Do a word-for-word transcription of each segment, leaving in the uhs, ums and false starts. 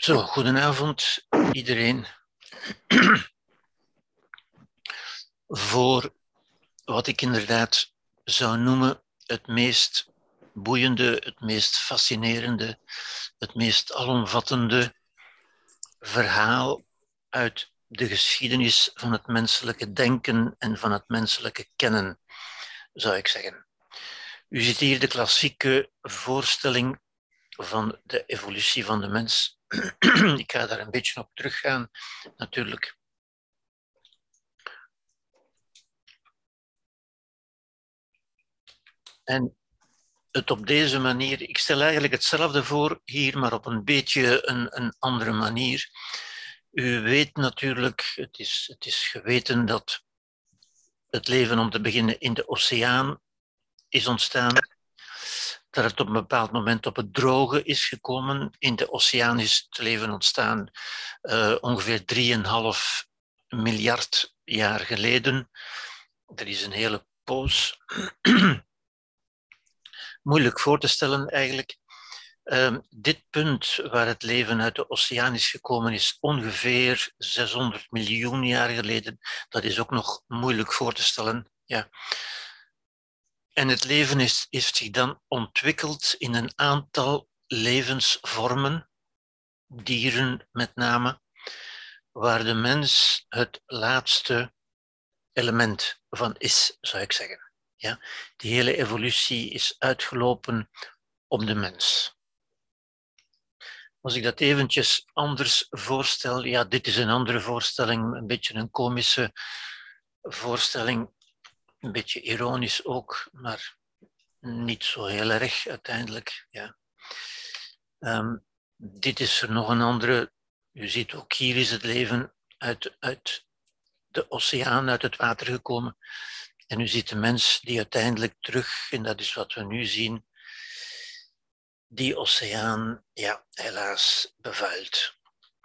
Zo, goedenavond iedereen. Voor wat ik inderdaad zou noemen het meest boeiende, het meest fascinerende, het meest alomvattende verhaal uit de geschiedenis van het menselijke denken en van het menselijke kennen, zou ik zeggen. U ziet hier de klassieke voorstelling van de evolutie van de mens. Ik ga daar een beetje op teruggaan, natuurlijk. En het op deze manier, ik stel eigenlijk hetzelfde voor hier, maar op een beetje een, een andere manier. U weet natuurlijk, het is, het is geweten dat het leven, om te beginnen, in de oceaan is ontstaan. Dat het op een bepaald moment op het droge is gekomen. In de oceaan is het leven ontstaan uh, ongeveer drieënhalf miljard jaar geleden. Dat is een hele poos. Moeilijk voor te stellen eigenlijk. Uh, dit punt waar het leven uit de oceaan is gekomen is ongeveer zeshonderd miljoen jaar geleden. Dat is ook nog moeilijk voor te stellen. Ja. En het leven is, heeft zich dan ontwikkeld in een aantal levensvormen, dieren met name, waar de mens het laatste element van is, zou ik zeggen. Ja? Die hele evolutie is uitgelopen op de mens. Als ik dat eventjes anders voorstel, ja, dit is een andere voorstelling, een beetje een komische voorstelling, een beetje ironisch ook, maar niet zo heel erg uiteindelijk. Ja. Um, dit is er nog een andere. U ziet ook hier is het leven uit, uit de oceaan, uit het water gekomen. En u ziet de mens die uiteindelijk terug, en dat is wat we nu zien, die oceaan, ja, helaas bevuilt.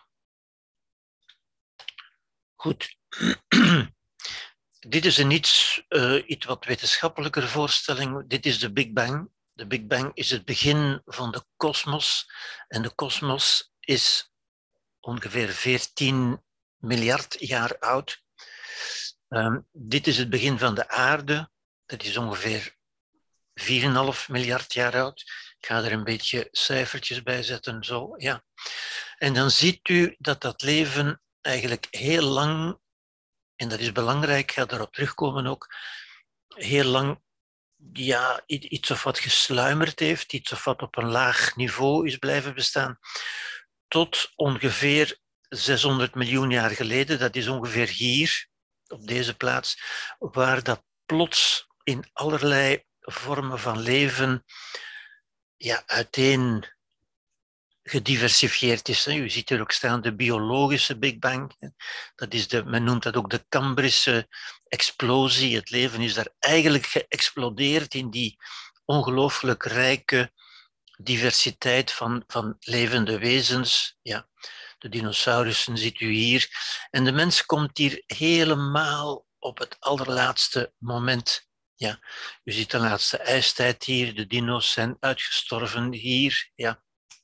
Goed. Dit is een iets, uh, iets wat wetenschappelijker voorstelling. Dit is de Big Bang. De Big Bang is het begin van de kosmos. En de kosmos is ongeveer veertien miljard jaar oud. Um, dit is het begin van de aarde. Dat is ongeveer vier komma vijf miljard jaar oud. Ik ga er een beetje cijfertjes bij zetten. Zo, ja. En dan ziet u dat dat leven eigenlijk heel lang, en dat is belangrijk, ik ga daarop terugkomen ook, heel lang ja, iets of wat gesluimerd heeft, iets of wat op een laag niveau is blijven bestaan, tot ongeveer zeshonderd miljoen jaar geleden, dat is ongeveer hier, op deze plaats, waar dat plots in allerlei vormen van leven ja, uiteen gediversifieerd is. U ziet er ook staan de biologische Big Bang. Dat is de, men noemt dat ook de Cambrische explosie. Het leven is daar eigenlijk geëxplodeerd in die ongelooflijk rijke diversiteit van, van levende wezens. Ja, de dinosaurussen ziet u hier. En de mens komt hier helemaal op het allerlaatste moment. Ja, u ziet de laatste ijstijd hier. De dino's zijn uitgestorven hier. Ja.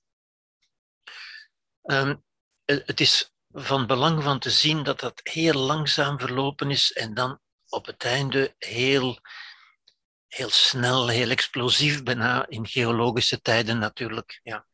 Um, het is van belang van te zien dat dat heel langzaam verlopen is en dan op het einde heel, heel snel, heel explosief, bijna in geologische tijden natuurlijk. Ja.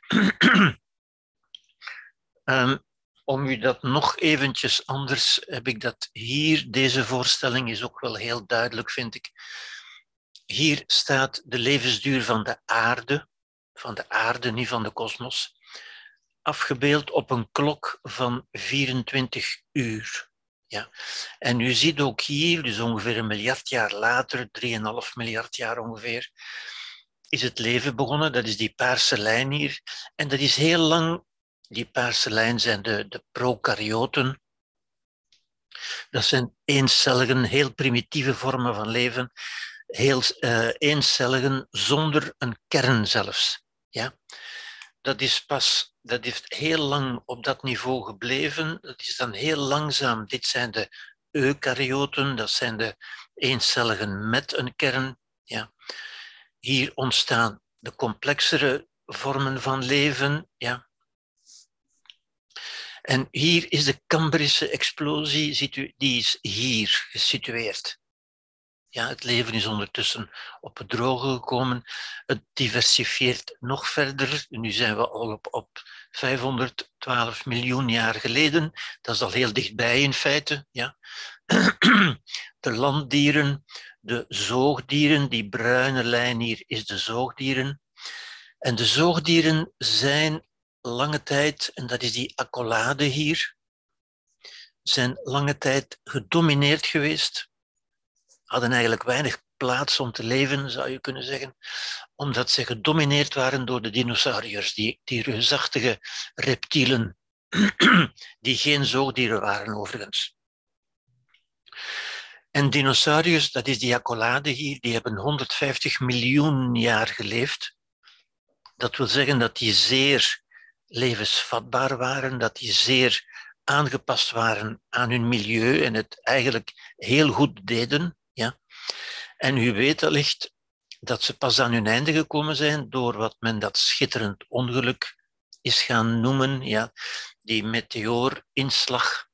um, om u dat nog eventjes anders, heb ik dat hier, deze voorstelling is ook wel heel duidelijk, vind ik. Hier staat de levensduur van de aarde, van de aarde, niet van de kosmos, afgebeeld op een klok van vierentwintig uur. Ja. En u ziet ook hier, dus ongeveer een miljard jaar later, drie komma vijf miljard jaar ongeveer, is het leven begonnen. Dat is die paarse lijn hier. En dat is heel lang, die paarse lijn zijn de, de prokaryoten. Dat zijn eencelligen, heel primitieve vormen van leven. Heel uh, eencelligen, zonder een kern zelfs. Ja. Dat is pas, dat heeft heel lang op dat niveau gebleven. Dat is dan heel langzaam. Dit zijn de eukaryoten, dat zijn de eencelligen met een kern. Ja. Hier ontstaan de complexere vormen van leven. Ja. En hier is de Cambrische explosie, ziet u, die is hier gesitueerd. Ja, het leven is ondertussen op het droge gekomen. Het diversifieert nog verder. Nu zijn we al op, op vijfhonderdtwaalf miljoen jaar geleden. Dat is al heel dichtbij in feite. Ja. De landdieren, de zoogdieren, die bruine lijn hier is de zoogdieren. En de zoogdieren zijn lange tijd, en dat is die accolade hier, zijn lange tijd gedomineerd geweest. Hadden eigenlijk weinig plaats om te leven, zou je kunnen zeggen, omdat ze gedomineerd waren door de dinosauriërs, die, die reusachtige reptielen, die geen zoogdieren waren overigens. En dinosauriërs, dat is die accolade hier, die hebben honderdvijftig miljoen jaar geleefd. Dat wil zeggen dat die zeer levensvatbaar waren, dat die zeer aangepast waren aan hun milieu en het eigenlijk heel goed deden. Ja. En u weet allicht dat ze pas aan hun einde gekomen zijn door wat men dat schitterend ongeluk is gaan noemen, ja, die meteoorinslag,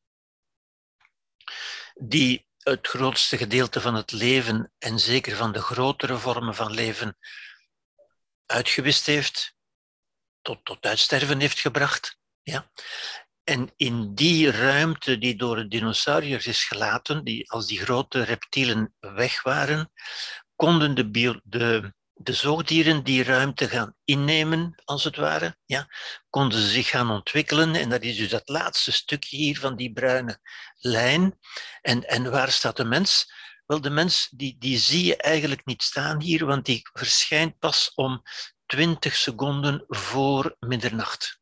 die het grootste gedeelte van het leven en zeker van de grotere vormen van leven uitgewist heeft, tot, tot uitsterven heeft gebracht. Ja. En in die ruimte die door de dinosauriërs is gelaten, die als die grote reptielen weg waren, konden de, bio, de, de zoogdieren die ruimte gaan innemen, als het ware. Ja, konden ze zich gaan ontwikkelen. En dat is dus dat laatste stukje hier van die bruine lijn. En, en waar staat de mens? Wel, de mens die, die zie je eigenlijk niet staan hier, want die verschijnt pas om twintig seconden voor middernacht.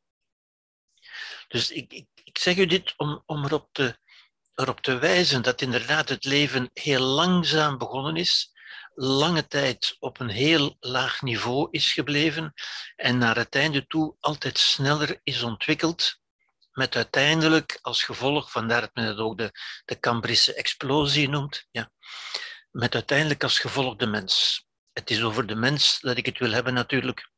Dus ik, ik, ik zeg u dit om, om erop, te, erop te wijzen dat inderdaad het leven heel langzaam begonnen is, lange tijd op een heel laag niveau is gebleven en naar het einde toe altijd sneller is ontwikkeld, met uiteindelijk als gevolg, vandaar dat men het ook de, de Cambrische explosie noemt, ja, met uiteindelijk als gevolg de mens. Het is over de mens dat ik het wil hebben natuurlijk.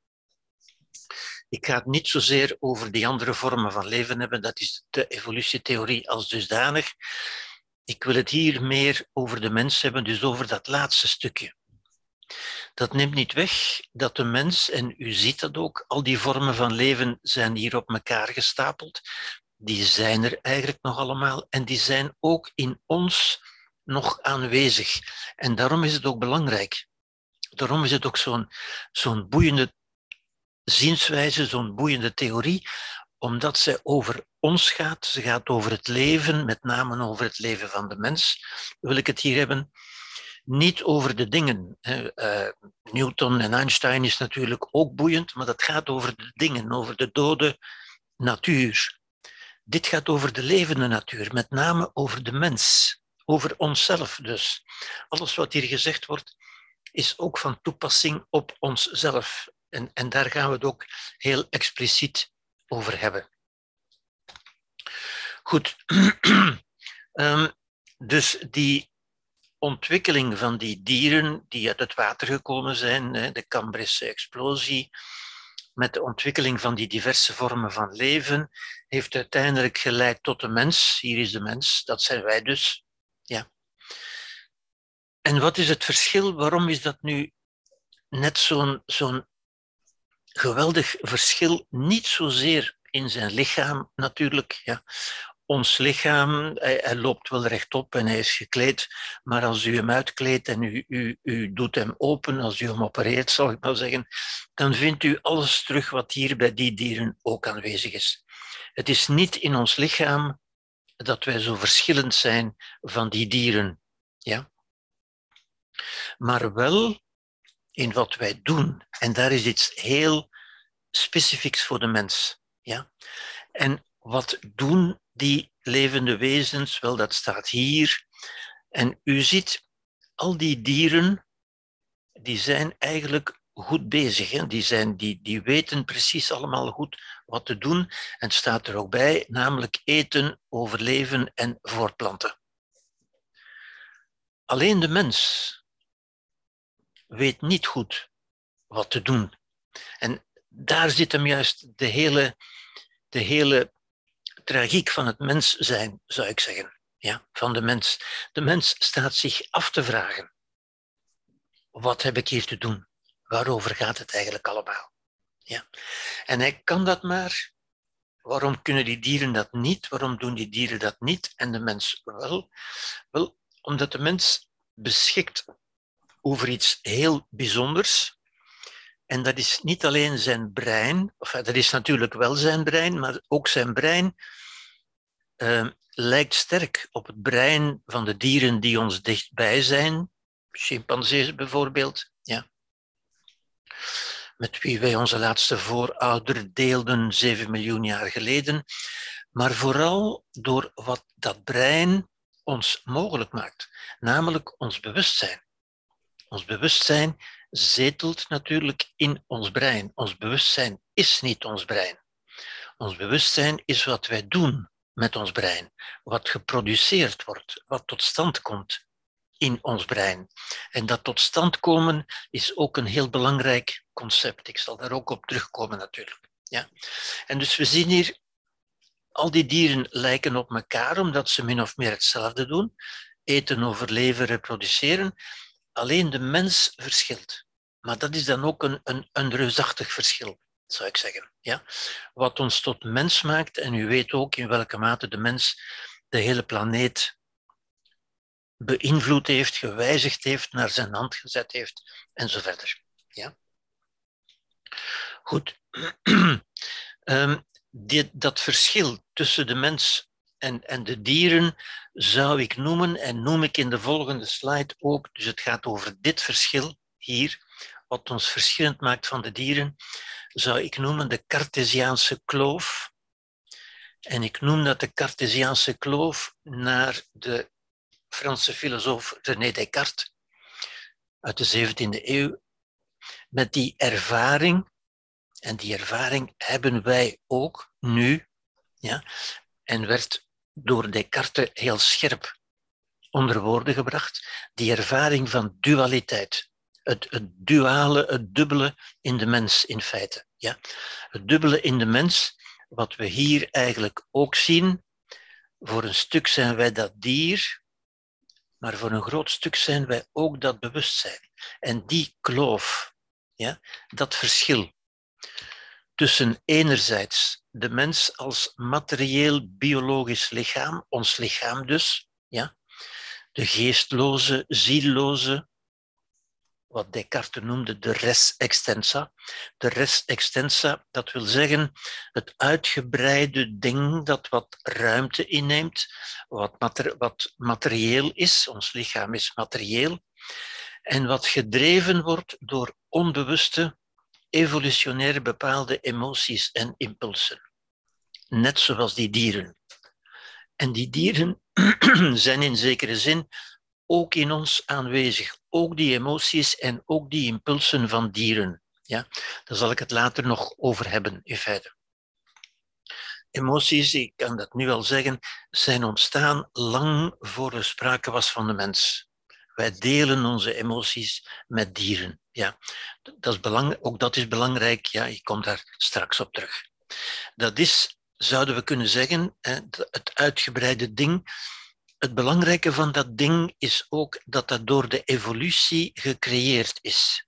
Ik ga het niet zozeer over die andere vormen van leven hebben, dat is de evolutietheorie als dusdanig. Ik wil het hier meer over de mens hebben, dus over dat laatste stukje. Dat neemt niet weg dat de mens, en u ziet dat ook, al die vormen van leven zijn hier op elkaar gestapeld. Die zijn er eigenlijk nog allemaal en die zijn ook in ons nog aanwezig. En daarom is het ook belangrijk. Daarom is het ook zo'n zo'n boeiende zienswijze, zo'n boeiende theorie, omdat zij over ons gaat. Ze gaat over het leven, met name over het leven van de mens, wil ik het hier hebben. Niet over de dingen. Uh, Newton en Einstein is natuurlijk ook boeiend, maar dat gaat over de dingen, over de dode natuur. Dit gaat over de levende natuur, met name over de mens, over onszelf dus. Alles wat hier gezegd wordt, is ook van toepassing op onszelf. En, en daar gaan we het ook heel expliciet over hebben. Goed. um, dus die ontwikkeling van die dieren die uit het water gekomen zijn, de Cambrische explosie, met de ontwikkeling van die diverse vormen van leven, heeft uiteindelijk geleid tot de mens. Hier is de mens, dat zijn wij dus. Ja. En wat is het verschil? Waarom is dat nu net zo'n zo'n geweldig verschil? Niet zozeer in zijn lichaam natuurlijk. Ja. Ons lichaam, hij, hij loopt wel rechtop en hij is gekleed, maar als u hem uitkleedt en u, u, u doet hem open, als u hem opereert, zal ik maar zeggen, dan vindt u alles terug wat hier bij die dieren ook aanwezig is. Het is niet in ons lichaam dat wij zo verschillend zijn van die dieren, ja? Maar wel in wat wij doen. En daar is iets heel specifieks voor de mens. Ja? En wat doen die levende wezens? Wel, dat staat hier. En u ziet, al die dieren, die zijn eigenlijk goed bezig. Hè? Die, zijn, die, die weten precies allemaal goed wat te doen. En het staat er ook bij, namelijk eten, overleven en voortplanten. Alleen de mens weet niet goed wat te doen. En daar zit hem juist de hele, de hele, het tragiek van het mens zijn, zou ik zeggen. Ja, van de mens. De mens staat zich af te vragen. Wat heb ik hier te doen? Waarover gaat het eigenlijk allemaal? Ja. En hij kan dat maar. Waarom kunnen die dieren dat niet? Waarom doen die dieren dat niet? En de mens wel? Wel, omdat de mens beschikt over iets heel bijzonders. En dat is niet alleen zijn brein, of dat is natuurlijk wel zijn brein, maar ook zijn brein uh, lijkt sterk op het brein van de dieren die ons dichtbij zijn. Chimpansees bijvoorbeeld, ja. Met wie wij onze laatste voorouder deelden zeven miljoen jaar geleden. Maar vooral door wat dat brein ons mogelijk maakt, namelijk ons bewustzijn. Ons bewustzijn zetelt natuurlijk in ons brein. Ons bewustzijn is niet ons brein. Ons bewustzijn is wat wij doen met ons brein, wat geproduceerd wordt, wat tot stand komt in ons brein. En dat tot stand komen is ook een heel belangrijk concept. Ik zal daar ook op terugkomen natuurlijk. Ja. En dus we zien hier, al die dieren lijken op elkaar omdat ze min of meer hetzelfde doen. Eten, overleven, reproduceren. Alleen de mens verschilt. Maar dat is dan ook een, een, een reusachtig verschil, zou ik zeggen. Ja? Wat ons tot mens maakt, en u weet ook in welke mate de mens de hele planeet beïnvloed heeft, gewijzigd heeft, naar zijn hand gezet heeft, en zo verder. Ja? Goed. um, dit, dat verschil tussen de mens en, en de dieren zou ik noemen, en noem ik in de volgende slide ook, dus het gaat over dit verschil hier, wat ons verschillend maakt van de dieren, zou ik noemen de Cartesiaanse kloof. En ik noem dat de Cartesiaanse kloof naar de Franse filosoof René Descartes uit de zeventiende eeuw, met die ervaring, en die ervaring hebben wij ook nu, ja, en werd door Descartes heel scherp onder woorden gebracht, die ervaring van dualiteit. Het, het duale, het dubbele in de mens in feite. Ja? Het dubbele in de mens, wat we hier eigenlijk ook zien. Voor een stuk zijn wij dat dier, maar voor een groot stuk zijn wij ook dat bewustzijn. En die kloof, ja, dat verschil tussen enerzijds de mens als materieel biologisch lichaam, ons lichaam dus, ja, de geestloze, zielloze, wat Descartes noemde de res extensa. De res extensa, dat wil zeggen het uitgebreide ding dat wat ruimte inneemt, wat, mater, wat materieel is, ons lichaam is materieel, en wat gedreven wordt door onbewuste, evolutionair bepaalde emoties en impulsen. Net zoals die dieren. En die dieren zijn in zekere zin ook in ons aanwezig. Ook die emoties en ook die impulsen van dieren. Ja? Daar zal ik het later nog over hebben, in feite. Emoties, ik kan dat nu al zeggen, zijn ontstaan lang voor er sprake was van de mens. Wij delen onze emoties met dieren. Ja? Dat is belang, ook dat is belangrijk, ja, ik kom daar straks op terug. Dat is, zouden we kunnen zeggen, het uitgebreide ding. Het belangrijke van dat ding is ook dat dat door de evolutie gecreëerd is.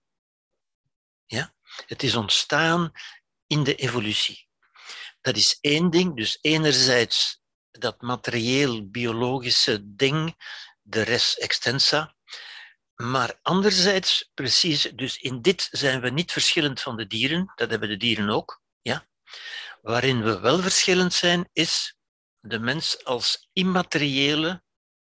Ja? Het is ontstaan in de evolutie. Dat is één ding, dus enerzijds dat materieel biologische ding, de res extensa, maar anderzijds precies, dus in dit zijn we niet verschillend van de dieren, dat hebben de dieren ook, ja? Waarin we wel verschillend zijn is de mens als immateriële,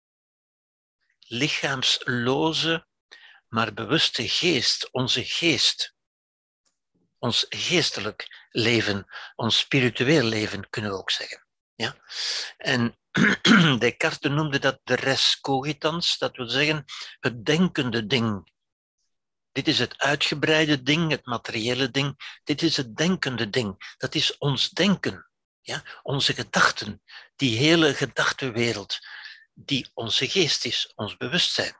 lichaamsloze, maar bewuste geest, onze geest. Ons geestelijk leven, ons spiritueel leven, kunnen we ook zeggen. Ja? En Descartes noemde dat de res cogitans, dat wil zeggen het denkende ding. Dit is het uitgebreide ding, het materiële ding. Dit is het denkende ding. Dat is ons denken, ja? Onze gedachten, die hele gedachtenwereld, die onze geest is, ons bewustzijn.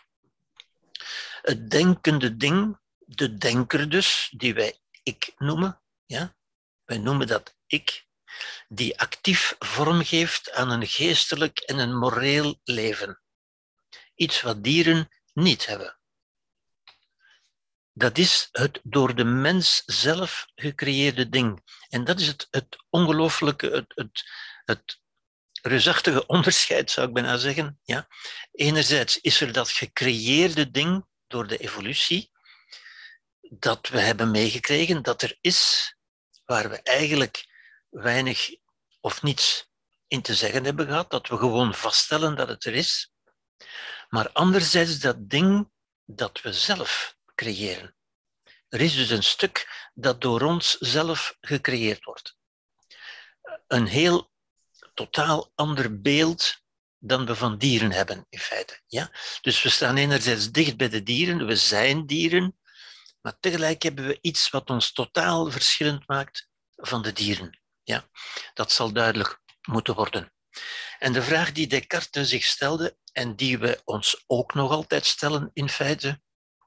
Het denkende ding, de denker dus, die wij ik noemen, ja? Wij noemen dat ik, die actief vormgeeft aan een geestelijk en een moreel leven. Iets wat dieren niet hebben. Dat is het door de mens zelf gecreëerde ding. En dat is het, het ongelooflijke, het, het, het reusachtige onderscheid, zou ik bijna zeggen. Ja? Enerzijds is er dat gecreëerde ding door de evolutie, dat we hebben meegekregen, dat er is, waar we eigenlijk weinig of niets in te zeggen hebben gehad, dat we gewoon vaststellen dat het er is. Maar anderzijds dat ding dat we zelf creëren. Er is dus een stuk dat door ons zelf gecreëerd wordt. Een heel totaal ander beeld dan we van dieren hebben, in feite. Ja? Dus we staan enerzijds dicht bij de dieren, we zijn dieren, maar tegelijk hebben we iets wat ons totaal verschillend maakt van de dieren. Ja? Dat zal duidelijk moeten worden. En de vraag die Descartes zich stelde, en die we ons ook nog altijd stellen, in feite,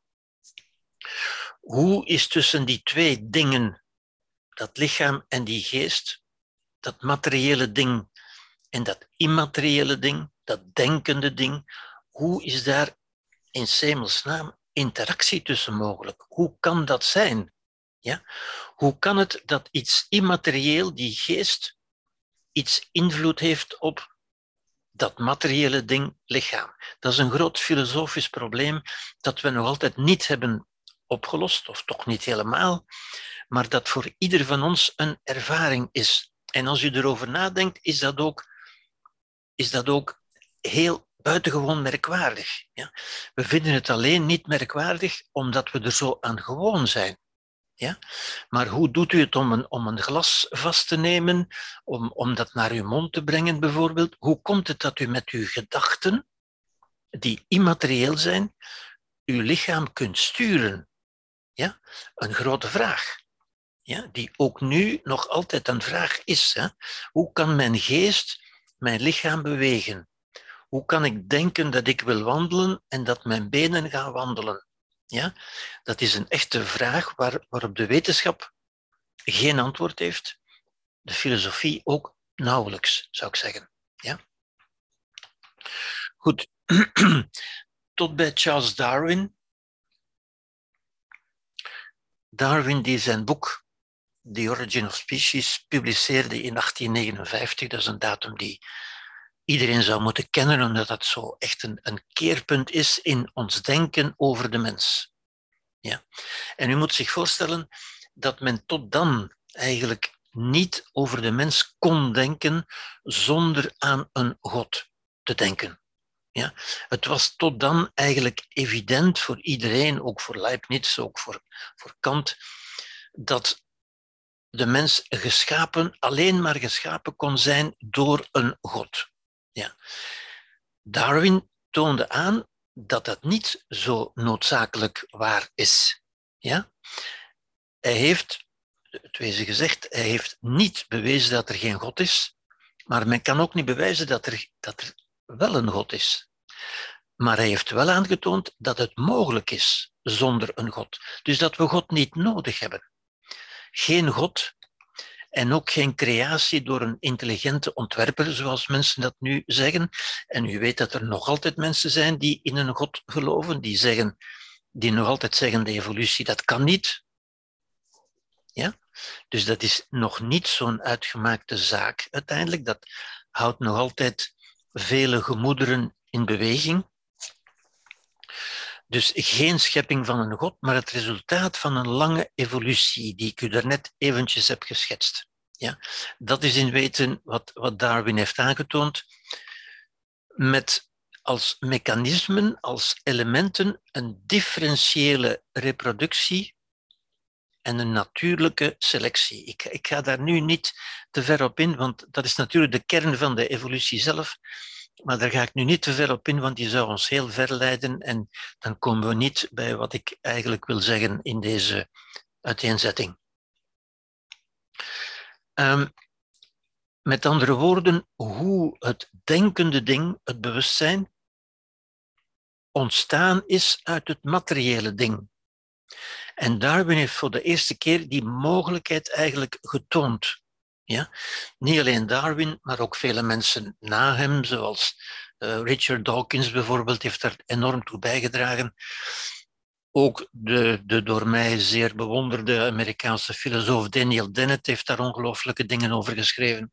hoe is tussen die twee dingen, dat lichaam en die geest, dat materiële ding en dat immateriële ding, dat denkende ding, hoe is daar in 's hemelsnaam interactie tussen mogelijk? Hoe kan dat zijn? Ja? Hoe kan het dat iets immaterieel, die geest, iets invloed heeft op dat materiële ding, lichaam? Dat is een groot filosofisch probleem dat we nog altijd niet hebben opgelost, of toch niet helemaal, maar dat voor ieder van ons een ervaring is. En als u erover nadenkt, is dat ook, is dat ook heel buitengewoon merkwaardig. Ja? We vinden het alleen niet merkwaardig omdat we er zo aan gewoon zijn. Ja? Maar hoe doet u het om een, om een glas vast te nemen, om, om dat naar uw mond te brengen bijvoorbeeld? Hoe komt het dat u met uw gedachten, die immaterieel zijn, uw lichaam kunt sturen? Ja? Een grote vraag. Ja? Die ook nu nog altijd een vraag is. Hè? Hoe kan mijn geest mijn lichaam bewegen? Hoe kan ik denken dat ik wil wandelen en dat mijn benen gaan wandelen? Ja? Dat is een echte vraag waar, waarop de wetenschap geen antwoord heeft. De filosofie ook nauwelijks, zou ik zeggen. Ja? Goed. Tot bij Charles Darwin. Darwin die zijn boek The Origin of Species publiceerde in achttien negenenvijftig. Dat is een datum die iedereen zou moeten kennen, omdat dat zo echt een, een keerpunt is in ons denken over de mens. Ja. En u moet zich voorstellen dat men tot dan eigenlijk niet over de mens kon denken zonder aan een God te denken. Ja. Het was tot dan eigenlijk evident voor iedereen, ook voor Leibniz, ook voor, voor Kant, dat de mens geschapen, alleen maar geschapen kon zijn door een God. Ja. Darwin toonde aan dat dat niet zo noodzakelijk waar is. Ja? Hij heeft, het wezen gezegd, hij heeft niet bewezen dat er geen God is, maar men kan ook niet bewijzen dat er, dat er wel een God is. Maar hij heeft wel aangetoond dat het mogelijk is zonder een God. Dus dat we God niet nodig hebben. Geen God en ook geen creatie door een intelligente ontwerper, zoals mensen dat nu zeggen. En u weet dat er nog altijd mensen zijn die in een God geloven, die, zeggen, die nog altijd zeggen de evolutie, dat kan niet. Ja? Dus dat is nog niet zo'n uitgemaakte zaak uiteindelijk. Dat houdt nog altijd vele gemoederen in beweging. Dus geen schepping van een God, maar het resultaat van een lange evolutie, die ik u daarnet eventjes heb geschetst. Ja? Dat is in wezen wat, wat Darwin heeft aangetoond, met als mechanismen, als elementen, een differentiële reproductie en een natuurlijke selectie. Ik, ik ga daar nu niet te ver op in, want dat is natuurlijk de kern van de evolutie zelf. Maar daar ga ik nu niet te ver op in, want die zou ons heel ver leiden en dan komen we niet bij wat ik eigenlijk wil zeggen in deze uiteenzetting. Um, met andere woorden, hoe het denkende ding, het bewustzijn, ontstaan is uit het materiële ding. En Darwin heeft voor de eerste keer die mogelijkheid eigenlijk getoond. Ja? Niet alleen Darwin, maar ook vele mensen na hem, zoals uh, Richard Dawkins bijvoorbeeld, heeft daar enorm toe bijgedragen. Ook de, de door mij zeer bewonderde Amerikaanse filosoof Daniel Dennett heeft daar ongelooflijke dingen over geschreven.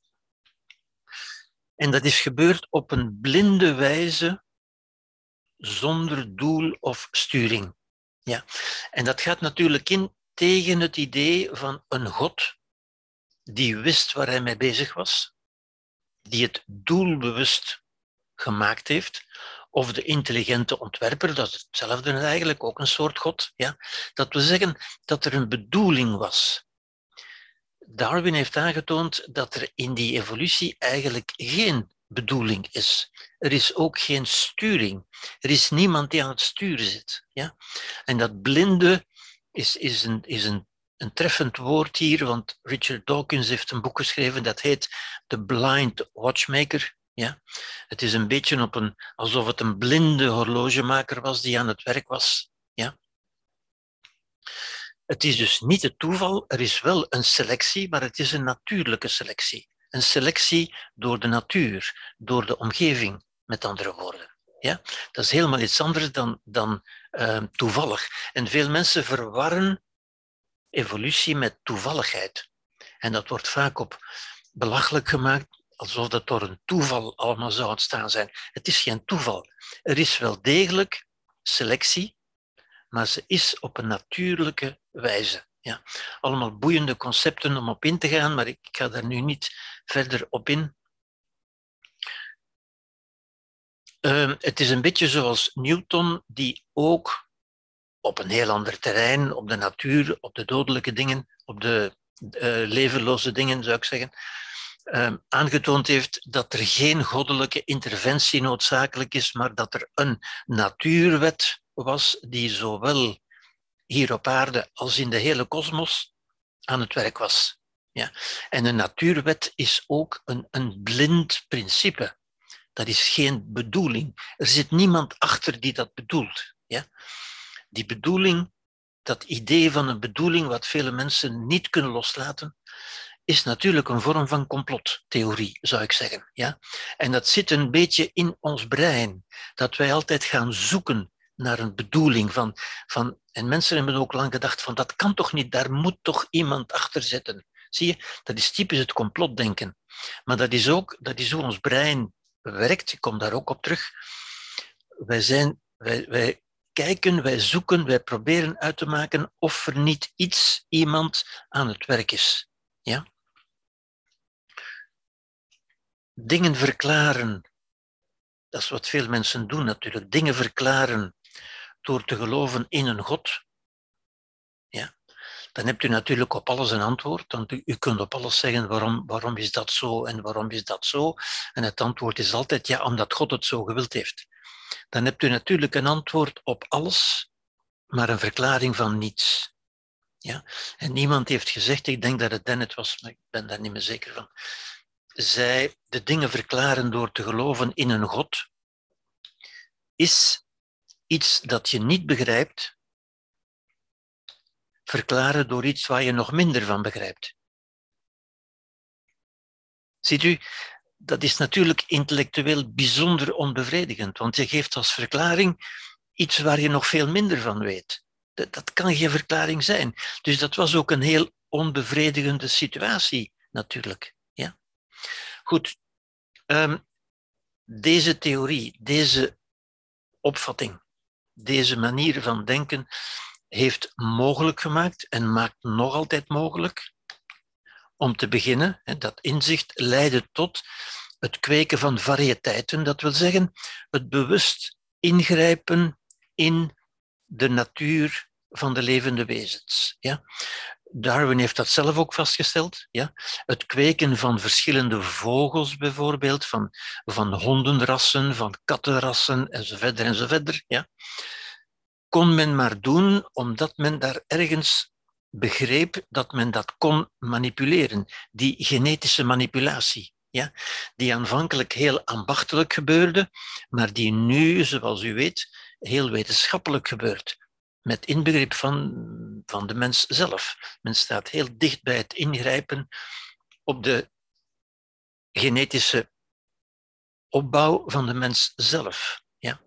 En dat is gebeurd op een blinde wijze, zonder doel of sturing. Ja. En dat gaat natuurlijk in tegen het idee van een God die wist waar hij mee bezig was, die het doelbewust gemaakt heeft, of de intelligente ontwerper, dat is hetzelfde eigenlijk, ook een soort God. Ja? Dat wil zeggen dat er een bedoeling was. Darwin heeft aangetoond dat er in die evolutie eigenlijk geen bedoeling is. Er is ook geen sturing. Er is niemand die aan het sturen zit. Ja? En dat blinde is, is, een, is een, een treffend woord hier, want Richard Dawkins heeft een boek geschreven dat heet The Blind Watchmaker. Ja? Het is een beetje op een, alsof het een blinde horlogemaker was die aan het werk was. Ja? Het is dus niet het toeval, er is wel een selectie, maar het is een natuurlijke selectie. Een selectie door de natuur, door de omgeving, met andere woorden. Ja? Dat is helemaal iets anders dan, dan uh, toevallig. En veel mensen verwarren evolutie met toevalligheid. En dat wordt vaak op belachelijk gemaakt, alsof dat door een toeval allemaal zou ontstaan zijn. Het is geen toeval. Er is wel degelijk selectie, maar ze is op een natuurlijke wijze. Ja. Allemaal boeiende concepten om op in te gaan, maar ik ga daar nu niet verder op in. Uh, het is een beetje zoals Newton, die ook op een heel ander terrein, op de natuur, op de dodelijke dingen, op de uh, levenloze dingen, zou ik zeggen, uh, aangetoond heeft dat er geen goddelijke interventie noodzakelijk is, maar dat er een natuurwet was die zowel hier op aarde als in de hele kosmos aan het werk was. Ja. En een natuurwet is ook een, een blind principe. Dat is geen bedoeling. Er zit niemand achter die dat bedoelt. Ja. Die bedoeling, dat idee van een bedoeling wat vele mensen niet kunnen loslaten, is natuurlijk een vorm van complottheorie, zou ik zeggen. Ja? En dat zit een beetje in ons brein, dat wij altijd gaan zoeken naar een bedoeling van, van, en mensen hebben ook lang gedacht van dat kan toch niet, daar moet toch iemand achter zitten. Zie je, dat is typisch het complotdenken. Maar dat is ook, dat is hoe ons brein werkt, ik kom daar ook op terug. Wij zijn, wij, wij kijken, wij zoeken, wij proberen uit te maken of er niet iets, iemand aan het werk is. Ja? Dingen verklaren, dat is wat veel mensen doen natuurlijk, dingen verklaren door te geloven in een God. Ja? Dan hebt u natuurlijk op alles een antwoord, want u, u kunt op alles zeggen waarom, waarom is dat zo en waarom is dat zo. En het antwoord is altijd ja, omdat God het zo gewild heeft. Dan hebt u natuurlijk een antwoord op alles, maar een verklaring van niets. Ja? En niemand heeft gezegd, ik denk dat het Dennett was, maar ik ben daar niet meer zeker van, zij de dingen verklaren door te geloven in een God, is iets dat je niet begrijpt, verklaren door iets waar je nog minder van begrijpt. Ziet u, dat is natuurlijk intellectueel bijzonder onbevredigend, want je geeft als verklaring iets waar je nog veel minder van weet. Dat, dat kan geen verklaring zijn. Dus dat was ook een heel onbevredigende situatie, natuurlijk. Ja? Goed, um, deze theorie, deze opvatting, deze manier van denken heeft mogelijk gemaakt en maakt nog altijd mogelijk, om te beginnen, dat inzicht leidde tot het kweken van variëteiten, dat wil zeggen het bewust ingrijpen in de natuur van de levende wezens. Ja? Darwin heeft dat zelf ook vastgesteld. Ja? Het kweken van verschillende vogels bijvoorbeeld, van, van hondenrassen, van kattenrassen enzovoort enzovoort. Ja? Kon men maar doen omdat men daar ergens begreep dat men dat kon manipuleren. Die genetische manipulatie. Ja? Die aanvankelijk heel ambachtelijk gebeurde, maar die nu, zoals u weet, heel wetenschappelijk gebeurt. Met inbegrip van, van de mens zelf. Men staat heel dicht bij het ingrijpen op de genetische opbouw van de mens zelf. Ja.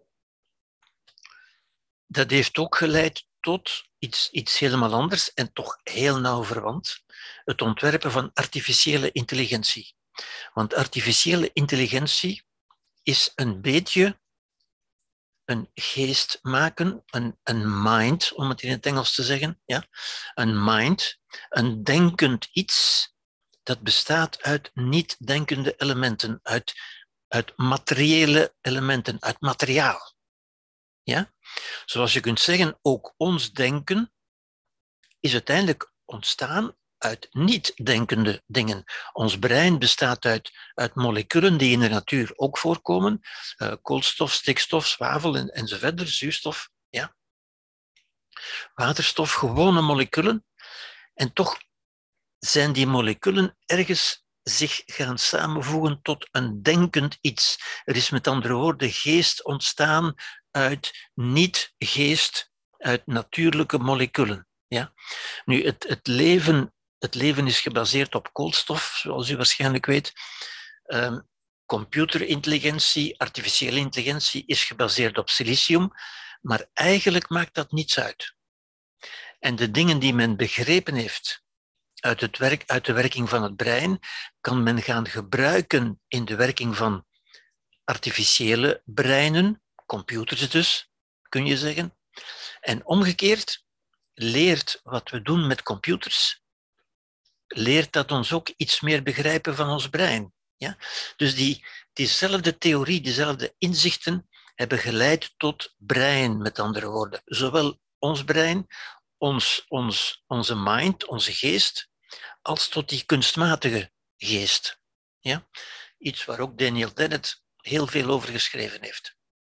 Dat heeft ook geleid tot iets, iets helemaal anders en toch heel nauw verwant. Het ontwerpen van artificiële intelligentie. Want artificiële intelligentie is een beetje een geest maken, een, een mind, om het in het Engels te zeggen. Ja? Een mind, een denkend iets dat bestaat uit niet-denkende elementen, uit, uit materiële elementen, uit materiaal. Ja? Zoals je kunt zeggen, ook ons denken is uiteindelijk ontstaan uit niet-denkende dingen. Ons brein bestaat uit, uit moleculen die in de natuur ook voorkomen. Uh, koolstof, stikstof, zwavel en, enzovoort, zuurstof, ja. Waterstof, gewone moleculen. En toch zijn die moleculen ergens zich gaan samenvoegen tot een denkend iets. Er is met andere woorden geest ontstaan uit niet-geest, uit natuurlijke moleculen. Ja? Nu, het, het, leven, het leven is gebaseerd op koolstof, zoals u waarschijnlijk weet. Um, computerintelligentie, artificiële intelligentie is gebaseerd op silicium, maar eigenlijk maakt dat niets uit. En de dingen die men begrepen heeft uit, het werk, uit de werking van het brein, kan men gaan gebruiken in de werking van artificiële breinen, computers dus, kun je zeggen. En omgekeerd leert wat we doen met computers, leert dat ons ook iets meer begrijpen van ons brein. Ja? Dus die, diezelfde theorie, diezelfde inzichten hebben geleid tot brein, met andere woorden. Zowel ons brein, ons, ons, onze mind, onze geest, als tot die kunstmatige geest. Ja? Iets waar ook Daniel Dennett heel veel over geschreven heeft.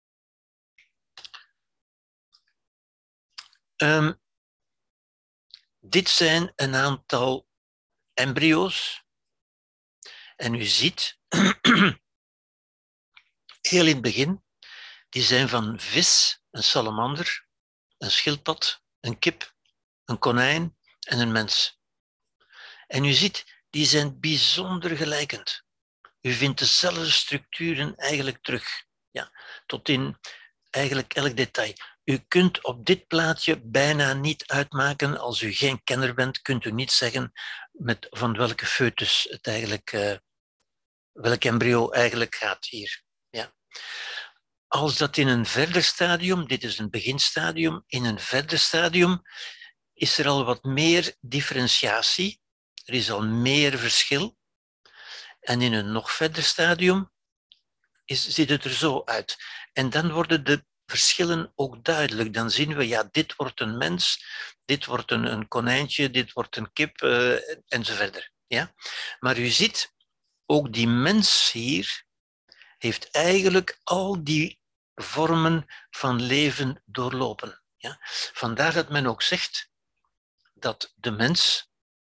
Um, dit zijn een aantal embryo's. En u ziet, heel in het begin, die zijn van vis, een salamander, een schildpad, een kip, een konijn en een mens. En u ziet, die zijn bijzonder gelijkend. U vindt dezelfde structuren eigenlijk terug, ja, tot in eigenlijk elk detail. U kunt op dit plaatje bijna niet uitmaken, als u geen kenner bent, kunt u niet zeggen met van welke foetus het eigenlijk, uh, welk embryo eigenlijk gaat hier. Ja. Als dat in een verder stadium, dit is een beginstadium, in een verder stadium is er al wat meer differentiatie, er is al meer verschil. En in een nog verder stadium is, ziet het er zo uit. En dan worden de verschillen ook duidelijk. Dan zien we, ja, dit wordt een mens, dit wordt een, een konijntje, dit wordt een kip, uh, enzovoort. Ja? Maar u ziet, ook die mens hier heeft eigenlijk al die vormen van leven doorlopen. Ja? Vandaar dat men ook zegt dat de mens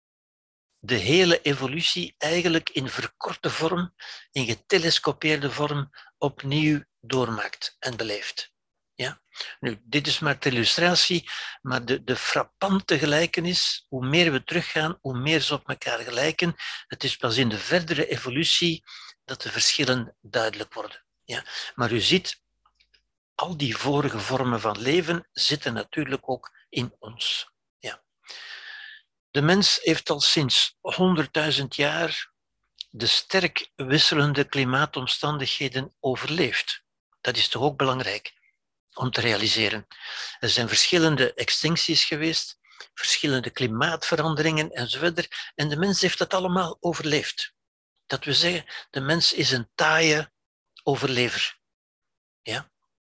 de hele evolutie eigenlijk in verkorte vorm, in getelescopeerde vorm, opnieuw doormaakt en beleeft. Ja? Nu, dit is maar ter illustratie, maar de, de frappante gelijkenis, hoe meer we teruggaan, hoe meer ze op elkaar gelijken. Het is pas in de verdere evolutie dat de verschillen duidelijk worden. Ja? Maar u ziet, al die vorige vormen van leven zitten natuurlijk ook in ons. Ja. De mens heeft al sinds honderdduizend jaar de sterk wisselende klimaatomstandigheden overleefd. Dat is toch ook belangrijk om te realiseren. Er zijn verschillende extincties geweest, verschillende klimaatveranderingen enzovoort. En de mens heeft dat allemaal overleefd. Dat we zeggen, de mens is een taaie overlever. Ja?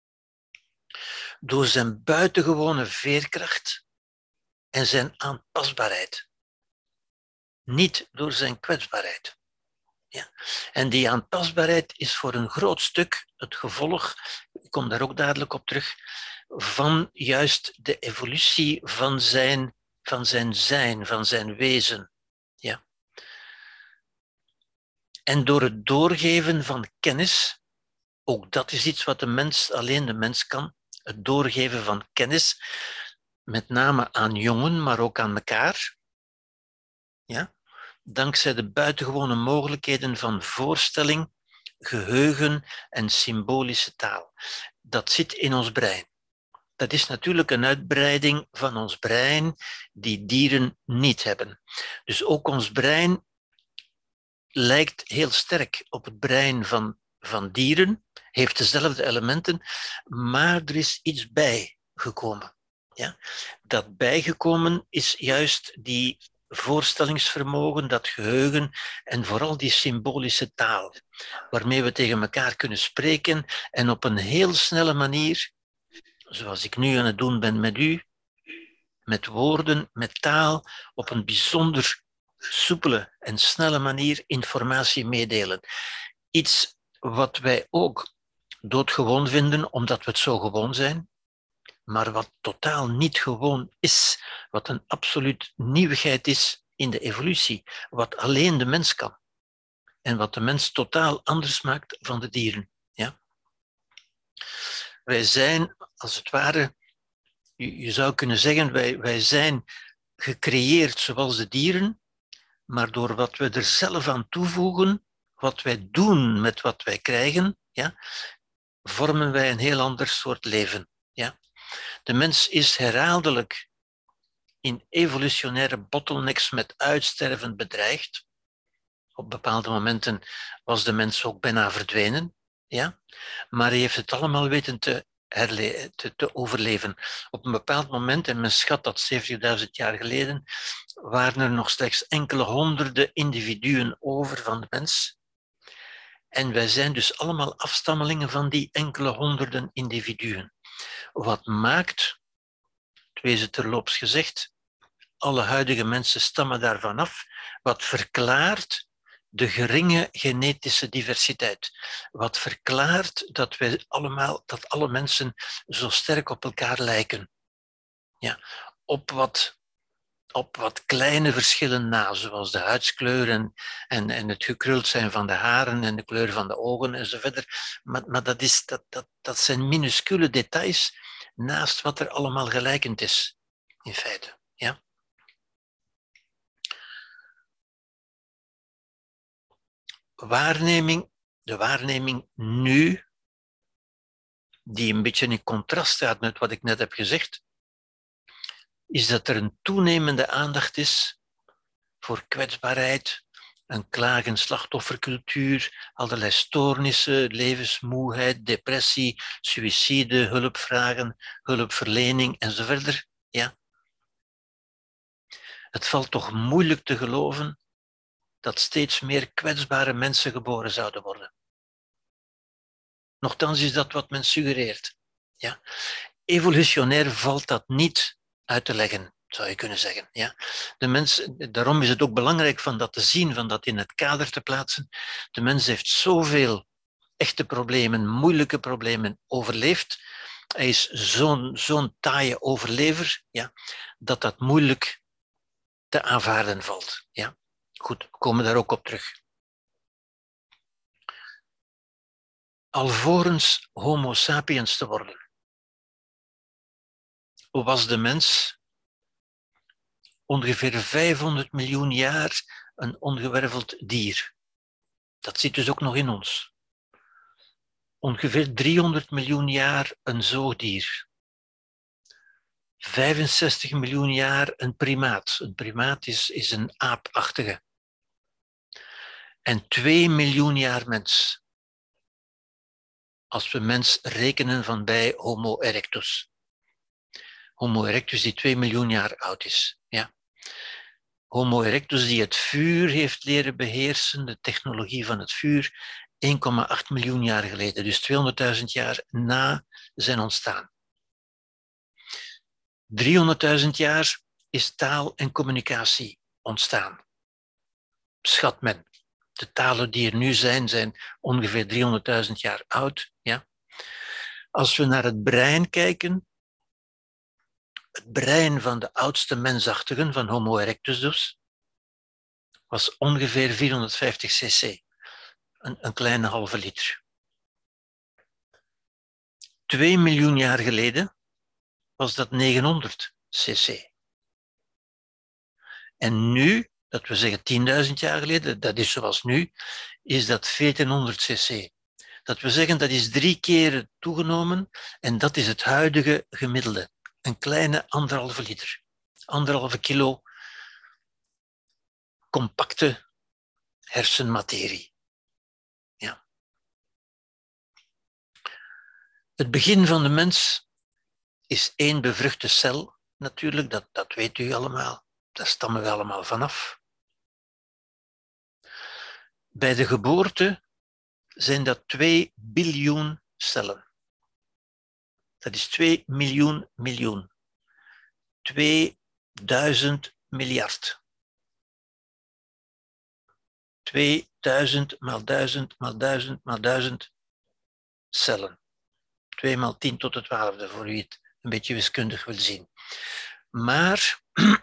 Door zijn buitengewone veerkracht en zijn aanpasbaarheid. Niet door zijn kwetsbaarheid. Ja. En die aanpasbaarheid is voor een groot stuk het gevolg, ik kom daar ook dadelijk op terug, van juist de evolutie van zijn, van zijn zijn, van zijn wezen. Ja. En door het doorgeven van kennis, ook dat is iets wat de mens, alleen de mens kan, het doorgeven van kennis, met name aan jongen, maar ook aan elkaar. Ja? dankzij de buitengewone mogelijkheden van voorstelling, geheugen en symbolische taal. Dat zit in ons brein. Dat is natuurlijk een uitbreiding van ons brein die dieren niet hebben. Dus ook ons brein lijkt heel sterk op het brein van, van dieren, heeft dezelfde elementen, maar er is iets bijgekomen. Ja? Dat bijgekomen is juist die voorstellingsvermogen, dat geheugen en vooral die symbolische taal, waarmee we tegen elkaar kunnen spreken en op een heel snelle manier, zoals ik nu aan het doen ben met u, met woorden, met taal, op een bijzonder soepele en snelle manier informatie meedelen. Iets wat wij ook doodgewoon vinden, omdat we het zo gewoon zijn, maar wat totaal niet gewoon is, wat een absoluut nieuwigheid is in de evolutie, wat alleen de mens kan en wat de mens totaal anders maakt van de dieren. Ja? Wij zijn, als het ware, je, je zou kunnen zeggen, wij, wij zijn gecreëerd zoals de dieren, maar door wat we er zelf aan toevoegen, wat wij doen met wat wij krijgen, ja, vormen wij een heel ander soort leven. Ja. De mens is herhaaldelijk in evolutionaire bottlenecks met uitsterven bedreigd. Op bepaalde momenten was de mens ook bijna verdwenen, ja, maar hij heeft het allemaal weten te, herle- te, te overleven. Op een bepaald moment, en men schat dat zeventigduizend jaar geleden, waren er nog slechts enkele honderden individuen over van de mens. En wij zijn dus allemaal afstammelingen van die enkele honderden individuen. Wat maakt, het wezen terloops gezegd, alle huidige mensen stammen daarvan af, wat verklaart de geringe genetische diversiteit. Wat verklaart dat wij allemaal, dat alle mensen zo sterk op elkaar lijken. Ja, op wat, op wat kleine verschillen na, zoals de huidskleur en, en, en het gekruld zijn van de haren en de kleur van de ogen enzovoort. Maar, maar dat, is, dat, dat, dat zijn minuscule details naast wat er allemaal gelijkend is, in feite. Ja? Waarneming, de waarneming nu, die een beetje in contrast staat met wat ik net heb gezegd, is dat er een toenemende aandacht is voor kwetsbaarheid, een klagen slachtoffercultuur, allerlei stoornissen, levensmoeheid, depressie, suïcide, hulpvragen, hulpverlening enzovoort. Ja. Het valt toch moeilijk te geloven dat steeds meer kwetsbare mensen geboren zouden worden. Nochtans is dat wat men suggereert. Ja. Evolutionair valt dat niet uit te leggen, zou je kunnen zeggen. Ja. De mens, daarom is het ook belangrijk van dat te zien, van dat in het kader te plaatsen. De mens heeft zoveel echte problemen, moeilijke problemen overleefd. Hij is zo'n zo'n taaie overlever, ja, dat dat moeilijk te aanvaarden valt. Ja. Goed, we komen daar ook op terug. Alvorens Homo sapiens te worden, was de mens ongeveer vijfhonderd miljoen jaar een ongewerveld dier. Dat zit dus ook nog in ons. Ongeveer driehonderd miljoen jaar een zoogdier. vijfenzestig miljoen jaar een primaat. Een primaat is, is een aapachtige. En twee miljoen jaar mens. Als we mens rekenen van bij Homo erectus. Homo erectus die twee miljoen jaar oud is. Ja. Homo erectus die het vuur heeft leren beheersen, de technologie van het vuur, één komma acht miljoen jaar geleden, dus tweehonderdduizend jaar na zijn ontstaan. driehonderdduizend jaar is taal en communicatie ontstaan. Schat men. De talen die er nu zijn, zijn ongeveer driehonderdduizend jaar oud. Ja? Als we naar het brein kijken, het brein van de oudste mensachtigen, van Homo erectus dus, was ongeveer vierhonderdvijftig cc. Een, een kleine halve liter. Twee miljoen jaar geleden was dat negenhonderd cc. En nu dat we zeggen tienduizend jaar geleden, dat is zoals nu, is dat veertienhonderd cc. Dat we zeggen dat is drie keer toegenomen en dat is het huidige gemiddelde. Een kleine anderhalve liter. Anderhalve kilo compacte hersenmaterie. Ja. Het begin van de mens is één bevruchte cel, natuurlijk, dat, dat weet u allemaal. Daar stammen we allemaal vanaf. Bij de geboorte zijn dat twee biljoen cellen. Dat is twee miljoen miljoen. tweeduizend miljard. tweeduizend maal duizend maal duizend maal duizend cellen. twee maal tien tot de twaalfde, voor wie het een beetje wiskundig wil zien. Maar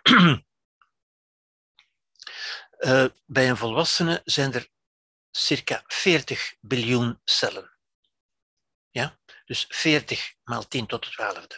uh, bij een volwassene zijn er circa veertig biljoen cellen. Ja? Dus veertig maal tien tot de twaalfde.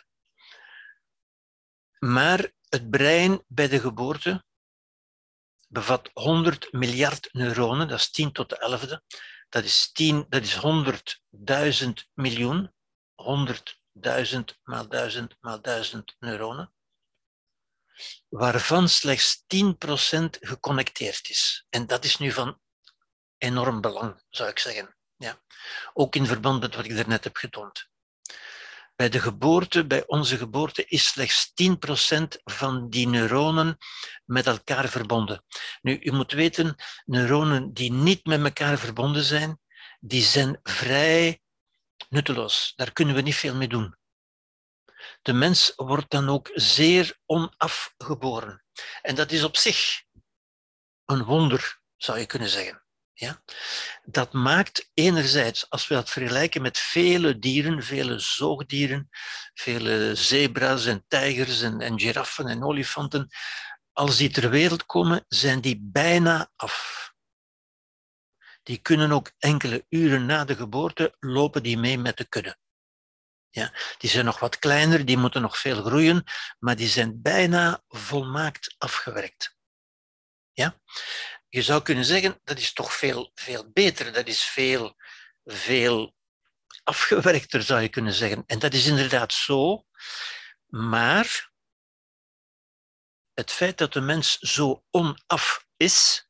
Maar het brein bij de geboorte bevat honderd miljard neuronen, dat is tien tot de elfde. Dat is, tien, dat is honderdduizend miljoen. honderdduizend maal duizend maal duizend neuronen. Waarvan slechts tien procent geconnecteerd is. En dat is nu van enorm belang, zou ik zeggen. Ja. Ook in verband met wat ik daarnet heb getoond. Bij de geboorte, bij onze geboorte, is slechts tien procent van die neuronen met elkaar verbonden. Nu, u moet weten, neuronen die niet met elkaar verbonden zijn, die zijn vrij nutteloos. Daar kunnen we niet veel mee doen. De mens wordt dan ook zeer onaf geboren. En dat is op zich een wonder, zou je kunnen zeggen. Ja? Dat maakt enerzijds, als we dat vergelijken met vele dieren, vele zoogdieren, vele zebra's en tijgers en, en giraffen en olifanten, als die ter wereld komen, zijn die bijna af. Die kunnen ook enkele uren na de geboorte lopen die mee met de kudde. Ja, die zijn nog wat kleiner, die moeten nog veel groeien, maar die zijn bijna volmaakt afgewerkt. Ja? Je zou kunnen zeggen, dat is toch veel, veel beter, dat is veel, veel afgewerkter, zou je kunnen zeggen. En dat is inderdaad zo, maar het feit dat de mens zo onaf is,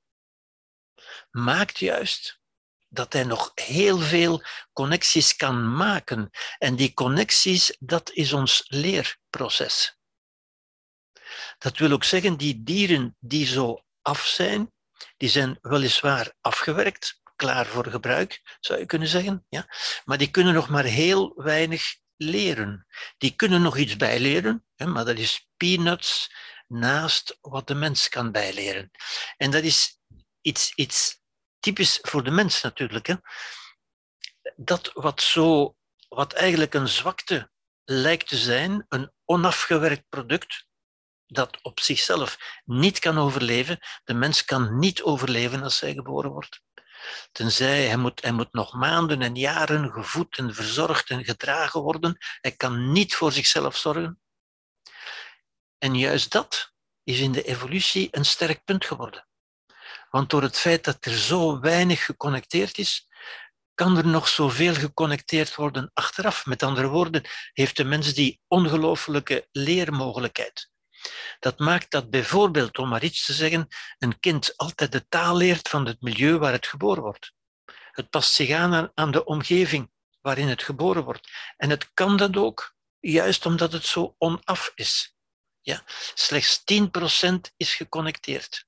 maakt juist dat hij nog heel veel connecties kan maken. En die connecties, dat is ons leerproces. Dat wil ook zeggen, die dieren die zo af zijn, die zijn weliswaar afgewerkt, klaar voor gebruik, zou je kunnen zeggen. Ja? Maar die kunnen nog maar heel weinig leren. Die kunnen nog iets bijleren, hè, maar dat is peanuts naast wat de mens kan bijleren. En dat is iets, iets typisch voor de mens natuurlijk. Hè. Dat wat, zo, wat eigenlijk een zwakte lijkt te zijn, een onafgewerkt product, dat op zichzelf niet kan overleven. De mens kan niet overleven als hij geboren wordt. Tenzij hij moet, hij moet nog maanden en jaren gevoed en verzorgd en gedragen worden. Hij kan niet voor zichzelf zorgen. En juist dat is in de evolutie een sterk punt geworden. Want door het feit dat er zo weinig geconnecteerd is, kan er nog zoveel geconnecteerd worden achteraf. Met andere woorden, heeft de mens die ongelooflijke leermogelijkheid. Dat maakt dat bijvoorbeeld, om maar iets te zeggen, een kind altijd de taal leert van het milieu waar het geboren wordt. Het past zich aan aan de omgeving waarin het geboren wordt. En het kan dat ook, juist omdat het zo onaf is. Ja? Slechts tien procent is geconnecteerd.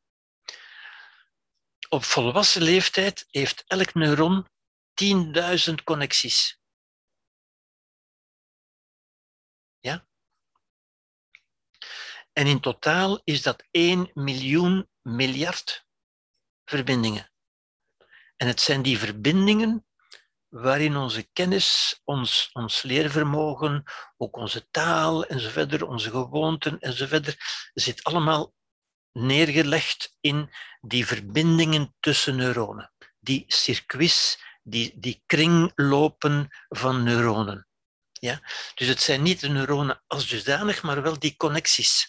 Op volwassen leeftijd heeft elk neuron tienduizend connecties. Ja? En in totaal is dat één miljoen miljard verbindingen. En het zijn die verbindingen waarin onze kennis, ons, ons leervermogen, ook onze taal enzovoort, onze gewoonten enzovoort, zit allemaal neergelegd in die verbindingen tussen neuronen. Die circuits, die, die kringlopen van neuronen. Ja? Dus het zijn niet de neuronen als dusdanig, maar wel die connecties.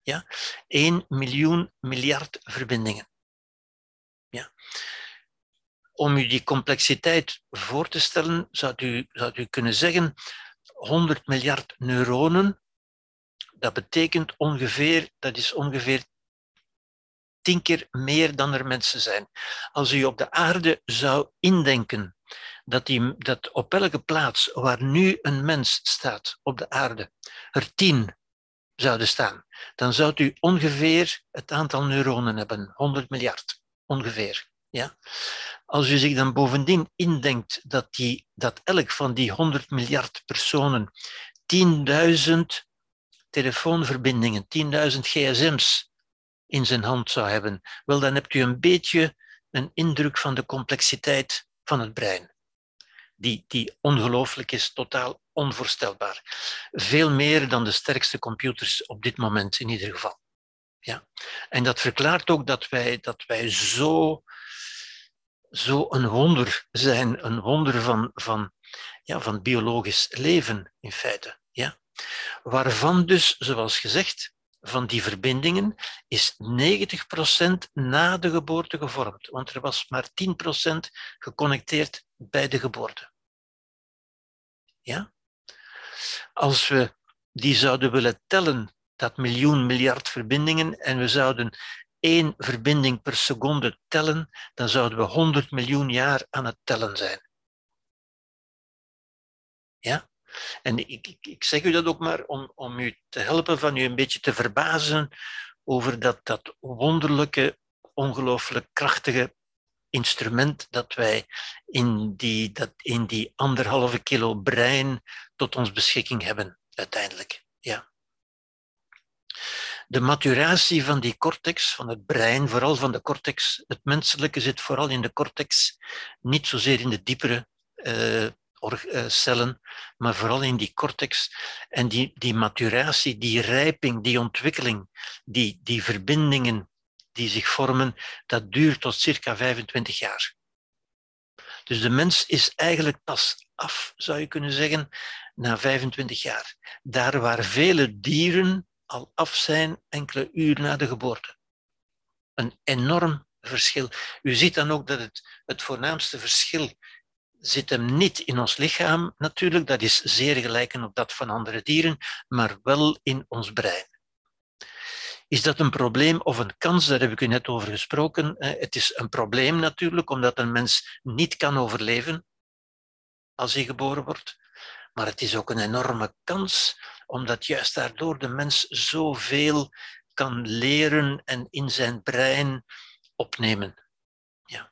Ja? één miljoen miljard verbindingen. Ja? Om u die complexiteit voor te stellen, zou u, zou u kunnen zeggen, honderd miljard neuronen, dat betekent ongeveer, dat is ongeveer tien keer meer dan er mensen zijn. Als u op de aarde zou indenken dat, die, dat op elke plaats waar nu een mens staat op de aarde, er tien zouden staan, dan zou u ongeveer het aantal neuronen hebben, honderd miljard, ongeveer. Ja? Als u zich dan bovendien indenkt dat, die, dat elk van die honderd miljard personen tienduizend telefoonverbindingen, tienduizend gsm's in zijn hand zou hebben, wel, dan hebt u een beetje een indruk van de complexiteit van het brein. Die, die ongelooflijk is, totaal onvoorstelbaar. Veel meer dan de sterkste computers op dit moment in ieder geval. Ja? En dat verklaart ook dat wij, dat wij zo, zo een wonder zijn, een wonder van, van, ja, van biologisch leven in feite. Ja? Waarvan dus, zoals gezegd, van die verbindingen is negentig procent na de geboorte gevormd, want er was maar tien procent geconnecteerd bij de geboorte. Ja? Als we die zouden willen tellen, dat miljoen miljard verbindingen, en we zouden één verbinding per seconde tellen, dan zouden we honderd miljoen jaar aan het tellen zijn. Ja? En ik, ik, ik zeg u dat ook maar om, om u te helpen, van u een beetje te verbazen over dat, dat wonderlijke, ongelooflijk krachtige instrument dat wij in die, dat, in die anderhalve kilo brein tot ons beschikking hebben, uiteindelijk. Ja. De maturatie van die cortex, van het brein, vooral van de cortex, het menselijke zit vooral in de cortex, niet zozeer in de diepere uh, cellen, maar vooral in die cortex. En die, die maturatie, die rijping, die ontwikkeling, die, die verbindingen die zich vormen, dat duurt tot circa vijfentwintig jaar. Dus de mens is eigenlijk pas af, zou je kunnen zeggen, na vijfentwintig jaar. Daar waar vele dieren al af zijn enkele uur na de geboorte. Een enorm verschil. U ziet dan ook dat het, het voornaamste verschil zit hem niet in ons lichaam natuurlijk, dat is zeer gelijk op dat van andere dieren, maar wel in ons brein. Is dat een probleem of een kans? Daar heb ik u net over gesproken. Het is een probleem natuurlijk, omdat een mens niet kan overleven als hij geboren wordt. Maar het is ook een enorme kans, omdat juist daardoor de mens zoveel kan leren en in zijn brein opnemen. Ja.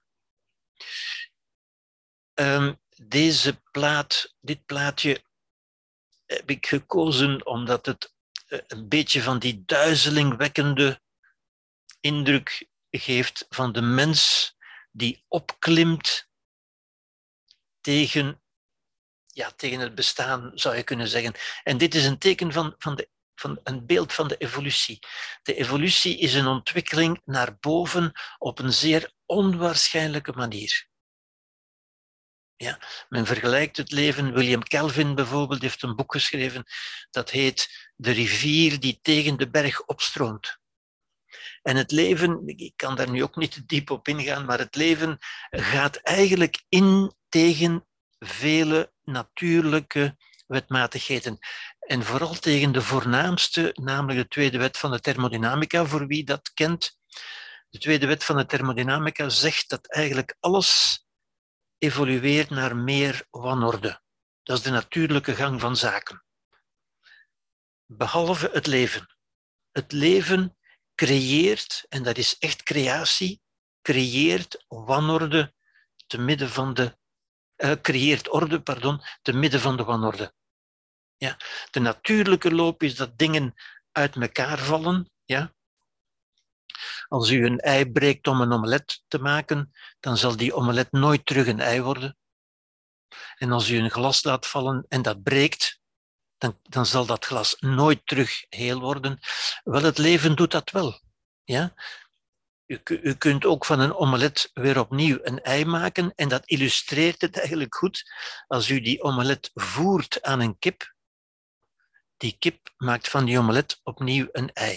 Um, deze plaat, dit plaatje heb ik gekozen omdat het een beetje van die duizelingwekkende indruk geeft van de mens die opklimt tegen, ja, tegen het bestaan, zou je kunnen zeggen. En dit is een teken van, van, de, van een beeld van de evolutie. De evolutie is een ontwikkeling naar boven op een zeer onwaarschijnlijke manier. Ja, men vergelijkt het leven. William Kelvin bijvoorbeeld heeft een boek geschreven dat heet De rivier die tegen de berg opstroomt. En het leven, ik kan daar nu ook niet te diep op ingaan, maar het leven gaat eigenlijk in tegen vele natuurlijke wetmatigheden. En vooral tegen de voornaamste, namelijk de tweede wet van de thermodynamica, voor wie dat kent. De tweede wet van de thermodynamica zegt dat eigenlijk alles evolueert naar meer wanorde. Dat is de natuurlijke gang van zaken. Behalve het leven. Het leven creëert, en dat is echt creatie, creëert wanorde te midden van de, uh, creëert orde, pardon, te midden van de wanorde. Ja. De natuurlijke loop is dat dingen uit elkaar vallen. Ja. Als u een ei breekt om een omelet te maken, dan zal die omelet nooit terug een ei worden. En als u een glas laat vallen en dat breekt, dan, dan zal dat glas nooit terug heel worden. Wel, het leven doet dat wel. Ja? U, u kunt ook van een omelet weer opnieuw een ei maken en dat illustreert het eigenlijk goed. Als u die omelet voert aan een kip, die kip maakt van die omelet opnieuw een ei.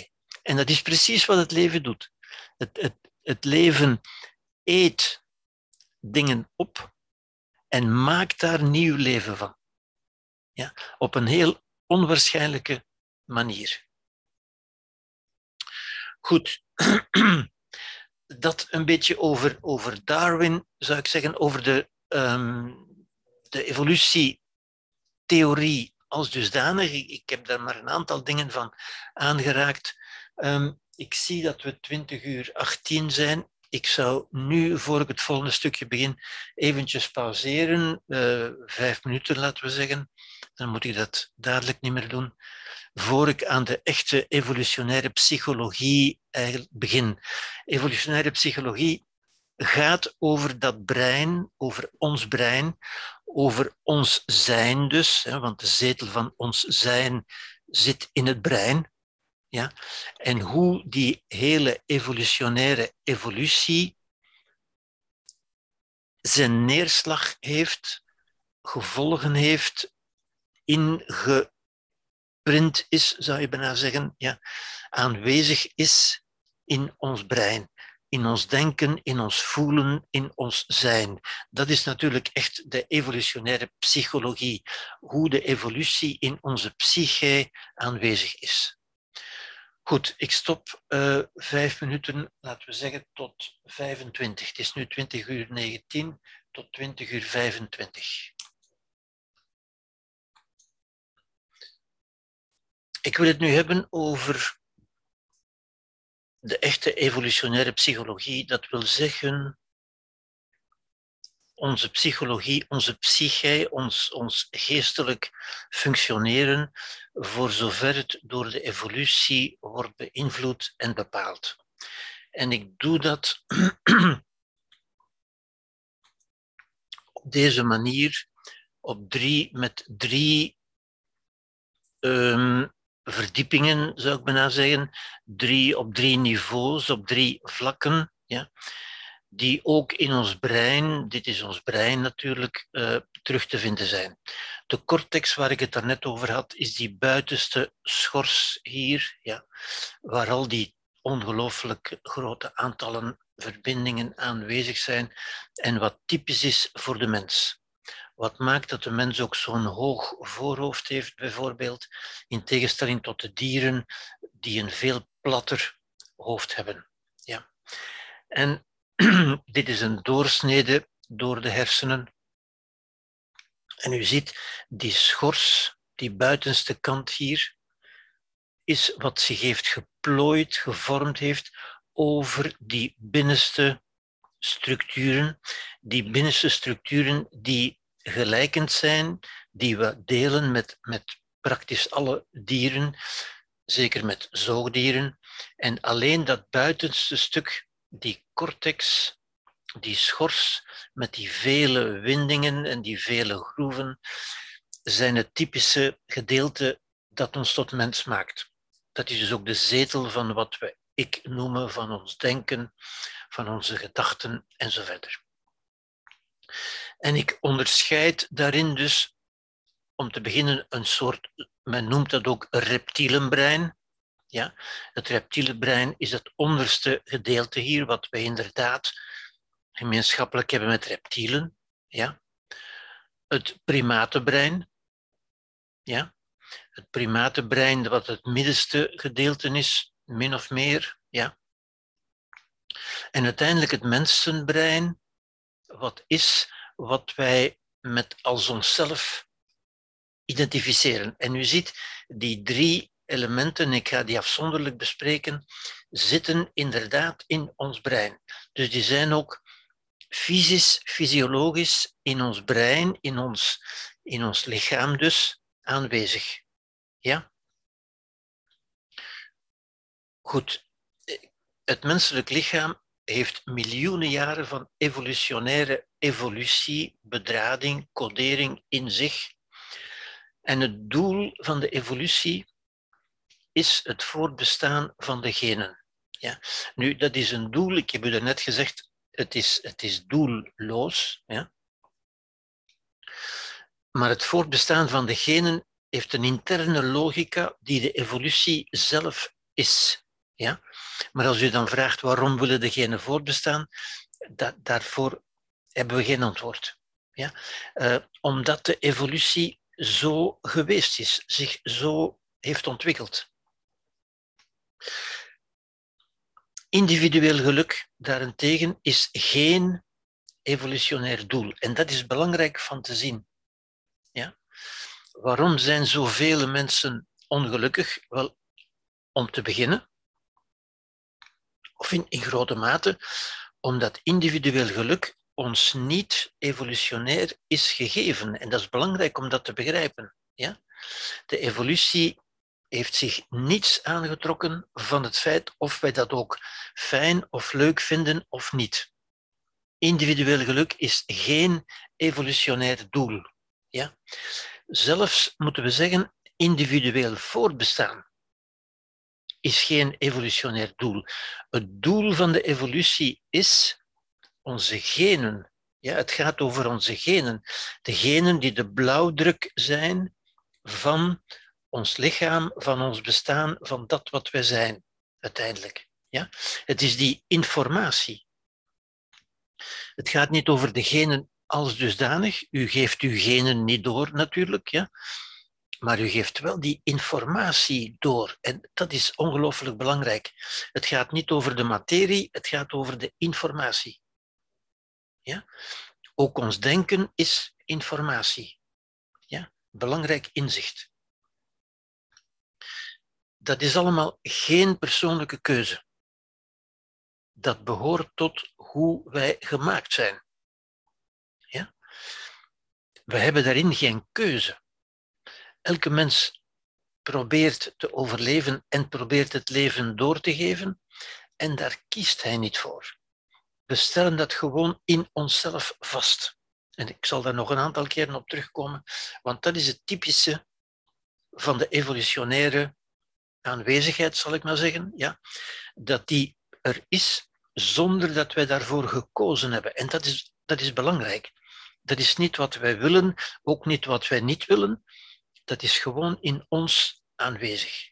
En dat is precies wat het leven doet. Het, het, het leven eet dingen op en maakt daar nieuw leven van. Ja? Op een heel onwaarschijnlijke manier. Goed. Dat een beetje over, over Darwin, zou ik zeggen, over de, um, de evolutietheorie als dusdanig. Ik, ik heb daar maar een aantal dingen van aangeraakt. Um, ik zie dat we twintig uur achttien zijn. Ik zou nu, voor ik het volgende stukje begin, eventjes pauzeren. Uh, vijf minuten, laten we zeggen. Dan moet ik dat dadelijk niet meer doen. Voor ik aan de echte evolutionaire psychologie eigenlijk begin. Evolutionaire psychologie gaat over dat brein, over ons brein, over ons zijn dus, hè, want de zetel van ons zijn zit in het brein. Ja? En hoe die hele evolutionaire evolutie zijn neerslag heeft, gevolgen heeft, ingeprint is, zou je bijna zeggen, ja, aanwezig is in ons brein, in ons denken, in ons voelen, in ons zijn. Dat is natuurlijk echt de evolutionaire psychologie, hoe de evolutie in onze psyche aanwezig is. Goed, ik stop uh, vijf minuten, laten we zeggen, tot vijfentwintig. Het is nu twintig uur negentien tot twintig uur vijfentwintig. Ik wil het nu hebben over de echte evolutionaire psychologie. Dat wil zeggen, onze psychologie, onze psyche, ons, ons geestelijk functioneren, voor zover het door de evolutie wordt beïnvloed en bepaald. En ik doe dat op deze manier, op drie, met drie um, verdiepingen, zou ik bijna zeggen, drie, op drie niveaus, op drie vlakken, ja, die ook in ons brein, dit is ons brein natuurlijk, uh, terug te vinden zijn. De cortex waar ik het daarnet over had, is die buitenste schors hier, ja, waar al die ongelooflijk grote aantallen verbindingen aanwezig zijn en wat typisch is voor de mens. Wat maakt dat de mens ook zo'n hoog voorhoofd heeft, bijvoorbeeld, in tegenstelling tot de dieren die een veel platter hoofd hebben. Ja. En dit is een doorsnede door de hersenen. En u ziet, die schors, die buitenste kant hier, is wat zich heeft geplooid, gevormd heeft over die binnenste structuren. Die binnenste structuren die gelijkend zijn, die we delen met, met praktisch alle dieren, zeker met zoogdieren. En alleen dat buitenste stuk, die cortex, die schors met die vele windingen en die vele groeven, zijn het typische gedeelte dat ons tot mens maakt. Dat is dus ook de zetel van wat we ik noemen, van ons denken, van onze gedachten en zo verder. En ik onderscheid daarin dus, om te beginnen, een soort, men noemt dat ook reptielenbrein. Ja? Het reptielenbrein is het onderste gedeelte hier, wat wij inderdaad gemeenschappelijk hebben met reptielen. Ja? Het primatenbrein. Ja? Het primatenbrein, wat het middenste gedeelte is, min of meer. Ja? En uiteindelijk het mensenbrein, wat is wat wij met als onszelf identificeren. En u ziet, die drie elementen, ik ga die afzonderlijk bespreken, zitten inderdaad in ons brein. Dus die zijn ook fysisch, fysiologisch in ons brein, in ons, in ons lichaam dus, aanwezig. Ja? Goed. Het menselijk lichaam heeft miljoenen jaren van evolutionaire evolutie, bedrading, codering in zich. En het doel van de evolutie is het voortbestaan van de genen. Ja. Nu, dat is een doel, ik heb u daarnet gezegd, het is, het is doelloos. Ja. Maar het voortbestaan van de genen heeft een interne logica die de evolutie zelf is. Ja? Maar als u dan vraagt waarom willen de genen voortbestaan, da daarvoor hebben we geen antwoord. Ja? Uh, omdat de evolutie zo geweest is, zich zo heeft ontwikkeld. Individueel geluk daarentegen is geen evolutionair doel. En dat is belangrijk van te zien. Ja? Waarom zijn zoveel mensen ongelukkig? Wel, om te beginnen, of in, in grote mate, omdat individueel geluk ons niet evolutionair is gegeven. En dat is belangrijk om dat te begrijpen. Ja? De evolutie heeft zich niets aangetrokken van het feit of wij dat ook fijn of leuk vinden of niet. Individueel geluk is geen evolutionair doel. Ja? Zelfs moeten we zeggen, individueel voortbestaan is geen evolutionair doel. Het doel van de evolutie is onze genen. Ja, het gaat over onze genen. De genen die de blauwdruk zijn van ons lichaam, van ons bestaan, van dat wat wij zijn, uiteindelijk. Ja? Het is die informatie. Het gaat niet over de genen als dusdanig. U geeft uw genen niet door, natuurlijk. Ja? Maar u geeft wel die informatie door. En dat is ongelooflijk belangrijk. Het gaat niet over de materie, het gaat over de informatie. Ja? Ook ons denken is informatie. Ja? Belangrijk inzicht. Dat is allemaal geen persoonlijke keuze. Dat behoort tot hoe wij gemaakt zijn. Ja? We hebben daarin geen keuze. Elke mens probeert te overleven en probeert het leven door te geven en daar kiest hij niet voor. We stellen dat gewoon in onszelf vast. En ik zal daar nog een aantal keren op terugkomen, want dat is het typische van de evolutionaire aanwezigheid, zal ik maar zeggen, ja? Dat die er is zonder dat wij daarvoor gekozen hebben. En dat is, dat is belangrijk. Dat is niet wat wij willen, ook niet wat wij niet willen. Dat is gewoon in ons aanwezig.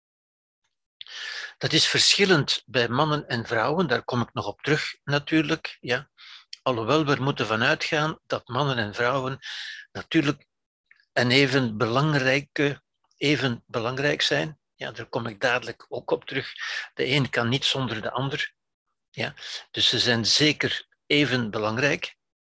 Dat is verschillend bij mannen en vrouwen, daar kom ik nog op terug natuurlijk. Ja. Alhoewel we er moeten van uitgaan dat mannen en vrouwen natuurlijk een even belangrijke, even belangrijk zijn. Ja, daar kom ik dadelijk ook op terug. De een kan niet zonder de ander. Ja. Dus ze zijn zeker even belangrijk,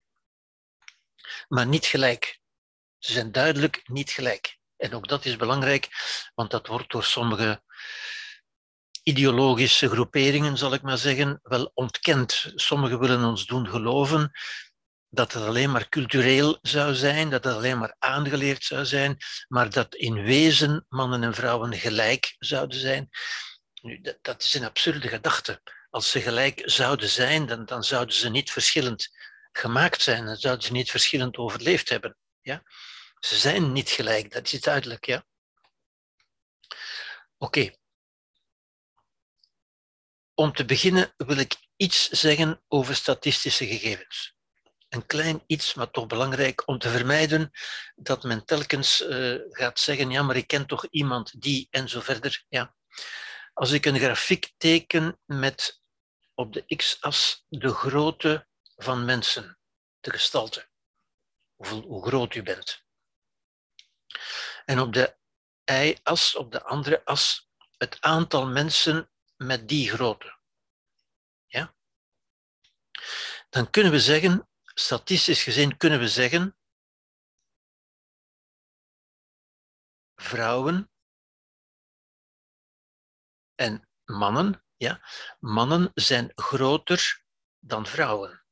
maar niet gelijk. Ze zijn duidelijk niet gelijk. En ook dat is belangrijk, want dat wordt door sommige ideologische groeperingen, zal ik maar zeggen, wel ontkend. Sommigen willen ons doen geloven dat het alleen maar cultureel zou zijn, dat het alleen maar aangeleerd zou zijn, maar dat in wezen mannen en vrouwen gelijk zouden zijn. Nu, dat, dat is een absurde gedachte. Als ze gelijk zouden zijn, dan, dan zouden ze niet verschillend gemaakt zijn, dan zouden ze niet verschillend overleefd hebben. Ja? Ze zijn niet gelijk, dat is duidelijk. Ja? Oké. Okay. Om te beginnen wil ik iets zeggen over statistische gegevens. Een klein iets, maar toch belangrijk om te vermijden dat men telkens uh, gaat zeggen, ja, maar ik ken toch iemand die en zo verder. Ja. Als ik een grafiek teken met op de x-as de grootte van mensen, de gestalte, hoeveel, hoe groot u bent. En op de y-as, op de andere as, het aantal mensen met die grootte. Ja? Dan kunnen we zeggen, statistisch gezien kunnen we zeggen, vrouwen en mannen, ja, mannen zijn groter dan vrouwen.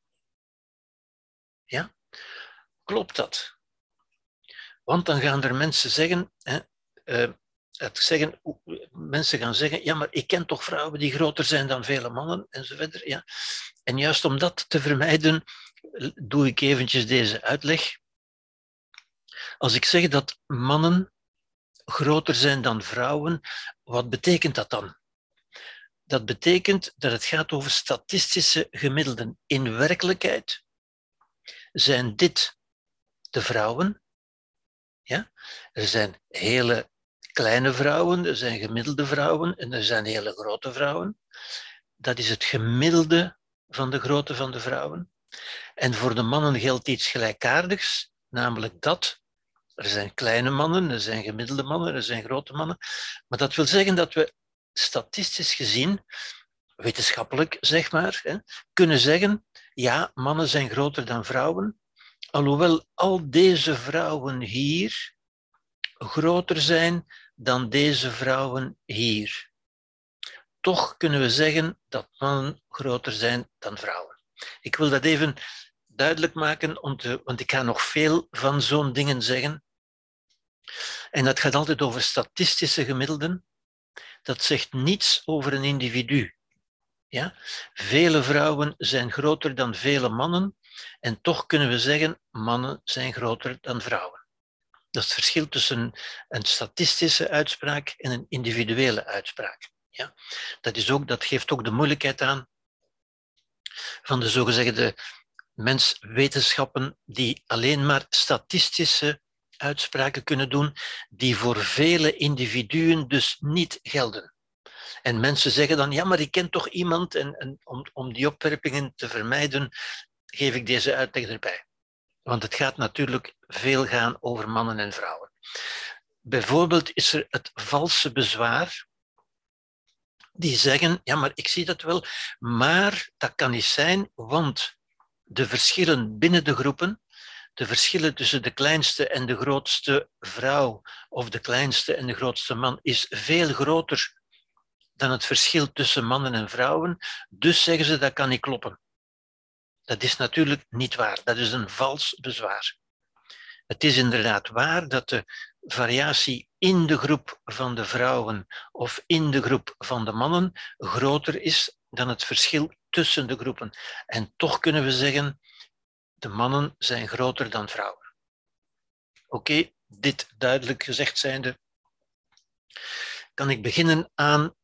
Ja? Klopt dat? Want dan gaan er mensen zeggen, hè, uh, het zeggen, mensen gaan zeggen, ja, maar ik ken toch vrouwen die groter zijn dan vele mannen, enzovoort. Ja. En juist om dat te vermijden, doe ik eventjes deze uitleg. Als ik zeg dat mannen groter zijn dan vrouwen, wat betekent dat dan? Dat betekent dat het gaat over statistische gemiddelden. In werkelijkheid zijn dit de vrouwen. Ja? Er zijn hele kleine vrouwen, er zijn gemiddelde vrouwen en er zijn hele grote vrouwen. Dat is het gemiddelde van de grootte van de vrouwen. En voor de mannen geldt iets gelijkaardigs, namelijk dat er zijn kleine mannen, er zijn gemiddelde mannen, er zijn grote mannen. Maar dat wil zeggen dat we statistisch gezien, wetenschappelijk zeg maar, hè, kunnen zeggen, ja, mannen zijn groter dan vrouwen, alhoewel al deze vrouwen hier groter zijn dan deze vrouwen hier. Toch kunnen we zeggen dat mannen groter zijn dan vrouwen. Ik wil dat even duidelijk maken, om te, want ik ga nog veel van zo'n dingen zeggen. En dat gaat altijd over statistische gemiddelden. Dat zegt niets over een individu. Ja? Vele vrouwen zijn groter dan vele mannen en toch kunnen we zeggen mannen zijn groter dan vrouwen. Dat is het verschil tussen een statistische uitspraak en een individuele uitspraak. Ja? Dat, is ook, dat geeft ook de moeilijkheid aan van de zogezegde menswetenschappen die alleen maar statistische uitspraken kunnen doen, die voor vele individuen dus niet gelden. En mensen zeggen dan, ja, maar ik ken toch iemand, en, en om, om die opwerpingen te vermijden, geef ik deze uitleg erbij. Want het gaat natuurlijk veel gaan over mannen en vrouwen. Bijvoorbeeld is er het valse bezwaar, die zeggen, ja, maar ik zie dat wel, maar dat kan niet zijn, want de verschillen binnen de groepen, de verschillen tussen de kleinste en de grootste vrouw of de kleinste en de grootste man is veel groter dan het verschil tussen mannen en vrouwen. Dus zeggen ze, dat kan niet kloppen. Dat is natuurlijk niet waar. Dat is een vals bezwaar. Het is inderdaad waar dat de variatie in de groep van de vrouwen of in de groep van de mannen groter is dan het verschil tussen de groepen. En toch kunnen we zeggen, de mannen zijn groter dan vrouwen. Oké, okay, dit duidelijk gezegd zijnde, kan ik beginnen aan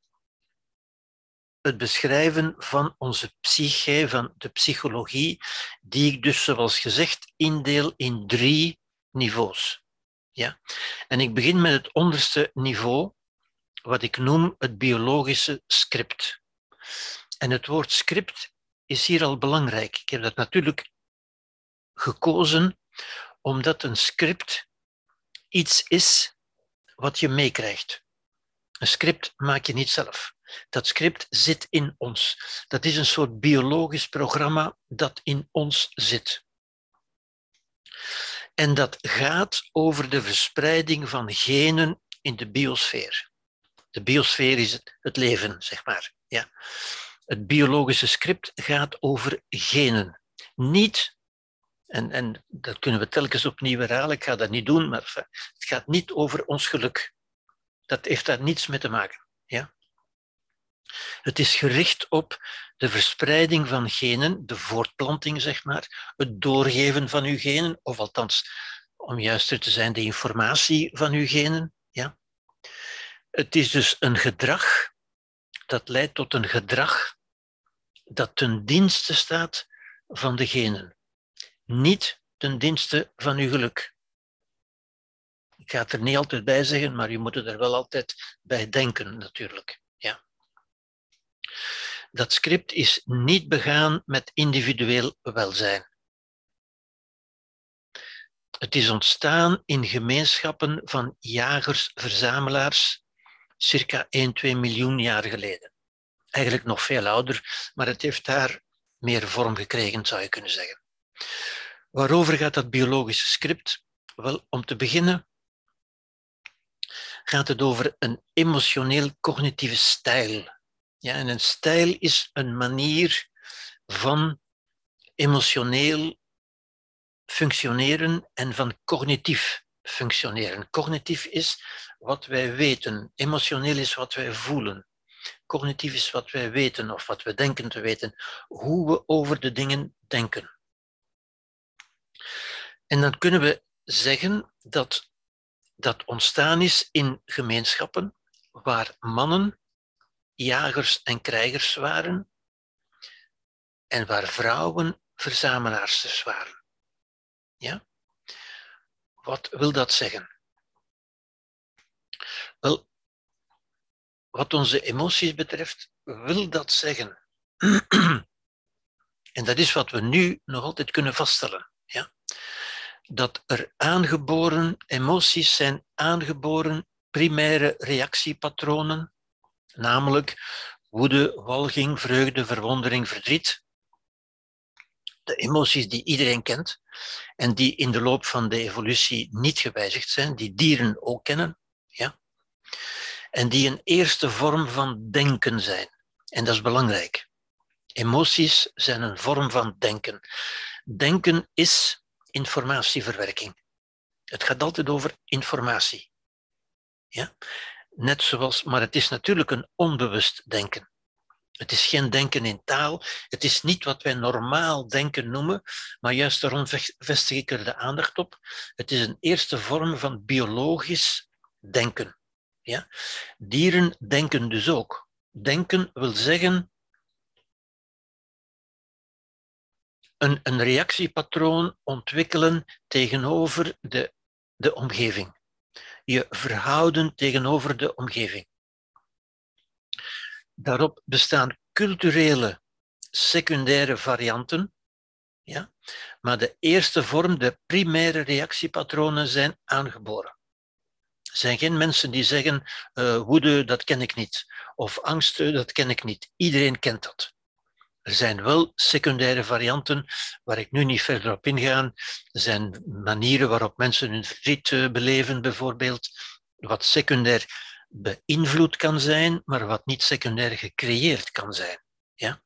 het beschrijven van onze psyche, van de psychologie, die ik dus, zoals gezegd, indeel in drie niveaus. Ja? En ik begin met het onderste niveau, wat ik noem het biologische script. En het woord script is hier al belangrijk. Ik heb dat natuurlijk gekozen omdat een script iets is wat je meekrijgt. Een script maak je niet zelf. Dat script zit in ons. Dat is een soort biologisch programma dat in ons zit. En dat gaat over de verspreiding van genen in de biosfeer. De biosfeer is het, het leven, zeg maar. Ja. Het biologische script gaat over genen. Niet, en, en dat kunnen we telkens opnieuw herhalen, ik ga dat niet doen, maar het gaat niet over ons geluk. Dat heeft daar niets mee te maken. Ja. Het is gericht op de verspreiding van genen, de voortplanting, zeg maar, het doorgeven van uw genen, of althans, om juister te zijn, de informatie van uw genen. Ja. Het is dus een gedrag dat leidt tot een gedrag dat ten dienste staat van de genen, niet ten dienste van uw geluk. Ik ga het er niet altijd bij zeggen, maar je moet er wel altijd bij denken, natuurlijk. Ja. Dat script is niet begaan met individueel welzijn. Het is ontstaan in gemeenschappen van jagers-verzamelaars, circa één, twee miljoen jaar geleden. Eigenlijk nog veel ouder, maar het heeft daar meer vorm gekregen, zou je kunnen zeggen. Waarover gaat dat biologische script? Wel, om te beginnen gaat het over een emotioneel-cognitieve stijl. Ja, en een stijl is een manier van emotioneel functioneren en van cognitief functioneren. Cognitief is wat wij weten, emotioneel is wat wij voelen. Cognitief is wat wij weten of wat we denken te weten, hoe we over de dingen denken. En dan kunnen we zeggen dat dat ontstaan is in gemeenschappen waar mannen jagers en krijgers waren en waar vrouwen verzamelaarsters waren. Ja? Wat wil dat zeggen? Wel, wat onze emoties betreft, wil dat zeggen, en dat is wat we nu nog altijd kunnen vaststellen, ja, dat er aangeboren emoties zijn, aangeboren primaire reactiepatronen, namelijk woede, walging, vreugde, verwondering, verdriet. De emoties die iedereen kent en die in de loop van de evolutie niet gewijzigd zijn, die dieren ook kennen, ja, en die een eerste vorm van denken zijn. En dat is belangrijk. Emoties zijn een vorm van denken. Denken is informatieverwerking. Het gaat altijd over informatie. Ja? Net zoals, maar het is natuurlijk een onbewust denken. Het is geen denken in taal. Het is niet wat wij normaal denken noemen, maar juist daarom vestig ik er de aandacht op. Het is een eerste vorm van biologisch denken. Ja? Dieren denken dus ook. Denken wil zeggen een, een reactiepatroon ontwikkelen tegenover de, de omgeving. Je verhouden tegenover de omgeving. Daarop bestaan culturele secundaire varianten, ja? Maar de eerste vorm, de primaire reactiepatronen, zijn aangeboren. Er zijn geen mensen die zeggen, uh, woede, dat ken ik niet, of angst, dat ken ik niet. Iedereen kent dat. Er zijn wel secundaire varianten, waar ik nu niet verder op inga. Er zijn manieren waarop mensen hun verdriet beleven, bijvoorbeeld, wat secundair beïnvloed kan zijn, maar wat niet secundair gecreëerd kan zijn. Ja?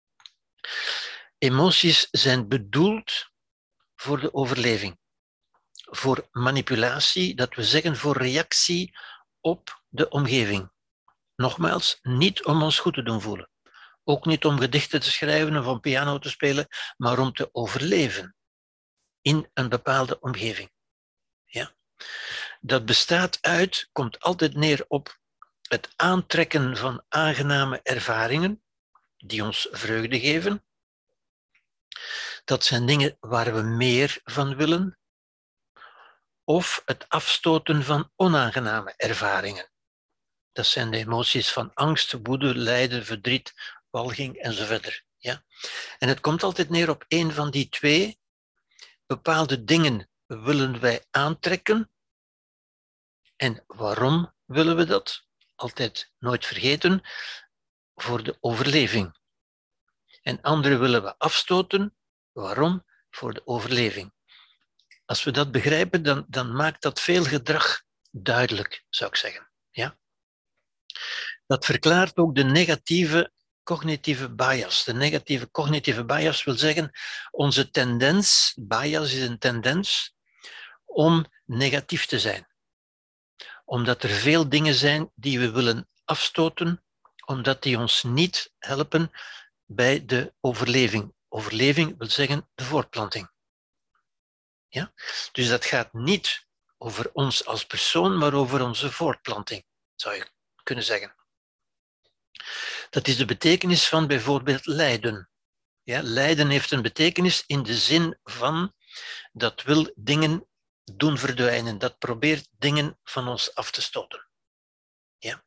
Emoties zijn bedoeld voor de overleving, voor manipulatie, dat we zeggen voor reactie op de omgeving. Nogmaals, niet om ons goed te doen voelen. Ook niet om gedichten te schrijven of om piano te spelen, maar om te overleven in een bepaalde omgeving. Ja? Dat bestaat uit, komt altijd neer op het aantrekken van aangename ervaringen die ons vreugde geven. Dat zijn dingen waar we meer van willen. Of het afstoten van onaangename ervaringen. Dat zijn de emoties van angst, woede, lijden, verdriet, walging enzovoort. Ja? En het komt altijd neer op één van die twee. Bepaalde dingen willen wij aantrekken. En waarom willen we dat? Altijd nooit vergeten, voor de overleving. En andere willen we afstoten. Waarom? Voor de overleving. Als we dat begrijpen, dan, dan maakt dat veel gedrag duidelijk, zou ik zeggen. Ja? Dat verklaart ook de negatieve cognitieve bias. De negatieve cognitieve bias wil zeggen, onze tendens, bias is een tendens, om negatief te zijn. Omdat er veel dingen zijn die we willen afstoten, omdat die ons niet helpen bij de overleving. Overleving wil zeggen de voortplanting. Ja? Dus dat gaat niet over ons als persoon, maar over onze voortplanting, zou je kunnen zeggen. Dat is de betekenis van bijvoorbeeld lijden. Ja, lijden heeft een betekenis in de zin van dat wil dingen doen verdwijnen, dat probeert dingen van ons af te stoten. Ja.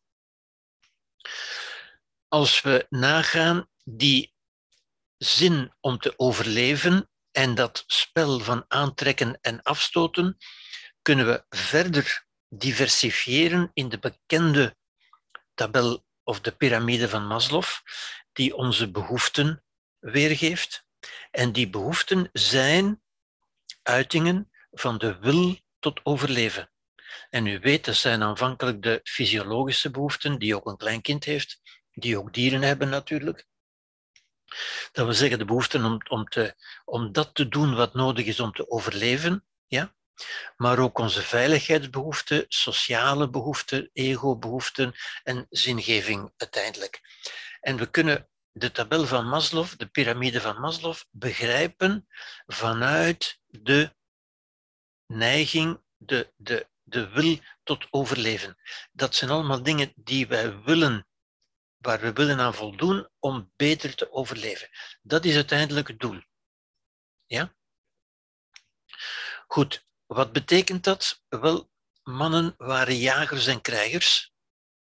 Als we nagaan die zin om te overleven en dat spel van aantrekken en afstoten, kunnen we verder diversifiëren in de bekende tabel of de piramide van Maslow, die onze behoeften weergeeft. En die behoeften zijn uitingen van de wil tot overleven. En u weet, dat zijn aanvankelijk de fysiologische behoeften, die ook een klein kind heeft, die ook dieren hebben natuurlijk. Dat wil zeggen de behoeften om, om, te, om dat te doen wat nodig is om te overleven, ja? Maar ook onze veiligheidsbehoeften, sociale behoeften, ego-behoeften en zingeving uiteindelijk. En we kunnen de tabel van Maslow, de piramide van Maslow, begrijpen vanuit de neiging, de, de, de wil tot overleven. Dat zijn allemaal dingen die wij willen, waar we willen aan voldoen om beter te overleven. Dat is uiteindelijk het doel. Ja? Goed, wat betekent dat? Wel, mannen waren jagers en krijgers.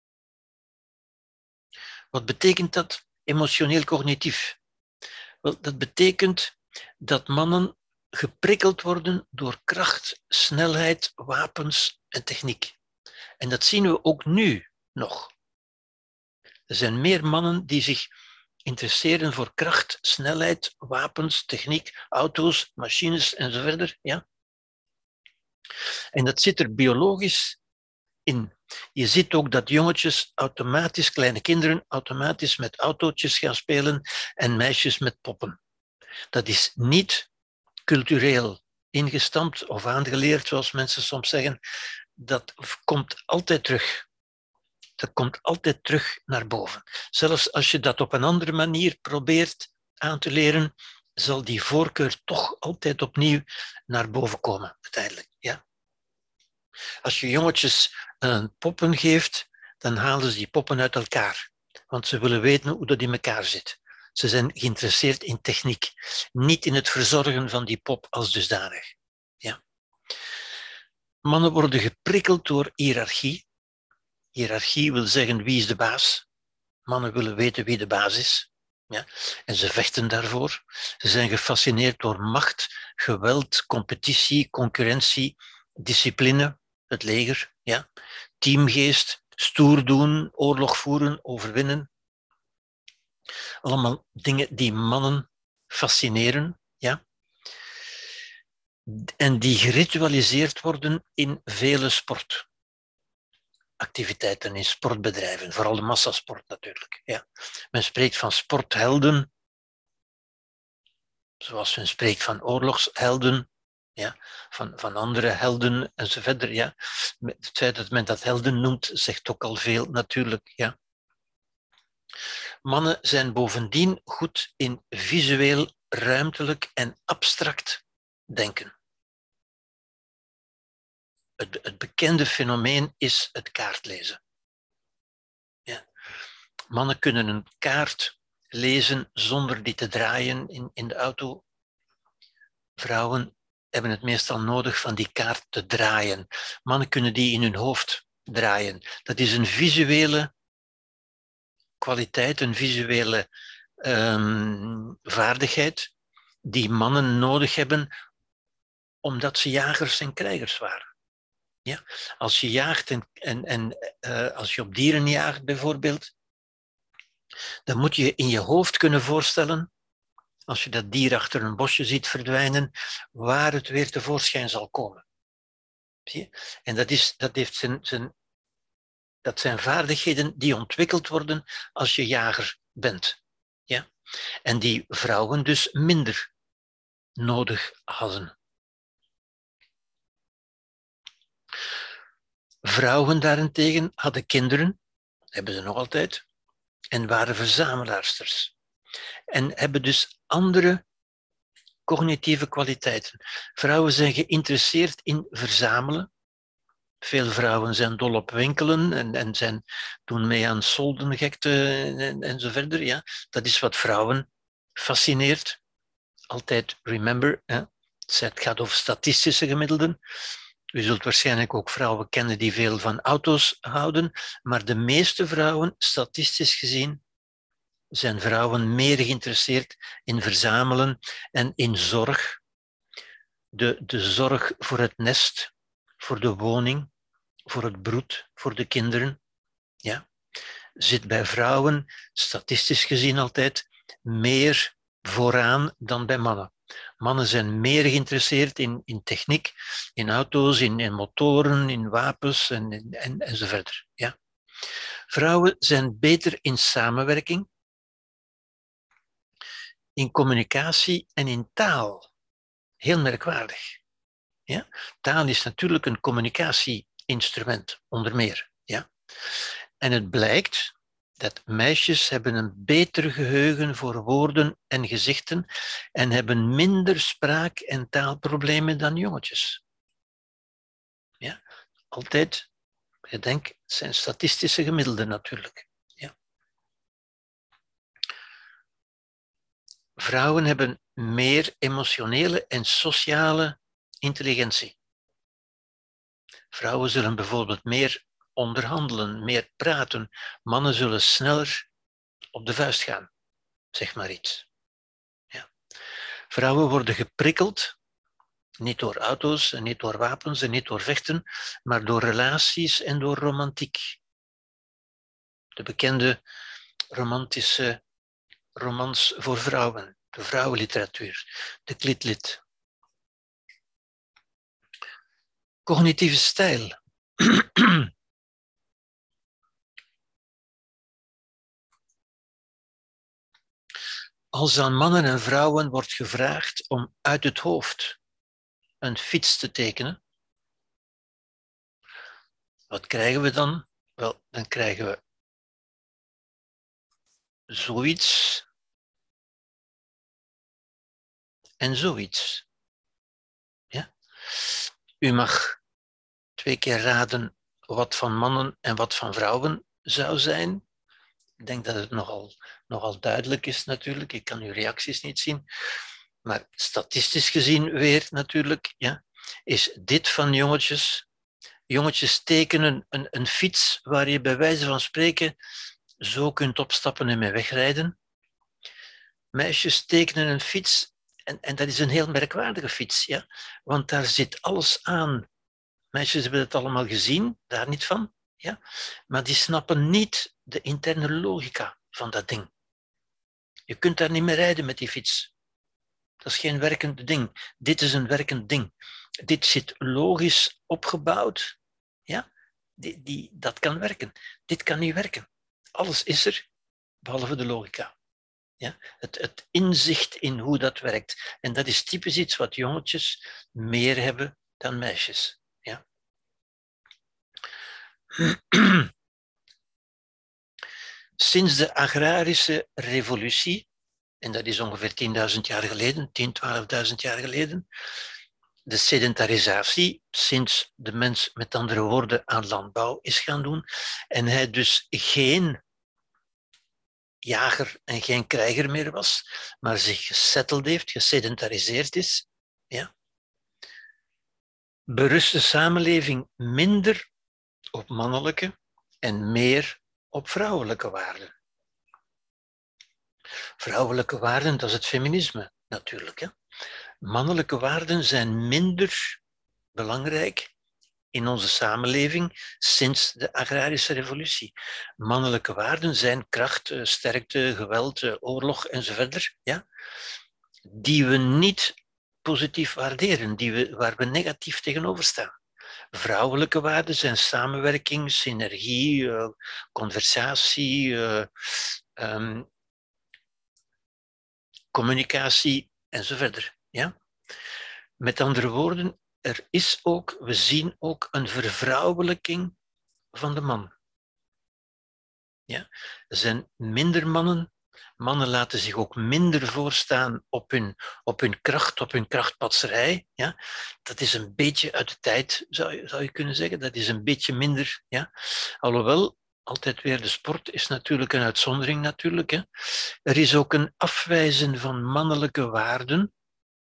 Wat betekent dat emotioneel-cognitief? Wel, dat betekent dat mannen geprikkeld worden door kracht, snelheid, wapens en techniek. En dat zien we ook nu nog. Er zijn meer mannen die zich interesseren voor kracht, snelheid, wapens, techniek, auto's, machines enzovoort. Ja? En dat zit er biologisch in. Je ziet ook dat jongetjes automatisch, kleine kinderen, automatisch met autootjes gaan spelen en meisjes met poppen. Dat is niet cultureel ingestampt of aangeleerd, zoals mensen soms zeggen. Dat komt altijd terug. Dat komt altijd terug naar boven. Zelfs als je dat op een andere manier probeert aan te leren, zal die voorkeur toch altijd opnieuw naar boven komen, uiteindelijk. Ja? Als je jongetjes een poppen geeft, dan halen ze die poppen uit elkaar. Want ze willen weten hoe dat in elkaar zit. Ze zijn geïnteresseerd in techniek, niet in het verzorgen van die pop als dusdanig. Ja. Mannen worden geprikkeld door hiërarchie. Hiërarchie wil zeggen wie is de baas. Mannen willen weten wie de baas is. Ja. En ze vechten daarvoor. Ze zijn gefascineerd door macht, geweld, competitie, concurrentie, discipline, het leger, ja. Teamgeest, stoer doen, oorlog voeren, overwinnen. Allemaal dingen die mannen fascineren, ja. En die geritualiseerd worden in vele sportactiviteiten, in sportbedrijven, vooral de massasport natuurlijk. Ja. Men spreekt van sporthelden, zoals men spreekt van oorlogshelden, ja, van, van andere helden enzovoort. Ja. Het feit dat men dat helden noemt, zegt ook al veel natuurlijk. Ja. Mannen zijn bovendien goed in visueel, ruimtelijk en abstract denken. Het, het bekende fenomeen is het kaartlezen. Ja. Mannen kunnen een kaart lezen zonder die te draaien in, in de auto. Vrouwen hebben het meestal nodig van die kaart te draaien. Mannen kunnen die in hun hoofd draaien. Dat is een visuele kwaliteit, een visuele um, vaardigheid die mannen nodig hebben omdat ze jagers en krijgers waren. Ja? Als je jaagt en, en, en uh, als je op dieren jaagt bijvoorbeeld, dan moet je in je hoofd kunnen voorstellen, als je dat dier achter een bosje ziet verdwijnen, waar het weer tevoorschijn zal komen. Zie je? En dat, is, dat, heeft zijn, zijn, dat zijn vaardigheden die ontwikkeld worden als je jager bent. Ja? En die vrouwen dus minder nodig hadden. Vrouwen daarentegen hadden kinderen, hebben ze nog altijd, en waren verzamelaarsters. En hebben dus andere cognitieve kwaliteiten. Vrouwen zijn geïnteresseerd in verzamelen. Veel vrouwen zijn dol op winkelen en, en zijn, doen mee aan soldengekte en, en zo verder. Ja. Dat is wat vrouwen fascineert. Altijd remember, hè. Het gaat over statistische gemiddelden. U zult waarschijnlijk ook vrouwen kennen die veel van auto's houden, maar de meeste vrouwen, statistisch gezien, zijn vrouwen meer geïnteresseerd in verzamelen en in zorg. De, de zorg voor het nest, voor de woning, voor het broed, voor de kinderen. Ja. Zit bij vrouwen, statistisch gezien altijd, meer vooraan dan bij mannen. Mannen zijn meer geïnteresseerd in, in techniek, in auto's, in, in motoren, in wapens en, en, enzovoort. Ja. Vrouwen zijn beter in samenwerking, in communicatie en in taal. Heel merkwaardig. Ja? Taal is natuurlijk een communicatieinstrument, onder meer. Ja? En het blijkt dat meisjes hebben een beter geheugen voor woorden en gezichten en hebben minder spraak- en taalproblemen dan jongetjes. Ja? Altijd, je denkt, het zijn statistische gemiddelden natuurlijk. Ja? Vrouwen hebben meer emotionele en sociale intelligentie. Vrouwen zullen bijvoorbeeld meer onderhandelen, meer praten. Mannen zullen sneller op de vuist gaan, zeg maar iets. Ja. Vrouwen worden geprikkeld, niet door auto's, en niet door wapens, en niet door vechten, maar door relaties en door romantiek. De bekende romantische romans voor vrouwen, de vrouwenliteratuur, de klitlit. Cognitieve stijl. Als aan mannen en vrouwen wordt gevraagd om uit het hoofd een fiets te tekenen, wat krijgen we dan? Wel, dan krijgen we zoiets en zoiets. Ja? U mag twee keer raden wat van mannen en wat van vrouwen zou zijn. Ik denk dat het nogal, nogal duidelijk is natuurlijk. Ik kan uw reacties niet zien. Maar statistisch gezien weer natuurlijk, ja, is dit van jongetjes. Jongetjes tekenen een, een fiets waar je bij wijze van spreken zo kunt opstappen en mee wegrijden. Meisjes tekenen een fiets en, en dat is een heel merkwaardige fiets, ja, want daar zit alles aan. Meisjes hebben het allemaal gezien, daar niet van, ja, maar die snappen niet de interne logica van dat ding. Je kunt daar niet meer rijden met die fiets. Dat is geen werkend ding. Dit is een werkend ding. Dit zit logisch opgebouwd. Ja? Die, die, dat kan werken. Dit kan niet werken. Alles is er, behalve de logica. Ja? Het, het inzicht in hoe dat werkt. En dat is typisch iets wat jongetjes meer hebben dan meisjes. Ja? Sinds de agrarische revolutie, en dat is ongeveer tienduizend jaar geleden, tien, twaalfduizend jaar geleden, de sedentarisatie, sinds de mens met andere woorden aan landbouw is gaan doen, en hij dus geen jager en geen krijger meer was, maar zich gesetteld heeft, gesedentariseerd is, ja, berust de samenleving minder op mannelijke en meer op vrouwelijke waarden. Vrouwelijke waarden, dat is het feminisme natuurlijk. Hè? Mannelijke waarden zijn minder belangrijk in onze samenleving sinds de agrarische revolutie. Mannelijke waarden zijn kracht, sterkte, geweld, oorlog enzovoort, ja? Die we niet positief waarderen, die we, waar we negatief tegenover staan. Vrouwelijke waarden zijn samenwerking, synergie, uh, conversatie, uh, um, communicatie enzovoort. Ja? Met andere woorden, er is ook, we zien ook een vervrouwelijking van de man. Ja? Er zijn minder mannen. Mannen laten zich ook minder voorstaan op hun, op hun kracht, op hun krachtpatserij. Ja? Dat is een beetje uit de tijd, zou je, zou je kunnen zeggen. Dat is een beetje minder. Ja? Alhoewel, altijd weer de sport is natuurlijk een uitzondering. Natuurlijk, hè? Er is ook een afwijzen van mannelijke waarden.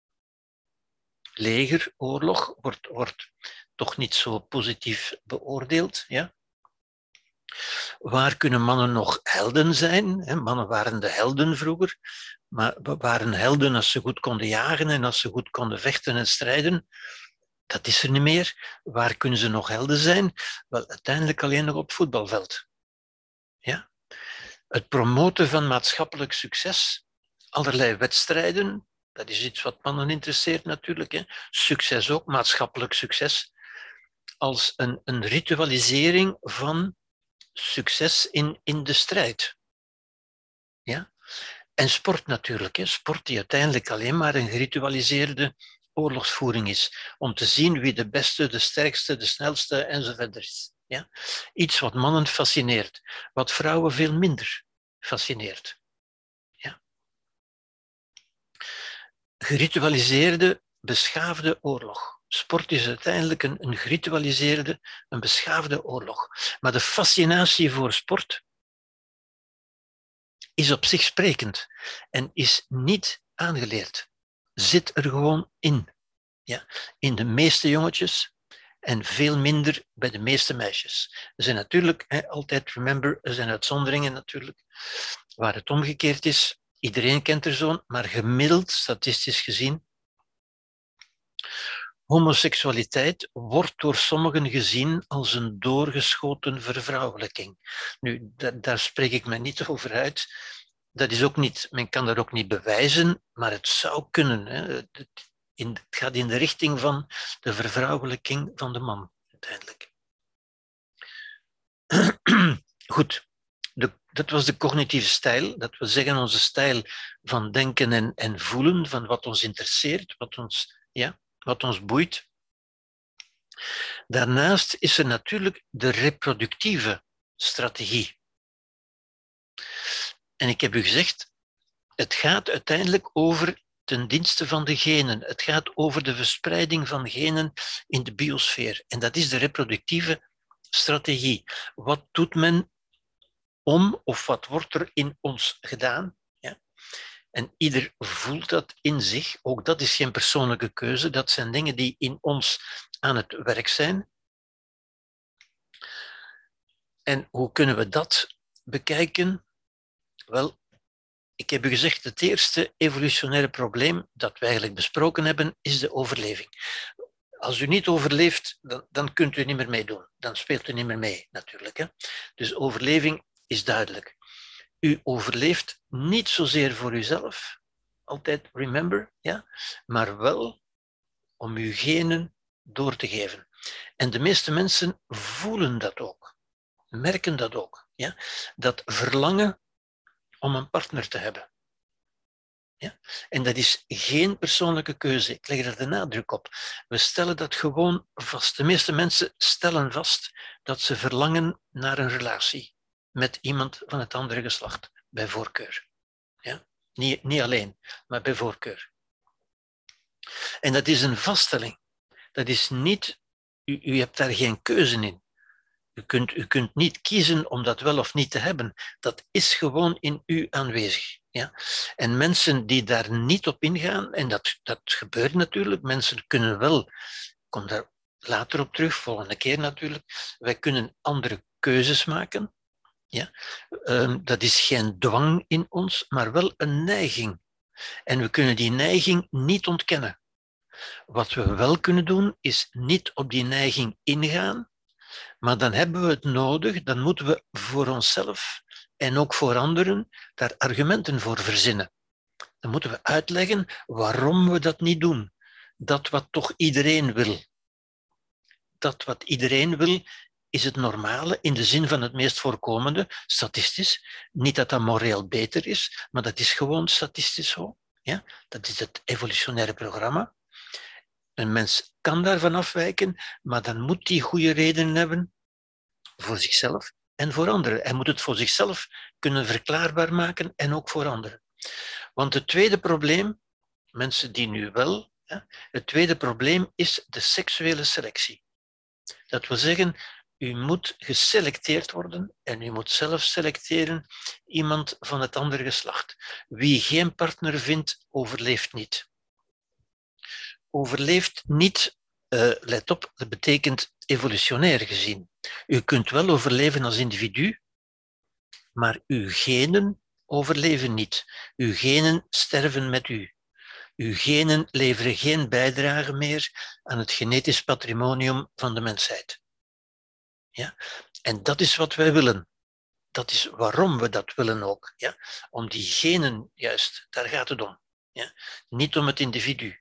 Leger, oorlog, wordt, wordt toch niet zo positief beoordeeld. Ja? Waar kunnen mannen nog helden zijn? Mannen waren de helden vroeger, maar waren helden als ze goed konden jagen en als ze goed konden vechten en strijden. Dat is er niet meer. Waar kunnen ze nog helden zijn? Wel, uiteindelijk alleen nog op het voetbalveld. Ja? Het promoten van maatschappelijk succes, allerlei wedstrijden, dat is iets wat mannen interesseert natuurlijk. Hè? Succes ook, maatschappelijk succes, als een, een ritualisering van succes in, in de strijd. Ja? En sport natuurlijk. Hè? Sport die uiteindelijk alleen maar een geritualiseerde oorlogsvoering is. Om te zien wie de beste, de sterkste, de snelste enzovoort is. Ja? Iets wat mannen fascineert. Wat vrouwen veel minder fascineert. Ja? Geritualiseerde, beschaafde oorlog. Sport is uiteindelijk een, een geritualiseerde, een beschaafde oorlog. Maar de fascinatie voor sport is op zich sprekend en is niet aangeleerd. Zit er gewoon in. Ja. In de meeste jongetjes en veel minder bij de meeste meisjes. Er zijn natuurlijk, hè, altijd, remember, er zijn uitzonderingen natuurlijk, waar het omgekeerd is. Iedereen kent er zo'n, maar gemiddeld, statistisch gezien, homoseksualiteit wordt door sommigen gezien als een doorgeschoten vervrouwelijking. Nu, da- daar spreek ik me niet over uit. Dat is ook niet, men kan dat ook niet bewijzen, maar het zou kunnen. Hè. Het, in, het gaat in de richting van de vervrouwelijking van de man, uiteindelijk. Goed, de, dat was de cognitieve stijl. Dat wil zeggen onze stijl van denken en, en voelen, van wat ons interesseert, wat ons, ja, wat ons boeit. Daarnaast is er natuurlijk de reproductieve strategie. En ik heb u gezegd, het gaat uiteindelijk over ten dienste van de genen. Het gaat over de verspreiding van genen in de biosfeer. En dat is de reproductieve strategie. Wat doet men om, of wat wordt er in ons gedaan? Ja? En ieder voelt dat in zich. Ook dat is geen persoonlijke keuze. Dat zijn dingen die in ons aan het werk zijn. En hoe kunnen we dat bekijken? Wel, ik heb u gezegd, het eerste evolutionaire probleem dat we eigenlijk besproken hebben, is de overleving. Als u niet overleeft, dan, dan kunt u niet meer meedoen. Dan speelt u niet meer mee, natuurlijk. Hè? Dus overleving is duidelijk. U overleeft niet zozeer voor uzelf, altijd remember, ja? Maar wel om uw genen door te geven. En de meeste mensen voelen dat ook, merken dat ook. Ja? Dat verlangen om een partner te hebben. Ja? En dat is geen persoonlijke keuze. Ik leg er de nadruk op. We stellen dat gewoon vast. De meeste mensen stellen vast dat ze verlangen naar een relatie met iemand van het andere geslacht, bij voorkeur. Ja? Niet, niet alleen, maar bij voorkeur. En dat is een vaststelling. Dat is niet, u, u hebt daar geen keuze in. U kunt, u kunt niet kiezen om dat wel of niet te hebben. Dat is gewoon in u aanwezig. Ja? En mensen die daar niet op ingaan, en dat, dat gebeurt natuurlijk, mensen kunnen wel, ik kom daar later op terug, volgende keer natuurlijk, wij kunnen andere keuzes maken. Ja? Um, dat is geen dwang in ons, maar wel een neiging. En we kunnen die neiging niet ontkennen. Wat we wel kunnen doen, is niet op die neiging ingaan, maar dan hebben we het nodig, dan moeten we voor onszelf en ook voor anderen daar argumenten voor verzinnen. Dan moeten we uitleggen waarom we dat niet doen. Dat wat toch iedereen wil. Dat wat iedereen wil, is het normale in de zin van het meest voorkomende, statistisch. Niet dat dat moreel beter is, maar dat is gewoon statistisch zo. Ja? Dat is het evolutionaire programma. Een mens kan daarvan afwijken, maar dan moet hij goede redenen hebben voor zichzelf en voor anderen. Hij moet het voor zichzelf kunnen verklaarbaar maken en ook voor anderen. Want het tweede probleem, mensen die nu wel, het tweede probleem is de seksuele selectie. Dat wil zeggen, u moet geselecteerd worden en u moet zelf selecteren iemand van het andere geslacht. Wie geen partner vindt, overleeft niet. Overleeft niet, uh, let op, dat betekent evolutionair gezien. U kunt wel overleven als individu, maar uw genen overleven niet. Uw genen sterven met u. Uw genen leveren geen bijdrage meer aan het genetisch patrimonium van de mensheid. Ja? En dat is wat wij willen. Dat is waarom we dat willen ook. Ja? Om die genen, juist, daar gaat het om. Ja? Niet om het individu.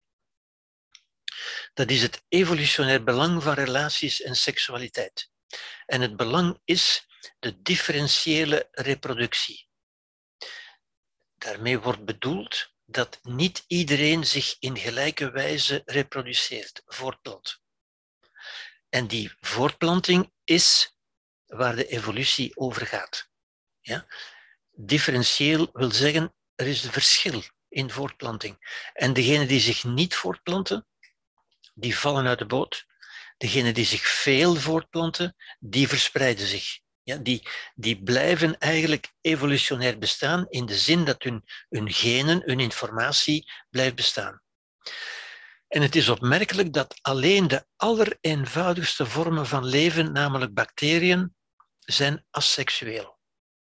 Dat is het evolutionair belang van relaties en seksualiteit. En het belang is de differentiële reproductie. Daarmee wordt bedoeld dat niet iedereen zich in gelijke wijze reproduceert, voortplant. En die voortplanting is waar de evolutie over gaat. Ja? Differentieel wil zeggen, er is een verschil in voortplanting. En degenen die zich niet voortplanten, die vallen uit de boot. Degenen die zich veel voortplanten, die verspreiden zich. Ja, die, die blijven eigenlijk evolutionair bestaan in de zin dat hun, hun genen, hun informatie blijft bestaan. En het is opmerkelijk dat alleen de allereenvoudigste vormen van leven, namelijk bacteriën, zijn asseksueel.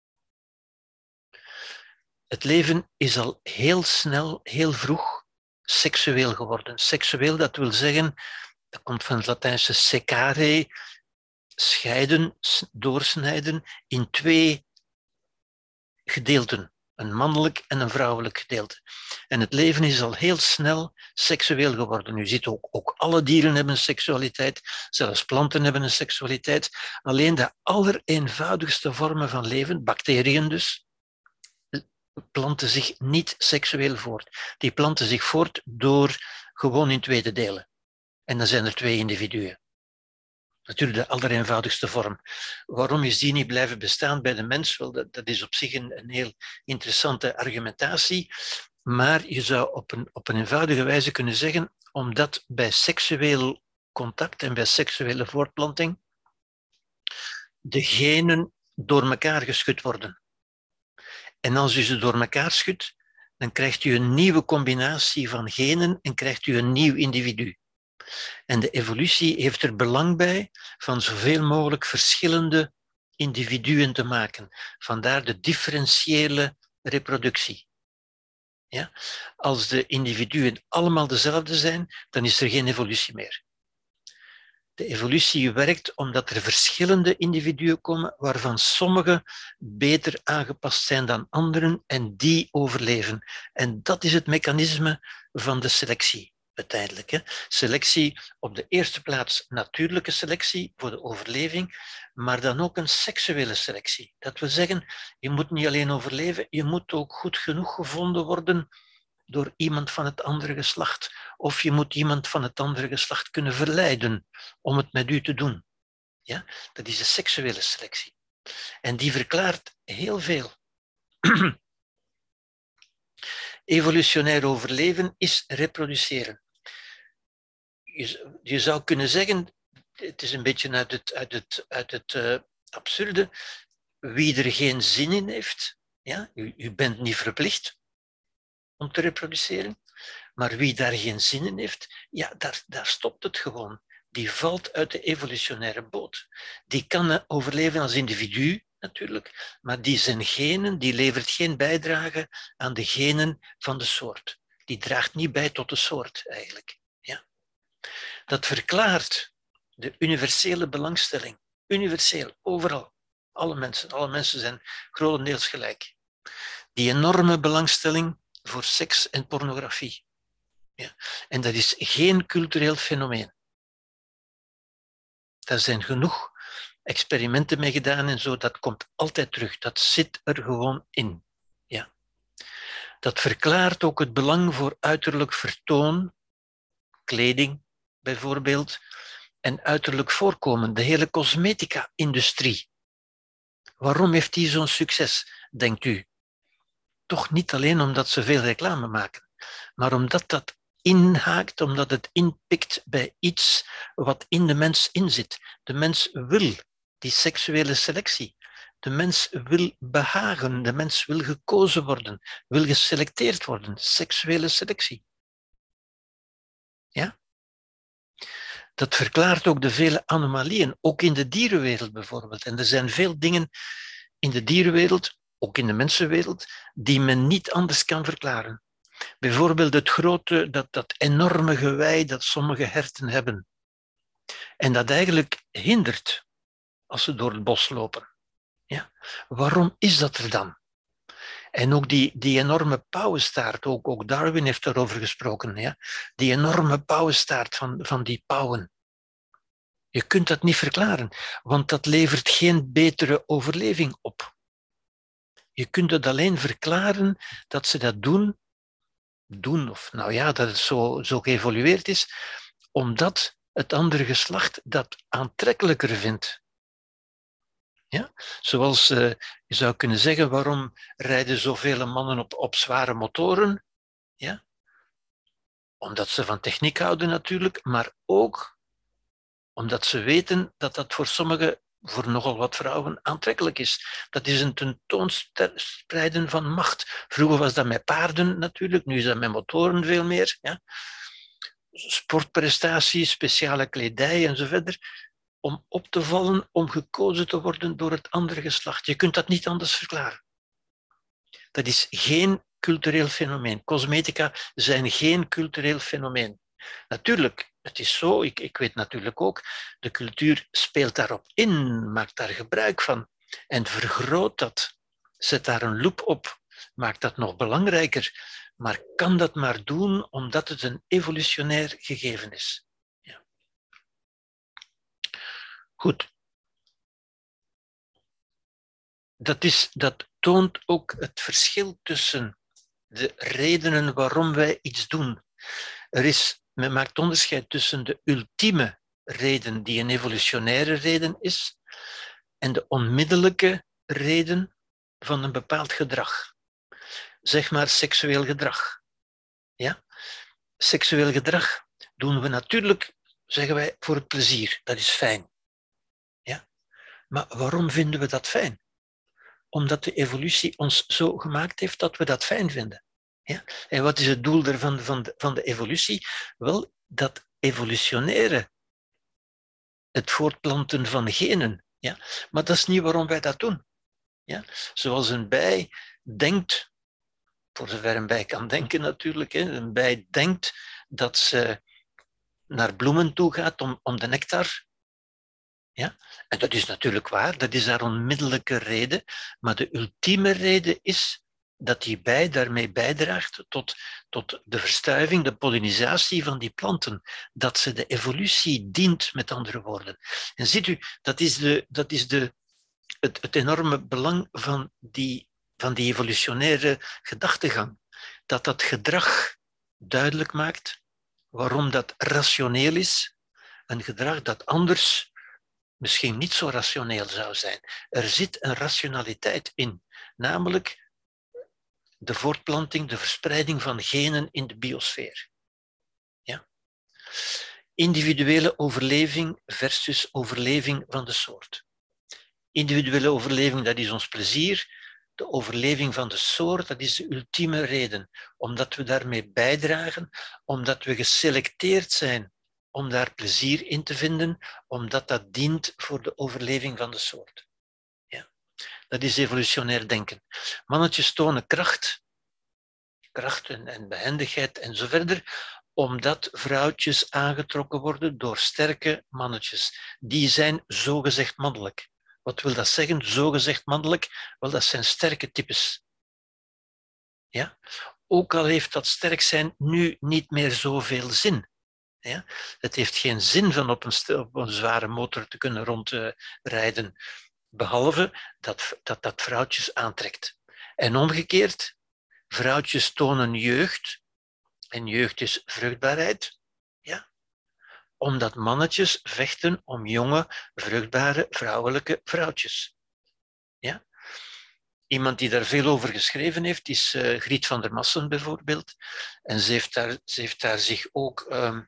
Het leven is al heel snel, heel vroeg, seksueel geworden. Seksueel, dat wil zeggen, dat komt van het Latijnse secare, scheiden, doorsnijden, in twee gedeelten. Een mannelijk en een vrouwelijk gedeelte. En het leven is al heel snel seksueel geworden. U ziet ook, ook alle dieren hebben een seksualiteit, zelfs planten hebben een seksualiteit. Alleen de allereenvoudigste vormen van leven, bacteriën dus, planten zich niet seksueel voort. Die planten zich voort door gewoon in twee te delen. En dan zijn er twee individuen. Natuurlijk de allereenvoudigste vorm. Waarom is die niet blijven bestaan bij de mens? Wel, dat, dat is op zich een, een heel interessante argumentatie. Maar je zou op een, op een eenvoudige wijze kunnen zeggen, omdat bij seksueel contact en bij seksuele voortplanting de genen door elkaar geschud worden. En als u ze door elkaar schudt, dan krijgt u een nieuwe combinatie van genen en krijgt u een nieuw individu. En de evolutie heeft er belang bij van zoveel mogelijk verschillende individuen te maken. Vandaar de differentiële reproductie. Ja? Als de individuen allemaal dezelfde zijn, dan is er geen evolutie meer. De evolutie werkt omdat er verschillende individuen komen, waarvan sommige beter aangepast zijn dan anderen en die overleven. En dat is het mechanisme van de selectie. Uiteindelijk. Hè. Selectie op de eerste plaats natuurlijke selectie voor de overleving, maar dan ook een seksuele selectie. Dat wil zeggen, je moet niet alleen overleven, je moet ook goed genoeg gevonden worden door iemand van het andere geslacht. Of je moet iemand van het andere geslacht kunnen verleiden om het met u te doen. Ja? Dat is de seksuele selectie. En die verklaart heel veel. Evolutionair overleven is reproduceren. Je, je zou kunnen zeggen, het is een beetje uit het, uit het, uit het uh, absurde, wie er geen zin in heeft, ja, u, u bent niet verplicht om te reproduceren, maar wie daar geen zin in heeft, ja, daar, daar stopt het gewoon. Die valt uit de evolutionaire boot. Die kan overleven als individu, natuurlijk, maar die zijn genen, die levert geen bijdrage aan de genen van de soort. Die draagt niet bij tot de soort, eigenlijk. Ja. Dat verklaart de universele belangstelling. Universeel, overal. Alle mensen, alle mensen zijn grotendeels gelijk. Die enorme belangstelling voor seks en pornografie. Ja. En dat is geen cultureel fenomeen. Daar zijn genoeg experimenten mee gedaan en zo. Dat komt altijd terug. Dat zit er gewoon in. Ja. Dat verklaart ook het belang voor uiterlijk vertoon, kleding bijvoorbeeld, en uiterlijk voorkomen. De hele cosmetica-industrie. Waarom heeft die zo'n succes, denkt u? Toch niet alleen omdat ze veel reclame maken, maar omdat dat inhaakt, omdat het inpikt bij iets wat in de mens inzit. De mens wil die seksuele selectie. De mens wil behagen, de mens wil gekozen worden, wil geselecteerd worden. Seksuele selectie. Ja? Dat verklaart ook de vele anomalieën, ook in de dierenwereld bijvoorbeeld. En er zijn veel dingen in de dierenwereld, ook in de mensenwereld, die men niet anders kan verklaren. Bijvoorbeeld het grote, dat, dat enorme gewei dat sommige herten hebben. En dat eigenlijk hindert als ze door het bos lopen. Ja? Waarom is dat er dan? En ook die, die enorme pauwenstaart, ook, ook Darwin heeft daarover gesproken. Ja? Die enorme pauwenstaart van, van die pauwen. Je kunt dat niet verklaren, want dat levert geen betere overleving op. Je kunt het alleen verklaren dat ze dat doen, doen of nou ja, dat het zo, zo geëvolueerd is, omdat het andere geslacht dat aantrekkelijker vindt. Ja? Zoals uh, je zou kunnen zeggen, waarom rijden zoveel mannen op, op zware motoren? Ja? Omdat ze van techniek houden natuurlijk, maar ook omdat ze weten dat dat voor sommigen, voor nogal wat vrouwen, aantrekkelijk is. Dat is een tentoonspreiden van macht. Vroeger was dat met paarden natuurlijk, nu is dat met motoren veel meer. Ja? sportprestaties, speciale kledij en zo verder, om op te vallen, om gekozen te worden door het andere geslacht. Je kunt dat niet anders verklaren. Dat is geen cultureel fenomeen. Cosmetica zijn geen cultureel fenomeen. Natuurlijk, het is zo, ik, ik weet natuurlijk ook, de cultuur speelt daarop in, maakt daar gebruik van en vergroot dat. Zet daar een loep op, maakt dat nog belangrijker, maar kan dat maar doen omdat het een evolutionair gegeven is. Ja. Goed. Dat, is, dat toont ook het verschil tussen de redenen waarom wij iets doen. Er is, men maakt onderscheid tussen de ultieme reden, die een evolutionaire reden is, en de onmiddellijke reden van een bepaald gedrag. Zeg maar seksueel gedrag. Ja? Seksueel gedrag doen we natuurlijk, zeggen wij, voor het plezier. Dat is fijn. Ja? Maar waarom vinden we dat fijn? Omdat de evolutie ons zo gemaakt heeft dat we dat fijn vinden. Ja? En wat is het doel ervan, van, de, van de evolutie? Wel, dat evolutionaire, het voortplanten van genen. Ja? Maar dat is niet waarom wij dat doen. Ja? Zoals een bij denkt, voor zover een bij kan denken natuurlijk, hè, een bij denkt dat ze naar bloemen toe gaat om, om de nectar. Ja? En dat is natuurlijk waar, dat is haar onmiddellijke reden, maar de ultieme reden is dat die bij daarmee bijdraagt tot, tot de verstuiving, de pollinisatie van die planten. Dat ze de evolutie dient, met andere woorden. En ziet u, dat is, de, dat is de, het, het enorme belang van die, van die evolutionaire gedachtegang. Dat dat gedrag duidelijk maakt waarom dat rationeel is. Een gedrag dat anders misschien niet zo rationeel zou zijn. Er zit een rationaliteit in, namelijk de voortplanting, de verspreiding van genen in de biosfeer. Ja? Individuele overleving versus overleving van de soort. Individuele overleving, dat is ons plezier. De overleving van de soort, dat is de ultieme reden. Omdat we daarmee bijdragen, omdat we geselecteerd zijn om daar plezier in te vinden, omdat dat dient voor de overleving van de soort. Ja. Dat is evolutionair denken. Mannetjes tonen kracht, kracht en, en behendigheid en zo verder, omdat vrouwtjes aangetrokken worden door sterke mannetjes. Die zijn zogezegd mannelijk. Wat wil dat zeggen, zogezegd mannelijk? Wel, dat zijn sterke types. Ja? Ook al heeft dat sterk zijn nu niet meer zoveel zin. Ja? Het heeft geen zin van op een, op een zware motor te kunnen rondrijden, behalve dat, dat dat vrouwtjes aantrekt. En omgekeerd, vrouwtjes tonen jeugd, en jeugd is vruchtbaarheid, ja? Omdat mannetjes vechten om jonge, vruchtbare, vrouwelijke vrouwtjes. Ja? Iemand die daar veel over geschreven heeft, is uh, Griet van der Massen bijvoorbeeld. En ze heeft daar, ze heeft daar zich ook um,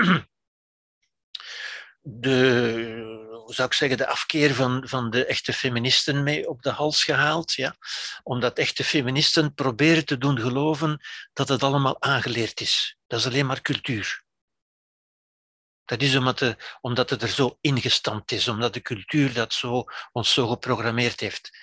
de, hoe zou ik zeggen, de afkeer van, van de echte feministen mee op de hals gehaald. Ja? Omdat echte feministen proberen te doen geloven dat het allemaal aangeleerd is. Dat is alleen maar cultuur. Dat is omdat, de, omdat het er zo ingestampt is, omdat de cultuur dat zo, ons zo geprogrammeerd heeft.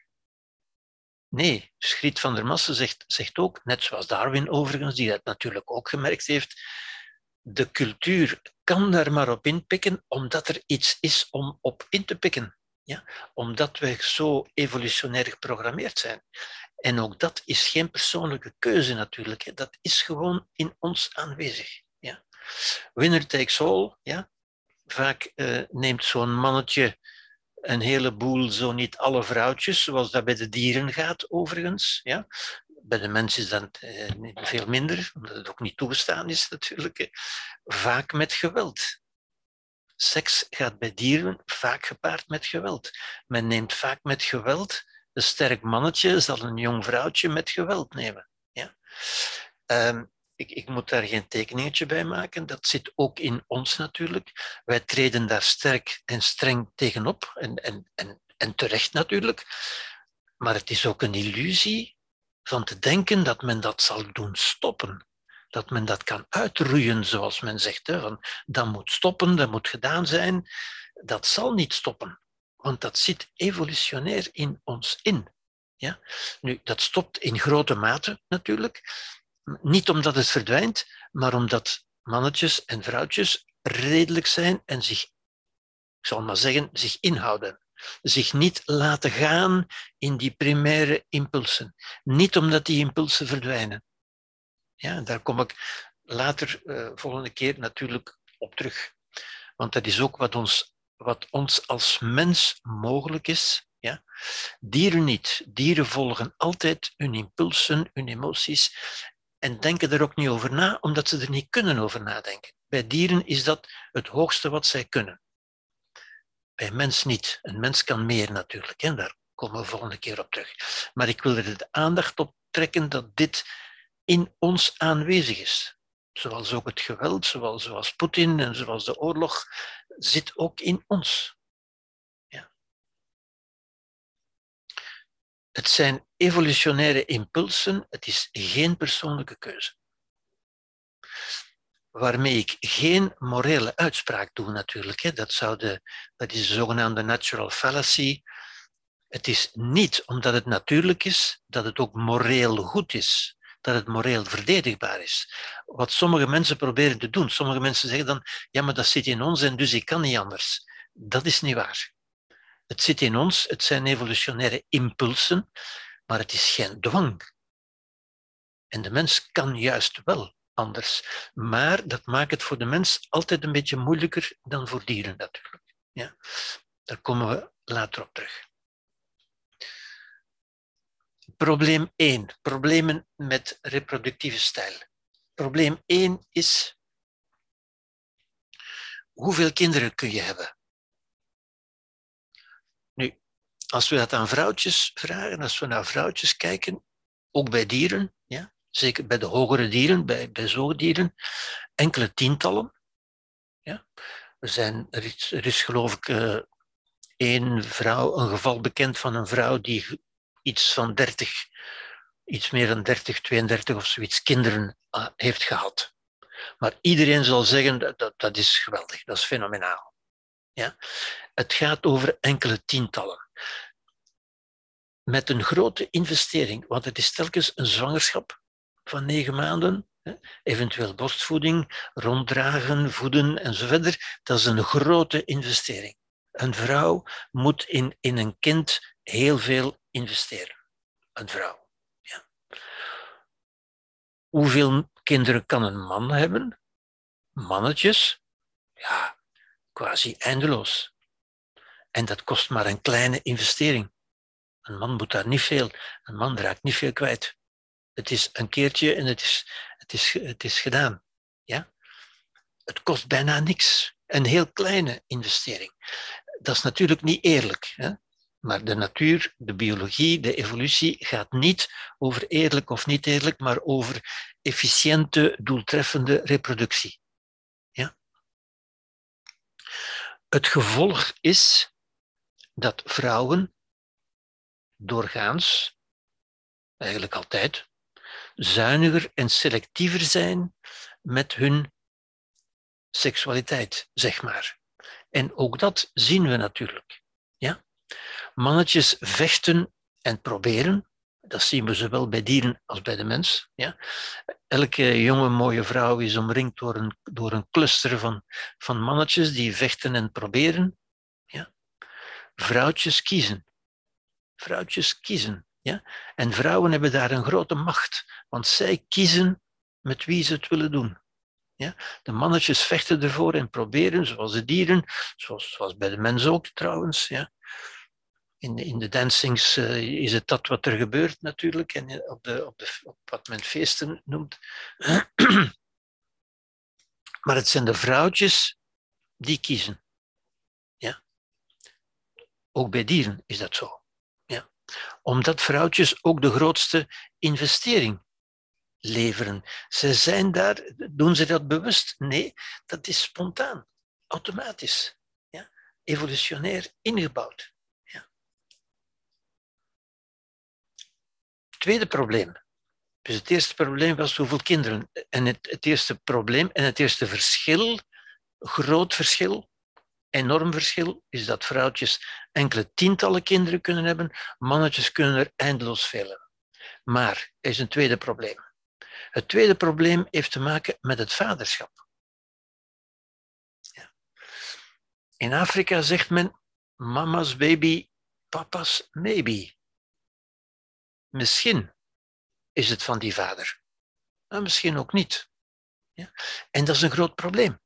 Nee, Griet van der Massen zegt, zegt ook, net zoals Darwin overigens, die dat natuurlijk ook gemerkt heeft, de cultuur kan daar maar op inpikken omdat er iets is om op in te pikken. Ja? Omdat we zo evolutionair geprogrammeerd zijn. En ook dat is geen persoonlijke keuze natuurlijk. Hè. Dat is gewoon in ons aanwezig. Ja? Winner takes all. Ja? Vaak uh, neemt zo'n mannetje een heleboel, zo niet alle vrouwtjes, zoals dat bij de dieren gaat overigens. Ja? Bij de mensen is dat eh, veel minder, omdat het ook niet toegestaan is natuurlijk. Hè. Vaak met geweld. Seks gaat bij dieren vaak gepaard met geweld. Men neemt vaak met geweld. Een sterk mannetje zal een jong vrouwtje met geweld nemen. Ja? Um, ik, ik moet daar geen tekeningetje bij maken. Dat zit ook in ons natuurlijk. Wij treden daar sterk en streng tegenop. En, en, en, en terecht natuurlijk. Maar het is ook een illusie van te denken dat men dat zal doen stoppen. dat men dat kan uitroeien, zoals men zegt. Hè, van, dat moet stoppen, dat moet gedaan zijn. Dat zal niet stoppen, want dat zit evolutionair in ons in. Ja? Nu, dat stopt in grote mate natuurlijk. Niet omdat het verdwijnt, maar omdat mannetjes en vrouwtjes redelijk zijn en zich, ik zal maar zeggen, zich inhouden. Zich niet laten gaan in die primaire impulsen. Niet omdat die impulsen verdwijnen. Ja, daar kom ik later, uh, volgende keer natuurlijk op terug. Want dat is ook wat ons, wat ons als mens mogelijk is. Ja? Dieren niet. Dieren volgen altijd hun impulsen, hun emoties en denken er ook niet over na, omdat ze er niet kunnen over nadenken. Bij dieren is dat het hoogste wat zij kunnen. Bij mens niet. Een mens kan meer natuurlijk. Hè? Daar komen we volgende keer op terug. Maar ik wil er de aandacht op trekken dat dit in ons aanwezig is. Zoals ook het geweld, zoals, zoals Poetin en zoals de oorlog, zit ook in ons. Ja. Het zijn evolutionaire impulsen, het is geen persoonlijke keuze. Waarmee ik geen morele uitspraak doe natuurlijk. Hè. Dat, zou de, dat is de zogenaamde natural fallacy. Het is niet omdat het natuurlijk is, dat het ook moreel goed is. Dat het moreel verdedigbaar is. Wat sommige mensen proberen te doen. Sommige mensen zeggen dan, ja, maar dat zit in ons en dus ik kan niet anders. Dat is niet waar. Het zit in ons, het zijn evolutionaire impulsen, maar het is geen dwang. En de mens kan juist wel anders. Maar dat maakt het voor de mens altijd een beetje moeilijker dan voor dieren natuurlijk. Ja? Daar komen we later op terug. Probleem één. Problemen met reproductieve stijl. Probleem één is: hoeveel kinderen kun je hebben? Nu, als we dat aan vrouwtjes vragen, als we naar vrouwtjes kijken, ook bij dieren, ja, zeker bij de hogere dieren, bij, bij zoogdieren, enkele tientallen. Ja. Er, zijn, er, is, er is geloof ik uh, één vrouw, een geval bekend van een vrouw die iets van dertig, iets meer dan dertig, tweeëndertig of zoiets kinderen uh, heeft gehad. Maar iedereen zal zeggen, dat, dat, dat is geweldig, dat is fenomenaal. Ja? Het gaat over enkele tientallen. Met een grote investering, want het is telkens een zwangerschap van negen maanden, eventueel borstvoeding, ronddragen, voeden enzovoort. Dat is een grote investering. Een vrouw moet in, in een kind heel veel investeren. Een vrouw. Ja. Hoeveel kinderen kan een man hebben? Mannetjes? Ja, quasi eindeloos. En dat kost maar een kleine investering. Een man moet daar niet veel. Een man raakt niet veel kwijt. Het is een keertje en het is, het is, het is gedaan. Ja? Het kost bijna niks. Een heel kleine investering. Dat is natuurlijk niet eerlijk. Hè? Maar de natuur, de biologie, de evolutie gaat niet over eerlijk of niet eerlijk, maar over efficiënte, doeltreffende reproductie. Ja? Het gevolg is dat vrouwen doorgaans, eigenlijk altijd, zuiniger en selectiever zijn met hun seksualiteit, zeg maar. En ook dat zien we natuurlijk. Ja? Mannetjes vechten en proberen, dat zien we zowel bij dieren als bij de mens. Ja? Elke jonge mooie vrouw is omringd door een, door een cluster van, van mannetjes die vechten en proberen. Ja? Vrouwtjes kiezen. Vrouwtjes kiezen. Ja? En vrouwen hebben daar een grote macht, want zij kiezen met wie ze het willen doen. Ja? De mannetjes vechten ervoor en proberen, zoals de dieren, zoals, zoals bij de mens ook trouwens. Ja? In, in de dancings uh, is het dat wat er gebeurt natuurlijk, en op, de, op, de, op wat men feesten noemt. Maar het zijn de vrouwtjes die kiezen. Ja? Ook bij dieren is dat zo. Ja? Omdat vrouwtjes ook de grootste investering leveren. Ze zijn daar, doen ze dat bewust? Nee, dat is spontaan, automatisch, ja? Evolutionair ingebouwd. Ja. Tweede probleem. Dus het eerste probleem was hoeveel kinderen. En het, het eerste probleem en het eerste verschil, groot verschil, enorm verschil, is dat vrouwtjes enkele tientallen kinderen kunnen hebben, mannetjes kunnen er eindeloos veel hebben. Maar er is een tweede probleem. Het tweede probleem heeft te maken met het vaderschap. Ja. In Afrika zegt men mama's baby, papa's maybe. Misschien is het van die vader, maar misschien ook niet. Ja. En dat is een groot probleem.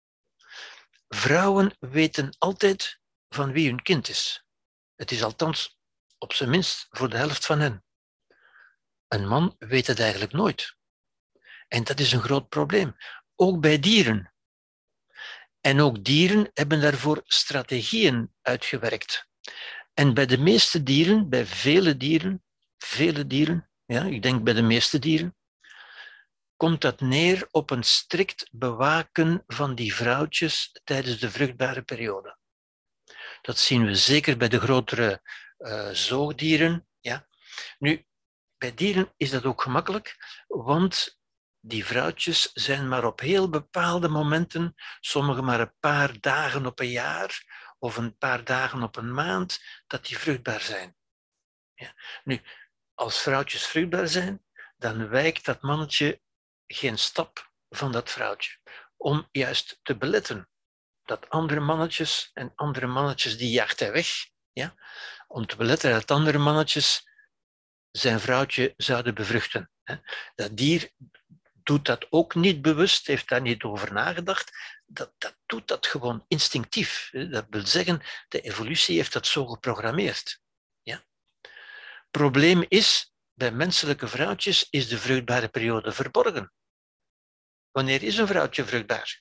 Vrouwen weten altijd van wie hun kind is. Het is althans op zijn minst voor de helft van hen. Een man weet het eigenlijk nooit. En dat is een groot probleem. Ook bij dieren. En ook dieren hebben daarvoor strategieën uitgewerkt. En bij de meeste dieren, bij vele dieren, vele dieren, ja, ik denk bij de meeste dieren, komt dat neer op een strikt bewaken van die vrouwtjes tijdens de vruchtbare periode. Dat zien we zeker bij de grotere uh, zoogdieren. Ja. Nu, bij dieren is dat ook gemakkelijk, want die vrouwtjes zijn maar op heel bepaalde momenten, sommige maar een paar dagen op een jaar of een paar dagen op een maand, dat die vruchtbaar zijn. Ja. Nu, als vrouwtjes vruchtbaar zijn, dan wijkt dat mannetje geen stap van dat vrouwtje, om juist te beletten dat andere mannetjes en andere mannetjes die jaagt hij weg, ja, om te beletten dat andere mannetjes zijn vrouwtje zouden bevruchten. Dat dier doet dat ook niet bewust, heeft daar niet over nagedacht. Dat, dat doet dat gewoon instinctief. Dat wil zeggen, de evolutie heeft dat zo geprogrammeerd. Ja? Probleem is, bij menselijke vrouwtjes is de vruchtbare periode verborgen. Wanneer is een vrouwtje vruchtbaar?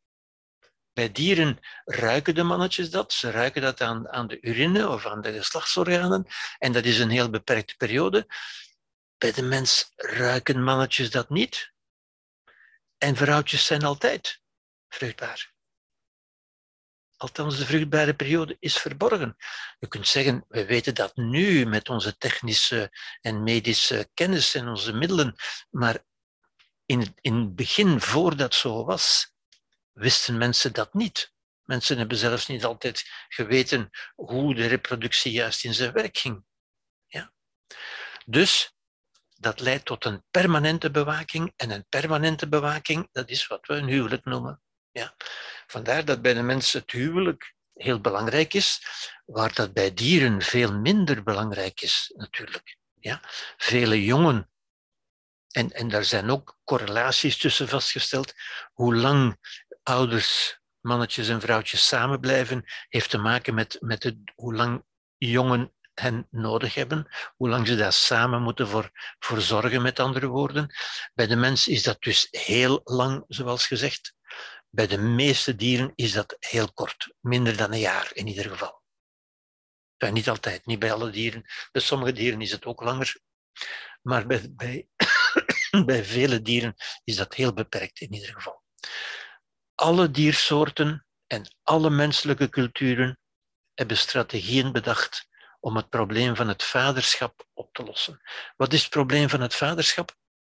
Bij dieren ruiken de mannetjes dat. Ze ruiken dat aan, aan de urine of aan de geslachtsorganen. En dat is een heel beperkte periode. Bij de mens ruiken mannetjes dat niet. En vrouwtjes zijn altijd vruchtbaar. Althans, de vruchtbare periode is verborgen. Je kunt zeggen, we weten dat nu met onze technische en medische kennis en onze middelen. Maar in, in het begin, voordat dat zo was, wisten mensen dat niet. Mensen hebben zelfs niet altijd geweten hoe de reproductie juist in zijn werk ging. Ja? Dus dat leidt tot een permanente bewaking. En een permanente bewaking, dat is wat we een huwelijk noemen. Ja? Vandaar dat bij de mensen het huwelijk heel belangrijk is, waar dat bij dieren veel minder belangrijk is, natuurlijk. Ja? Vele jongen, en, en daar zijn ook correlaties tussen vastgesteld, hoe lang ouders, mannetjes en vrouwtjes samen blijven, heeft te maken met, met het, hoe lang jongen hen nodig hebben, hoe lang ze daar samen moeten voor, voor zorgen, met andere woorden. Bij de mens is dat dus heel lang, zoals gezegd. Bij de meeste dieren is dat heel kort, minder dan een jaar in ieder geval. Ja, niet altijd, niet bij alle dieren. Bij sommige dieren is het ook langer, maar bij, bij, bij vele dieren is dat heel beperkt in ieder geval. Alle diersoorten en alle menselijke culturen hebben strategieën bedacht om het probleem van het vaderschap op te lossen. Wat is het probleem van het vaderschap?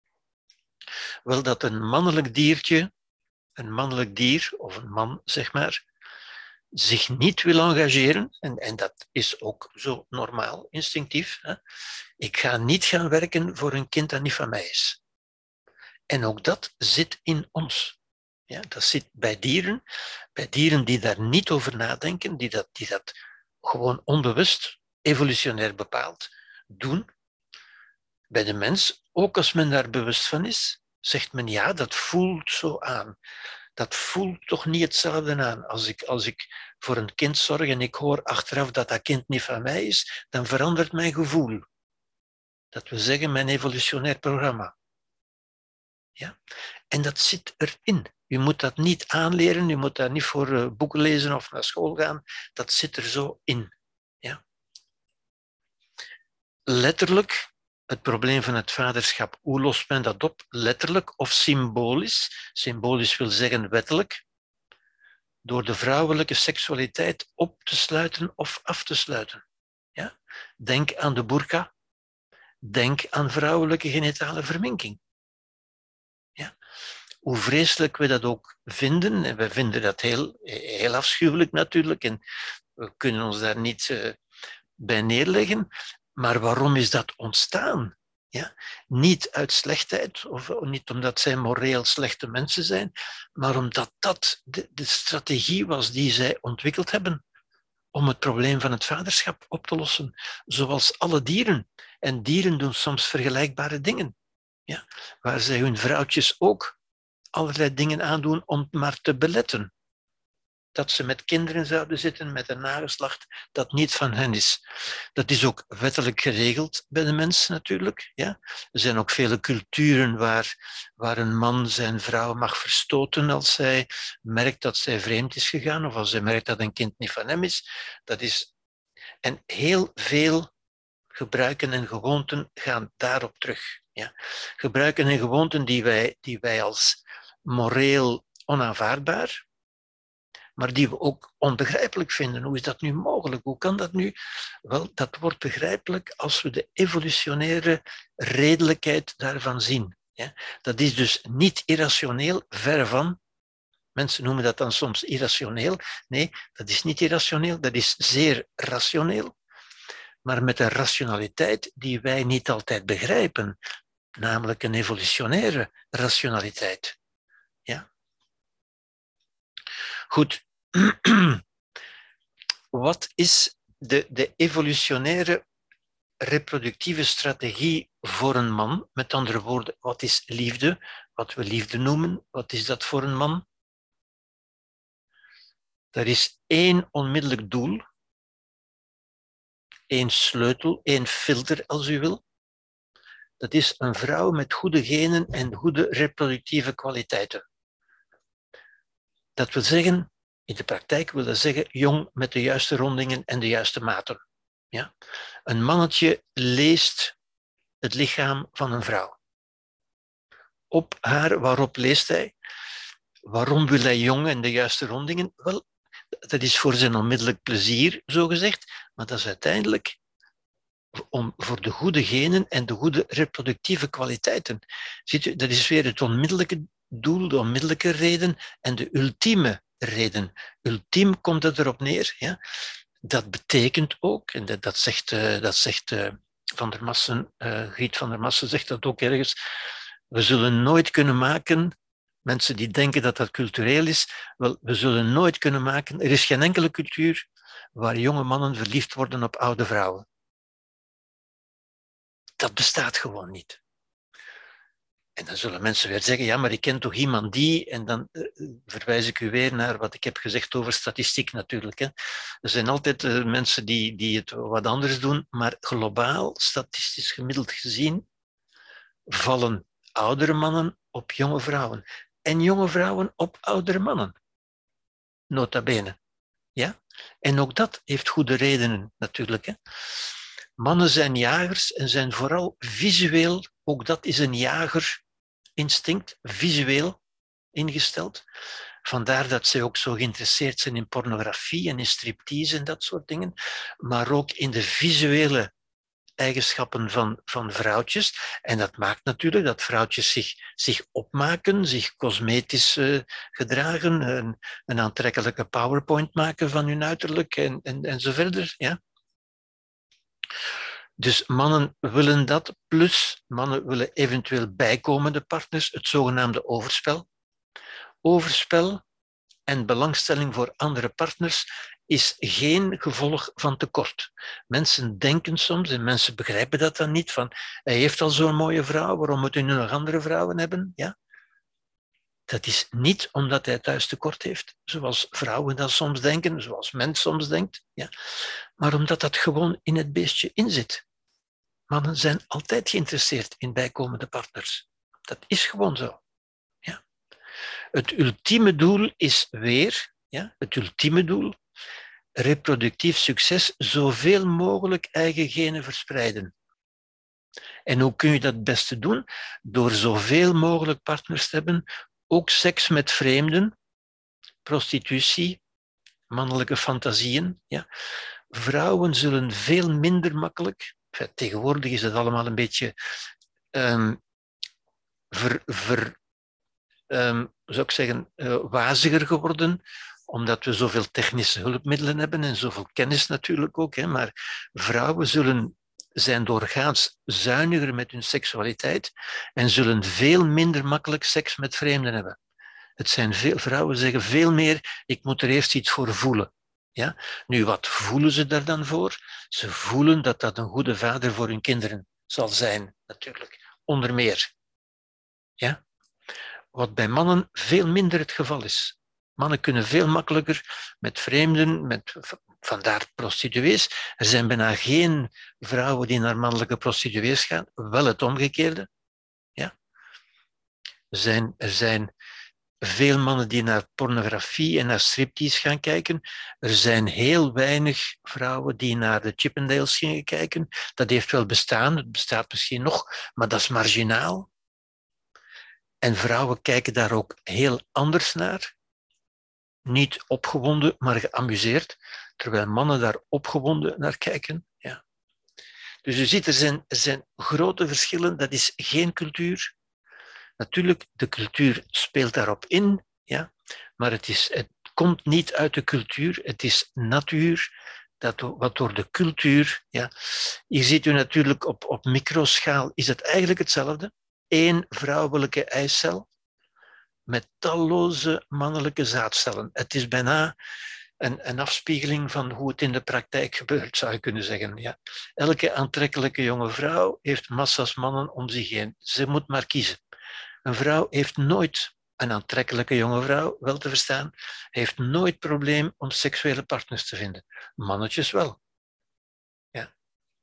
Wel, dat een mannelijk diertje, een mannelijk dier, of een man, zeg maar, zich niet wil engageren, en, en dat is ook zo normaal, instinctief. Hè? Ik ga niet gaan werken voor een kind dat niet van mij is. En ook dat zit in ons. Ja, dat zit bij dieren, bij dieren die daar niet over nadenken, die dat, die dat gewoon onbewust, evolutionair bepaald, doen. Bij de mens, ook als men daar bewust van is, zegt men ja, dat voelt zo aan. Dat voelt toch niet hetzelfde aan. Als ik, als ik voor een kind zorg en ik hoor achteraf dat dat kind niet van mij is, dan verandert mijn gevoel. Dat wil zeggen, mijn evolutionair programma. Ja? En dat zit erin. Je moet dat niet aanleren, je moet daar niet voor uh, boeken lezen of naar school gaan. Dat zit er zo in. Ja? Letterlijk, het probleem van het vaderschap, hoe lost men dat op? Letterlijk of symbolisch? Symbolisch wil zeggen wettelijk. Door de vrouwelijke seksualiteit op te sluiten of af te sluiten. Ja? Denk aan de burka. Denk aan vrouwelijke genitale verminking. Ja. Hoe vreselijk we dat ook vinden, en we vinden dat heel, heel afschuwelijk natuurlijk, en we kunnen ons daar niet uh, bij neerleggen, maar waarom is dat ontstaan? Ja? Niet uit slechtheid, of niet omdat zij moreel slechte mensen zijn, maar omdat dat de, de strategie was die zij ontwikkeld hebben om het probleem van het vaderschap op te lossen, zoals alle dieren. En dieren doen soms vergelijkbare dingen, ja? Waar zij hun vrouwtjes ook allerlei dingen aandoen om maar te beletten. Dat ze met kinderen zouden zitten, met een nageslacht dat niet van hen is. Dat is ook wettelijk geregeld bij de mens natuurlijk. Ja? Er zijn ook vele culturen waar, waar een man zijn vrouw mag verstoten als hij merkt dat zij vreemd is gegaan of als hij merkt dat een kind niet van hem is. Dat is... En heel veel gebruiken en gewoonten gaan daarop terug. Ja? Gebruiken en gewoonten die wij, die wij als moreel onaanvaardbaar, maar die we ook onbegrijpelijk vinden. Hoe is dat nu mogelijk? Hoe kan dat nu? Wel, dat wordt begrijpelijk als we de evolutionaire redelijkheid daarvan zien. Ja? Dat is dus niet irrationeel, verre van. Mensen noemen dat dan soms irrationeel. Nee, dat is niet irrationeel, dat is zeer rationeel, maar met een rationaliteit die wij niet altijd begrijpen, namelijk een evolutionaire rationaliteit. Ja? Goed. Wat is de, de evolutionaire reproductieve strategie voor een man? Met andere woorden, wat is liefde? Wat we liefde noemen, wat is dat voor een man? Er is één onmiddellijk doel, één sleutel, één filter als u wil. Dat is een vrouw met goede genen en goede reproductieve kwaliteiten. Dat wil zeggen, in de praktijk wil dat zeggen, jong met de juiste rondingen en de juiste maten. Ja? Een mannetje leest het lichaam van een vrouw. Op haar, waarop leest hij? Waarom wil hij jong en de juiste rondingen? Wel, dat is voor zijn onmiddellijk plezier, zogezegd, maar dat is uiteindelijk om, voor de goede genen en de goede reproductieve kwaliteiten. Ziet u, dat is weer het onmiddellijke doel, de onmiddellijke reden en de ultieme reden. Ultiem komt het erop neer. Ja? Dat betekent ook, en dat, dat zegt, uh, dat zegt uh, Van der Massen, uh, Griet van der Massen zegt dat ook ergens, we zullen nooit kunnen maken, mensen die denken dat dat cultureel is, wel, we zullen nooit kunnen maken, er is geen enkele cultuur waar jonge mannen verliefd worden op oude vrouwen. Dat bestaat gewoon niet. En dan zullen mensen weer zeggen, ja, maar ik ken toch iemand die, en dan uh, verwijs ik u weer naar wat ik heb gezegd over statistiek natuurlijk. Hè. Er zijn altijd uh, mensen die, die het wat anders doen, maar globaal, statistisch gemiddeld gezien, vallen oudere mannen op jonge vrouwen. En jonge vrouwen op oudere mannen. Nota bene. Ja? En ook dat heeft goede redenen natuurlijk. Hè. Mannen zijn jagers en zijn vooral visueel, ook dat is een jagerinstinct, visueel ingesteld. Vandaar dat zij ook zo geïnteresseerd zijn in pornografie en in striptease en dat soort dingen, maar ook in de visuele eigenschappen van, van vrouwtjes. En dat maakt natuurlijk dat vrouwtjes zich, zich opmaken, zich cosmetisch uh, gedragen, een, een aantrekkelijke PowerPoint maken van hun uiterlijk en, en, en zo verder. Ja. Dus mannen willen dat, plus mannen willen eventueel bijkomende partners, het zogenaamde overspel. Overspel en belangstelling voor andere partners is geen gevolg van tekort. Mensen denken soms, en mensen begrijpen dat dan niet, van hij heeft al zo'n mooie vrouw, waarom moet hij nu nog andere vrouwen hebben? Ja? Dat is niet omdat hij thuis tekort heeft, zoals vrouwen dat soms denken, zoals men soms denkt, ja? Maar omdat dat gewoon in het beestje inzit. Mannen zijn altijd geïnteresseerd in bijkomende partners. Dat is gewoon zo. Ja. Het ultieme doel is weer, ja, het ultieme doel, reproductief succes, zoveel mogelijk eigen genen verspreiden. En hoe kun je dat het beste doen? Door zoveel mogelijk partners te hebben, ook seks met vreemden, prostitutie, mannelijke fantasieën. Ja. Vrouwen zullen veel minder makkelijk, Enfin, tegenwoordig is het allemaal een beetje um, ver, ver, um, zou ik zeggen, uh, waziger geworden, omdat we zoveel technische hulpmiddelen hebben en zoveel kennis natuurlijk ook. Hè, maar vrouwen zullen zijn doorgaans zuiniger met hun seksualiteit en zullen veel minder makkelijk seks met vreemden hebben. Het zijn veel, vrouwen zeggen veel meer, ik moet er eerst iets voor voelen. Ja? Nu, wat voelen ze daar dan voor? Ze voelen dat dat een goede vader voor hun kinderen zal zijn, natuurlijk. Onder meer. Ja? Wat bij mannen veel minder het geval is. Mannen kunnen veel makkelijker met vreemden, met, vandaar prostituees. Er zijn bijna geen vrouwen die naar mannelijke prostituees gaan, wel het omgekeerde. Ja? Er zijn, er zijn veel mannen die naar pornografie en naar striptease gaan kijken. Er zijn heel weinig vrouwen die naar de Chippendales gingen kijken. Dat heeft wel bestaan, het bestaat misschien nog, maar dat is marginaal. En vrouwen kijken daar ook heel anders naar. Niet opgewonden, maar geamuseerd, terwijl mannen daar opgewonden naar kijken. Ja. Dus u ziet, er zijn, er zijn grote verschillen. Dat is geen cultuur. Natuurlijk, de cultuur speelt daarop in, ja, maar het, is, het komt niet uit de cultuur, het is natuur, dat, wat door de cultuur... Ja. Hier ziet u natuurlijk op, op microschaal is het eigenlijk hetzelfde. Eén vrouwelijke eicel met talloze mannelijke zaadcellen. Het is bijna een, een afspiegeling van hoe het in de praktijk gebeurt, zou je kunnen zeggen. Ja. Elke aantrekkelijke jonge vrouw heeft massa's mannen om zich heen. Ze moet maar kiezen. Een vrouw heeft nooit, een aantrekkelijke jonge vrouw, wel te verstaan, heeft nooit probleem om seksuele partners te vinden. Mannetjes wel. Ja.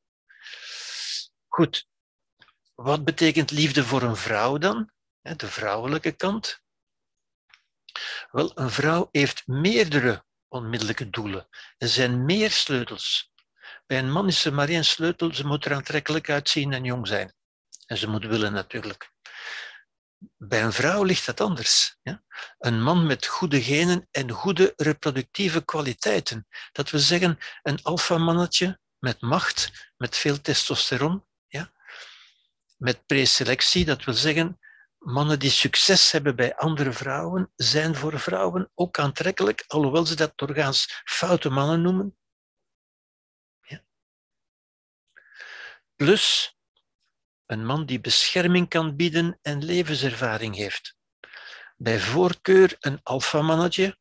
Goed. Wat betekent liefde voor een vrouw dan? De vrouwelijke kant. Wel, een vrouw heeft meerdere onmiddellijke doelen. Er zijn meer sleutels. Bij een man is er maar één sleutel. Ze moet er aantrekkelijk uitzien en jong zijn. En ze moet willen natuurlijk. Bij een vrouw ligt dat anders. Ja? Een man met goede genen en goede reproductieve kwaliteiten. Dat wil zeggen, een alfamannetje met macht, met veel testosteron, ja? Met preselectie, dat wil zeggen, mannen die succes hebben bij andere vrouwen, zijn voor vrouwen ook aantrekkelijk, alhoewel ze dat doorgaans foute mannen noemen. Ja? Plus, een man die bescherming kan bieden en levenservaring heeft. Bij voorkeur een alfamannetje,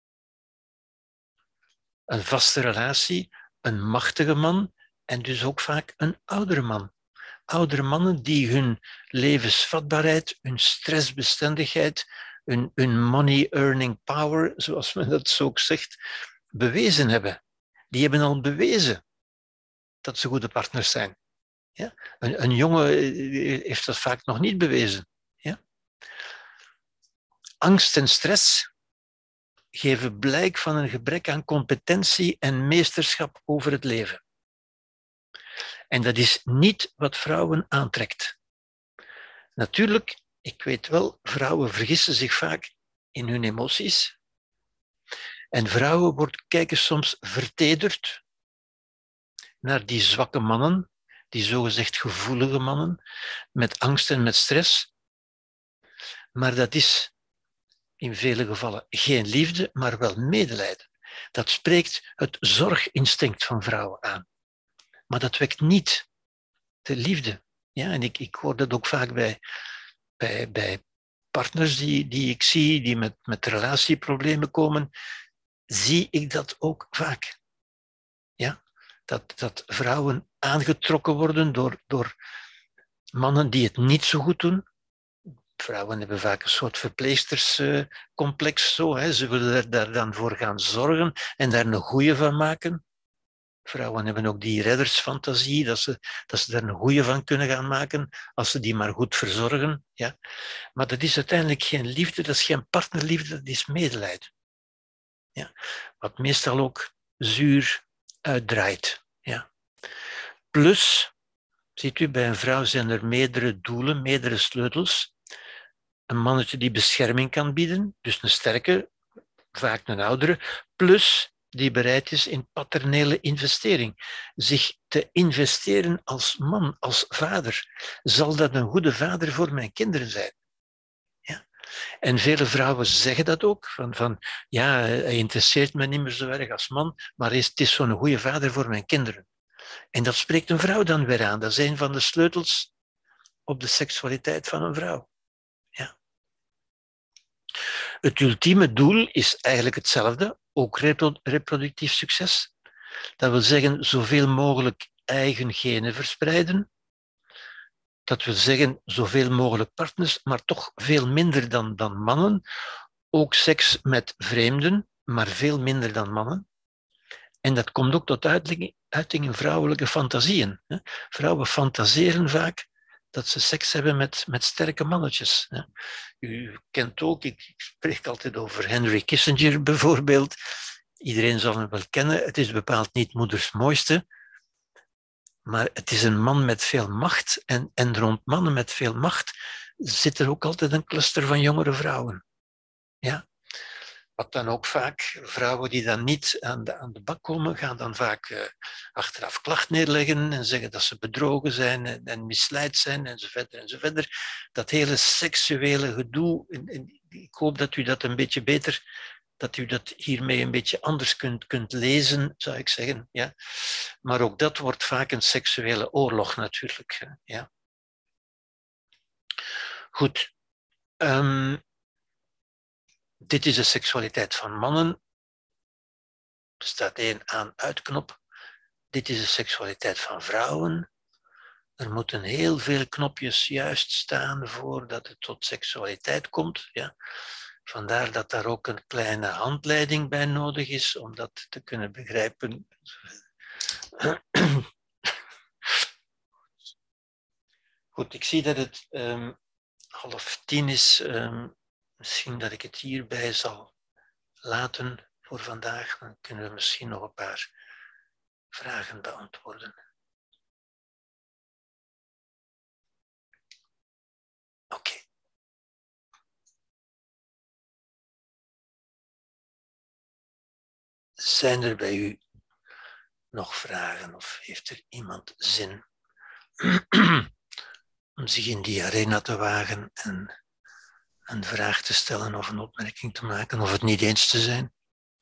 een vaste relatie, een machtige man en dus ook vaak een oudere man. Oudere mannen die hun levensvatbaarheid, hun stressbestendigheid, hun, hun money earning power, zoals men dat zo ook zegt, bewezen hebben. Die hebben al bewezen dat ze goede partners zijn. Ja? Een, een jongen heeft dat vaak nog niet bewezen. Ja? Angst en stress geven blijk van een gebrek aan competentie en meesterschap over het leven. En dat is niet wat vrouwen aantrekt. Natuurlijk, ik weet wel, vrouwen vergissen zich vaak in hun emoties. En vrouwen worden, kijken soms vertederd naar die zwakke mannen, die zogezegd gevoelige mannen, met angst en met stress. Maar dat is in vele gevallen geen liefde, maar wel medelijden. Dat spreekt het zorginstinct van vrouwen aan. Maar dat wekt niet de liefde. Ja, en ik, ik hoor dat ook vaak bij, bij, bij partners die, die ik zie, die met, met relatieproblemen komen, zie ik dat ook vaak. Ja? Dat, dat vrouwen aangetrokken worden door, door mannen die het niet zo goed doen. Vrouwen hebben vaak een soort verpleegsterscomplex. Zo, hè. Ze willen er, daar dan voor gaan zorgen en daar een goeie van maken. Vrouwen hebben ook die reddersfantasie, dat ze, dat ze daar een goeie van kunnen gaan maken, als ze die maar goed verzorgen. Ja. Maar dat is uiteindelijk geen liefde, dat is geen partnerliefde, dat is medelijden. Ja. Wat meestal ook zuur uitdraait. Ja. Plus, ziet u, bij een vrouw zijn er meerdere doelen, meerdere sleutels. Een mannetje die bescherming kan bieden, dus een sterke, vaak een oudere, plus die bereid is in paternele investering. Zich te investeren als man, als vader. Zal dat een goede vader voor mijn kinderen zijn? Ja. En vele vrouwen zeggen dat ook. Van, van, ja, hij interesseert me niet meer zo erg als man, maar het is zo'n goede vader voor mijn kinderen. En dat spreekt een vrouw dan weer aan. Dat is een van de sleutels op de seksualiteit van een vrouw. Ja. Het ultieme doel is eigenlijk hetzelfde, ook reproductief succes. Dat wil zeggen, zoveel mogelijk eigen genen verspreiden. Dat wil zeggen, zoveel mogelijk partners, maar toch veel minder dan, dan mannen. Ook seks met vreemden, maar veel minder dan mannen. En dat komt ook tot uiting, uiting in vrouwelijke fantasieën. Vrouwen fantaseren vaak dat ze seks hebben met, met sterke mannetjes. U kent ook, ik spreek altijd over Henry Kissinger bijvoorbeeld. Iedereen zal hem wel kennen. Het is bepaald niet moeders mooiste, maar het is een man met veel macht. En, en rond mannen met veel macht zit er ook altijd een cluster van jongere vrouwen. Ja. Wat dan ook vaak, vrouwen die dan niet aan de, aan de bak komen, gaan dan vaak uh, achteraf klacht neerleggen en zeggen dat ze bedrogen zijn en, en misleid zijn enzovoort enzovoort. Dat hele seksuele gedoe, en, en ik hoop dat u dat een beetje beter, dat u dat hiermee een beetje anders kunt, kunt lezen, zou ik zeggen. Ja. Maar ook dat wordt vaak een seksuele oorlog natuurlijk. Ja. Goed. Um, Dit is de seksualiteit van mannen. Er staat één aan-uitknop. Dit is de seksualiteit van vrouwen. Er moeten heel veel knopjes juist staan voordat het tot seksualiteit komt. Ja. Vandaar dat daar ook een kleine handleiding bij nodig is om dat te kunnen begrijpen. Goed, ik zie dat het um, half tien is. Um, Misschien dat ik het hierbij zal laten voor vandaag. Dan kunnen we misschien nog een paar vragen beantwoorden. Oké. Okay. Zijn er bij u nog vragen of heeft er iemand zin om zich in die arena te wagen en een vraag te stellen of een opmerking te maken, of het niet eens te zijn?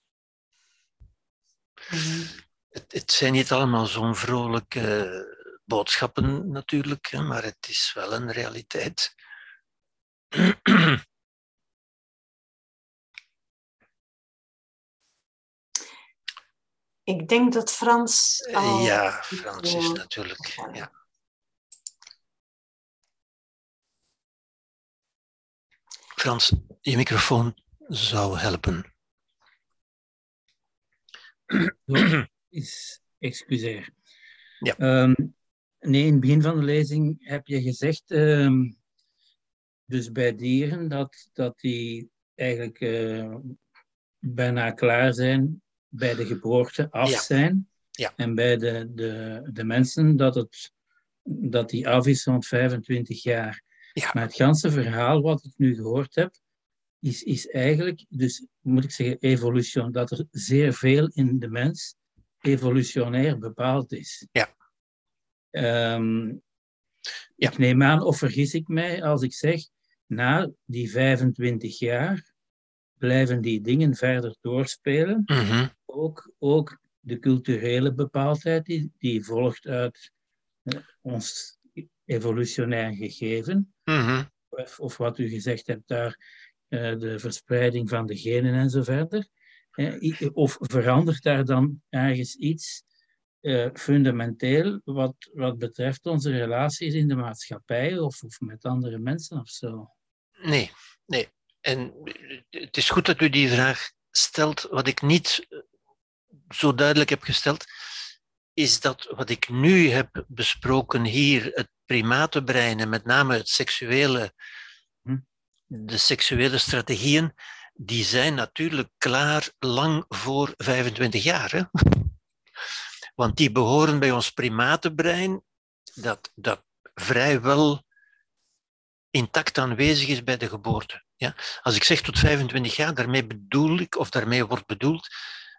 Mm-hmm. het, het zijn niet allemaal zo'n vrolijke boodschappen natuurlijk, maar het is wel een realiteit. Ik denk dat Frans al... Ja, Frans is natuurlijk... Ja. Frans, je microfoon zou helpen. Zo, is, excuseer. Ja. Um, nee, in het begin van de lezing heb je gezegd, um, dus bij dieren, dat, dat die eigenlijk uh, bijna klaar zijn, bij de geboorte af Ja. zijn. Ja. En bij de, de, de mensen dat, het, dat die af is rond vijfentwintig jaar. Ja. Maar het ganse verhaal wat ik nu gehoord heb, is, is eigenlijk, dus moet ik zeggen, evolution, dat er zeer veel in de mens evolutionair bepaald is. Ja. Um, ja. Ik neem aan, of vergis ik mij, als ik zeg, na die vijfentwintig jaar blijven die dingen verder doorspelen. Mm-hmm. Ook, ook de culturele bepaaldheid die, die volgt uit uh, ons evolutionair gegeven. Mm-hmm. Of, of wat u gezegd hebt daar, uh, de verspreiding van de genen en zo verder. Uh, of verandert daar dan ergens iets uh, fundamenteel wat, wat betreft onze relaties in de maatschappij of, of met andere mensen of zo? Nee, nee. En het is goed dat u die vraag stelt. Wat ik niet zo duidelijk heb gesteld, is dat wat ik nu heb besproken hier, het primatenbrein en met name het seksuele, hm? de seksuele strategieën, die zijn natuurlijk klaar lang voor vijfentwintig jaar. Hè? Want die behoren bij ons primatenbrein, dat, dat vrijwel intact aanwezig is bij de geboorte. Ja? Als ik zeg tot vijfentwintig jaar, daarmee bedoel ik, of daarmee wordt bedoeld,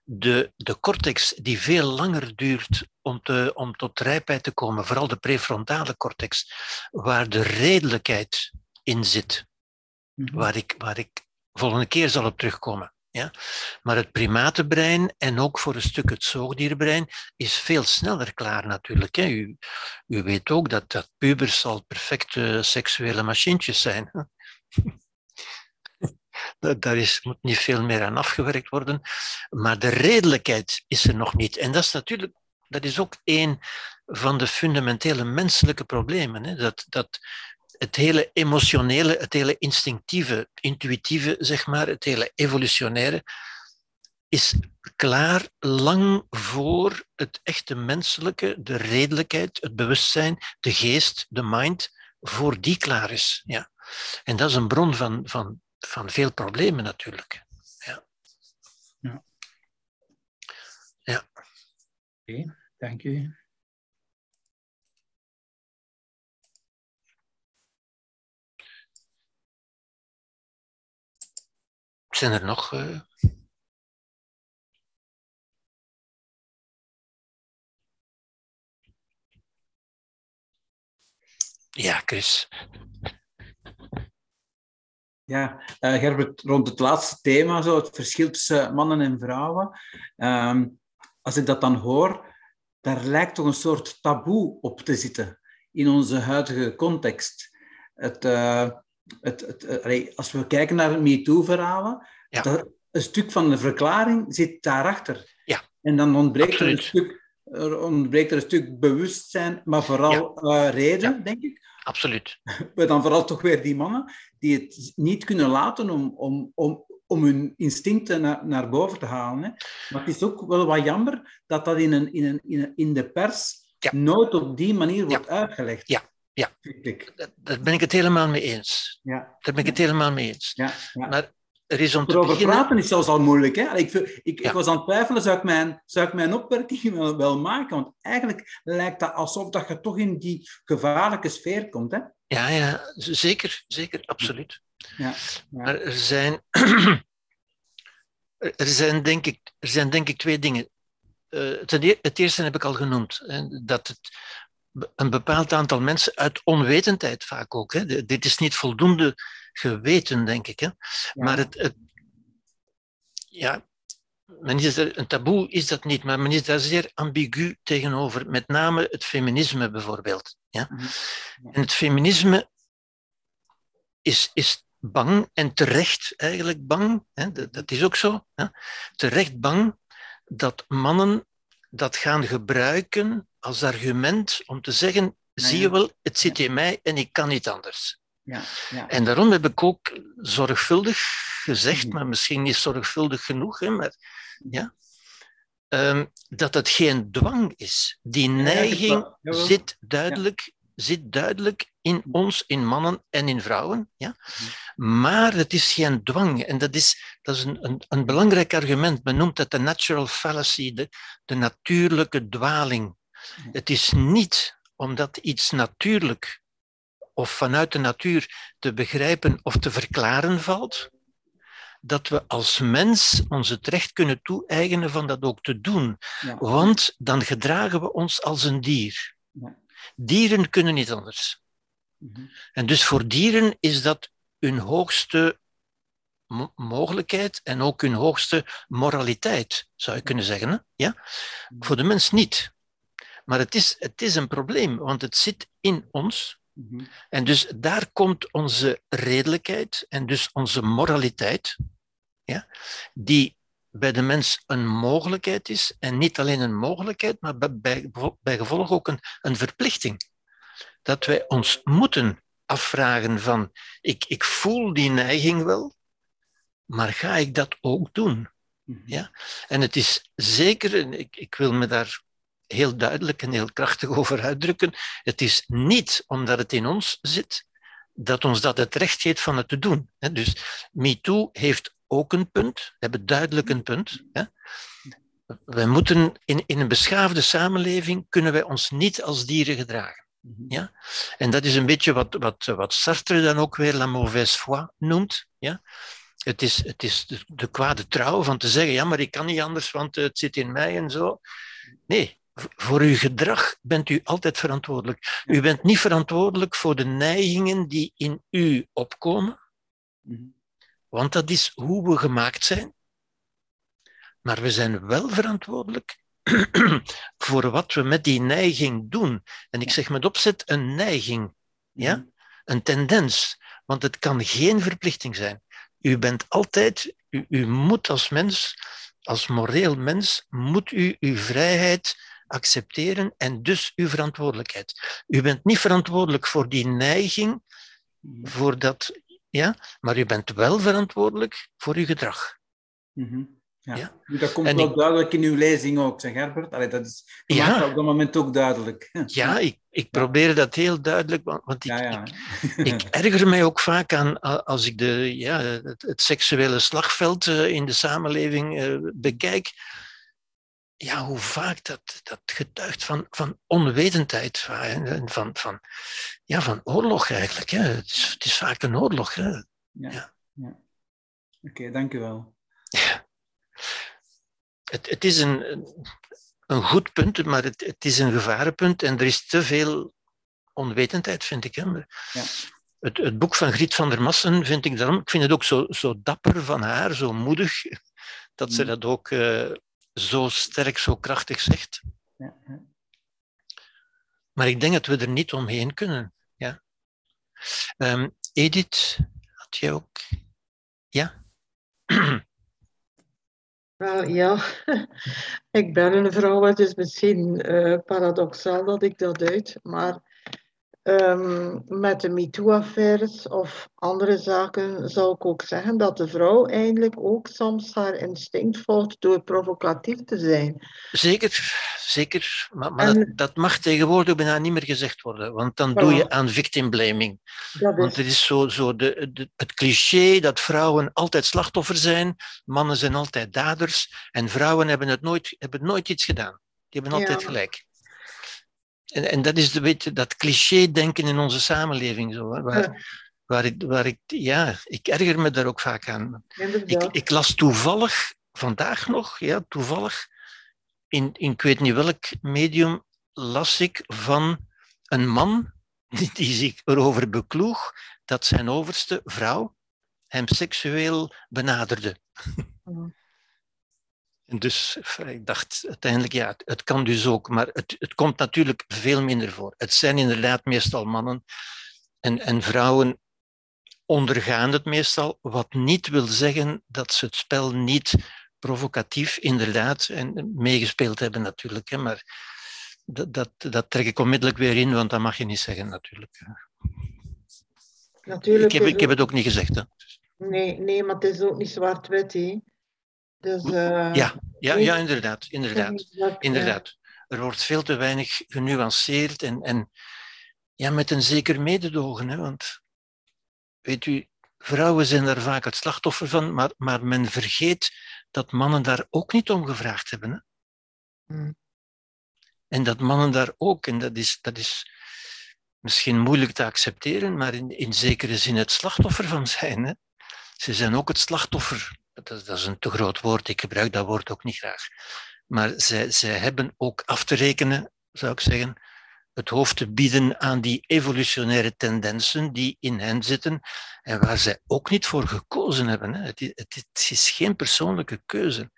de, de cortex die veel langer duurt om, te, om tot rijpheid te komen, vooral de prefrontale cortex, waar de redelijkheid in zit, mm-hmm. waar, ik, waar ik volgende keer zal op terugkomen. Ja? Maar het primatenbrein en ook voor een stuk het zoogdierbrein is veel sneller klaar natuurlijk. Hè? U, u weet ook dat, dat pubers al perfecte seksuele machientjes zijn. Hè? Daar is, moet niet veel meer aan afgewerkt worden. Maar de redelijkheid is er nog niet. En dat is natuurlijk, dat is ook een van de fundamentele menselijke problemen. Hè? Dat, dat het hele emotionele, het hele instinctieve, het intuïtieve, zeg maar, het hele evolutionaire, is klaar lang voor het echte menselijke, de redelijkheid, het bewustzijn, de geest, de mind, voor die klaar is. Ja. En dat is een bron van, van, van veel problemen natuurlijk. Ja. Ja. Ja. Oké, okay, dank u. Zijn er nog... Uh... Ja, Chris. Ja, uh, Gerbert, rond het laatste thema, zo, het verschil tussen mannen en vrouwen. Um, als ik dat dan hoor, daar lijkt toch een soort taboe op te zitten in onze huidige context. Het... Uh, Het, het, het, als we kijken naar het MeToo-verhalen, ja. dat, een stuk van de verklaring zit daarachter. Ja. En dan ontbreekt er, een stuk, er ontbreekt er een stuk bewustzijn, maar vooral ja. uh, reden, ja. denk ik. Absoluut. Maar dan vooral toch weer die mannen die het niet kunnen laten om, om, om, om hun instincten naar, naar boven te halen. Hè. Maar het is ook wel wat jammer dat dat in, een, in, een, in, een, in de pers ja. nooit op die manier wordt ja. uitgelegd. Ja. Ja, daar ben ik het helemaal mee eens. Ja. Daar ben ik het helemaal mee eens. Ja. Ja. Maar er is om te Erover beginnen... praten is zelfs al moeilijk. Hè? Ik, ik, ik ja. was aan het twijfelen, zou ik mijn, zou ik mijn opmerking wel, wel maken? Want eigenlijk lijkt dat alsof dat je toch in die gevaarlijke sfeer komt. Hè? Ja, ja, zeker, zeker, absoluut. Ja. Ja. Maar er zijn, er zijn, denk ik, er zijn denk ik twee dingen. Uh, ten e- het eerste heb ik al genoemd, hè, dat het een bepaald aantal mensen uit onwetendheid vaak ook. Hè. De, dit is niet voldoende geweten, denk ik. Hè. Ja. Maar het, het, ja, men is er, een taboe is dat niet, maar men is daar zeer ambigu tegenover. Met name het feminisme bijvoorbeeld. Ja. Ja. En het feminisme is, is bang, en terecht eigenlijk bang, hè. Dat, dat is ook zo, hè. Terecht bang dat mannen dat gaan gebruiken als argument om te zeggen, ja, ja. zie je wel, het zit in mij en ik kan niet anders. Ja, ja. En daarom heb ik ook zorgvuldig gezegd, mm-hmm. maar misschien niet zorgvuldig genoeg, hè, maar, ja, um, dat het geen dwang is. Die neiging ja, zit duidelijk, ja. zit duidelijk in ons, in mannen en in vrouwen. Ja? Mm-hmm. Maar het is geen dwang. En dat is, dat is een, een, een belangrijk argument. Men noemt het de natural fallacy, de, de natuurlijke dwaling. Het is niet omdat iets natuurlijk of vanuit de natuur te begrijpen of te verklaren valt, dat we als mens ons het recht kunnen toe-eigenen van dat ook te doen. Ja. Want dan gedragen we ons als een dier. Ja. Dieren kunnen niet anders. Mm-hmm. En dus voor dieren is dat hun hoogste mo- mogelijkheid en ook hun hoogste moraliteit, zou je kunnen zeggen. Hè? Ja? Mm-hmm. Voor de mens niet. Maar het is, het is een probleem, want het zit in ons. Mm-hmm. En dus daar komt onze redelijkheid en dus onze moraliteit, ja, die bij de mens een mogelijkheid is, en niet alleen een mogelijkheid, maar bij, bij, bij gevolg ook een, een verplichting. Dat wij ons moeten afvragen van, ik, ik voel die neiging wel, maar ga ik dat ook doen? Mm-hmm. Ja? En het is zeker, ik, ik wil me daar heel duidelijk en heel krachtig over uitdrukken, het is niet omdat het in ons zit, dat ons dat het recht geeft van het te doen. Dus MeToo heeft ook een punt, hebben duidelijk een punt. Wij moeten in, in een beschaafde samenleving kunnen wij ons niet als dieren gedragen. Ja? En dat is een beetje wat, wat, wat Sartre dan ook weer la mauvaise foi noemt. Ja? Het is, het is de, de kwade trouw van te zeggen, ja, maar ik kan niet anders, want het zit in mij en zo. Nee, voor uw gedrag bent u altijd verantwoordelijk. U bent niet verantwoordelijk voor de neigingen die in u opkomen, want dat is hoe we gemaakt zijn. Maar we zijn wel verantwoordelijk voor wat we met die neiging doen. En ik zeg met opzet een neiging, ja? Een tendens, want het kan geen verplichting zijn. U bent altijd, u, u moet als mens, als moreel mens, moet u uw vrijheid accepteren en dus uw verantwoordelijkheid. U bent niet verantwoordelijk voor die neiging, voor dat, ja, maar u bent wel verantwoordelijk voor uw gedrag. Mm-hmm. Ja. Ja? Dat komt en wel ik, duidelijk in uw lezing ook, zeg Herbert. Allee, dat is dat ja, maakt op dat moment ook duidelijk. Ja, ik, ik probeer dat heel duidelijk, want ik, ja, ja. ik, ik erger mij ook vaak aan als ik de, ja, het, het seksuele slagveld in de samenleving uh, bekijk. Ja, hoe vaak dat, dat getuigt van, van onwetendheid, van, van, van, ja, van oorlog eigenlijk. Hè. Het, is, het is vaak een oorlog. Hè. Ja, ja. ja. Oké, okay, dank u wel. Ja. Het, het is een, een goed punt, maar het, het is een gevarenpunt en er is te veel onwetendheid, vind ik. Hè. Ja. Het, het boek van Griet van der Massen vind ik daarom, ik vind het ook zo, zo dapper van haar, zo moedig, dat ze dat ook uh, zo sterk, zo krachtig zegt. Ja, ja. Maar ik denk dat we er niet omheen kunnen. Ja. Um, Edith, had jij ook? Ja? Wel ja, ik ben een vrouw, het is misschien uh, paradoxaal dat ik dat uit, maar um, met de MeToo-affaires of andere zaken zou ik ook zeggen dat de vrouw eigenlijk ook soms haar instinct volgt door provocatief te zijn. Zeker, zeker. Maar, maar en, dat, dat mag tegenwoordig bijna niet meer gezegd worden, want dan voilà. doe je aan victim blaming. Dat want is... het is zo, zo de, de, het cliché dat vrouwen altijd slachtoffer zijn, mannen zijn altijd daders en vrouwen hebben, het nooit, hebben nooit iets gedaan. Die hebben altijd ja. gelijk. En, en dat is de, weet je, dat cliché-denken in onze samenleving, zo, hè, waar, ja. waar, ik, waar ik, ja, ik erger me daar ook vaak aan. Ik, ik las toevallig, vandaag nog, ja, toevallig, in, in ik weet niet welk medium, las ik van een man die, die zich erover bekloeg dat zijn overste vrouw hem seksueel benaderde. Ja. En dus ik dacht uiteindelijk, ja, het, het kan dus ook, maar het, het komt natuurlijk veel minder voor. Het zijn inderdaad meestal mannen en, en vrouwen ondergaan het meestal, wat niet wil zeggen dat ze het spel niet provocatief inderdaad en meegespeeld hebben natuurlijk, hè, maar dat, dat, dat trek ik onmiddellijk weer in, want dat mag je niet zeggen natuurlijk. natuurlijk ik, heb, ik heb het ook niet gezegd. Hè. Nee, nee, maar het is ook niet zwart-wit, hè. Dus, uh, ja, ja, ja, inderdaad. inderdaad, dat, inderdaad. Ja. Er wordt veel te weinig genuanceerd en, en ja, met een zeker mededogen. Hè, want weet u, vrouwen zijn daar vaak het slachtoffer van, maar, maar men vergeet dat mannen daar ook niet om gevraagd hebben. Hè. Hmm. En dat mannen daar ook, en dat is, dat is misschien moeilijk te accepteren, maar in, in zekere zin het slachtoffer van zijn. Hè. Ze zijn ook het slachtoffer. Dat, dat is een te groot woord, ik gebruik dat woord ook niet graag. Maar zij, zij hebben ook af te rekenen, zou ik zeggen, het hoofd te bieden aan die evolutionaire tendensen die in hen zitten en waar zij ook niet voor gekozen hebben. Hè. Het, het, het is geen persoonlijke keuze.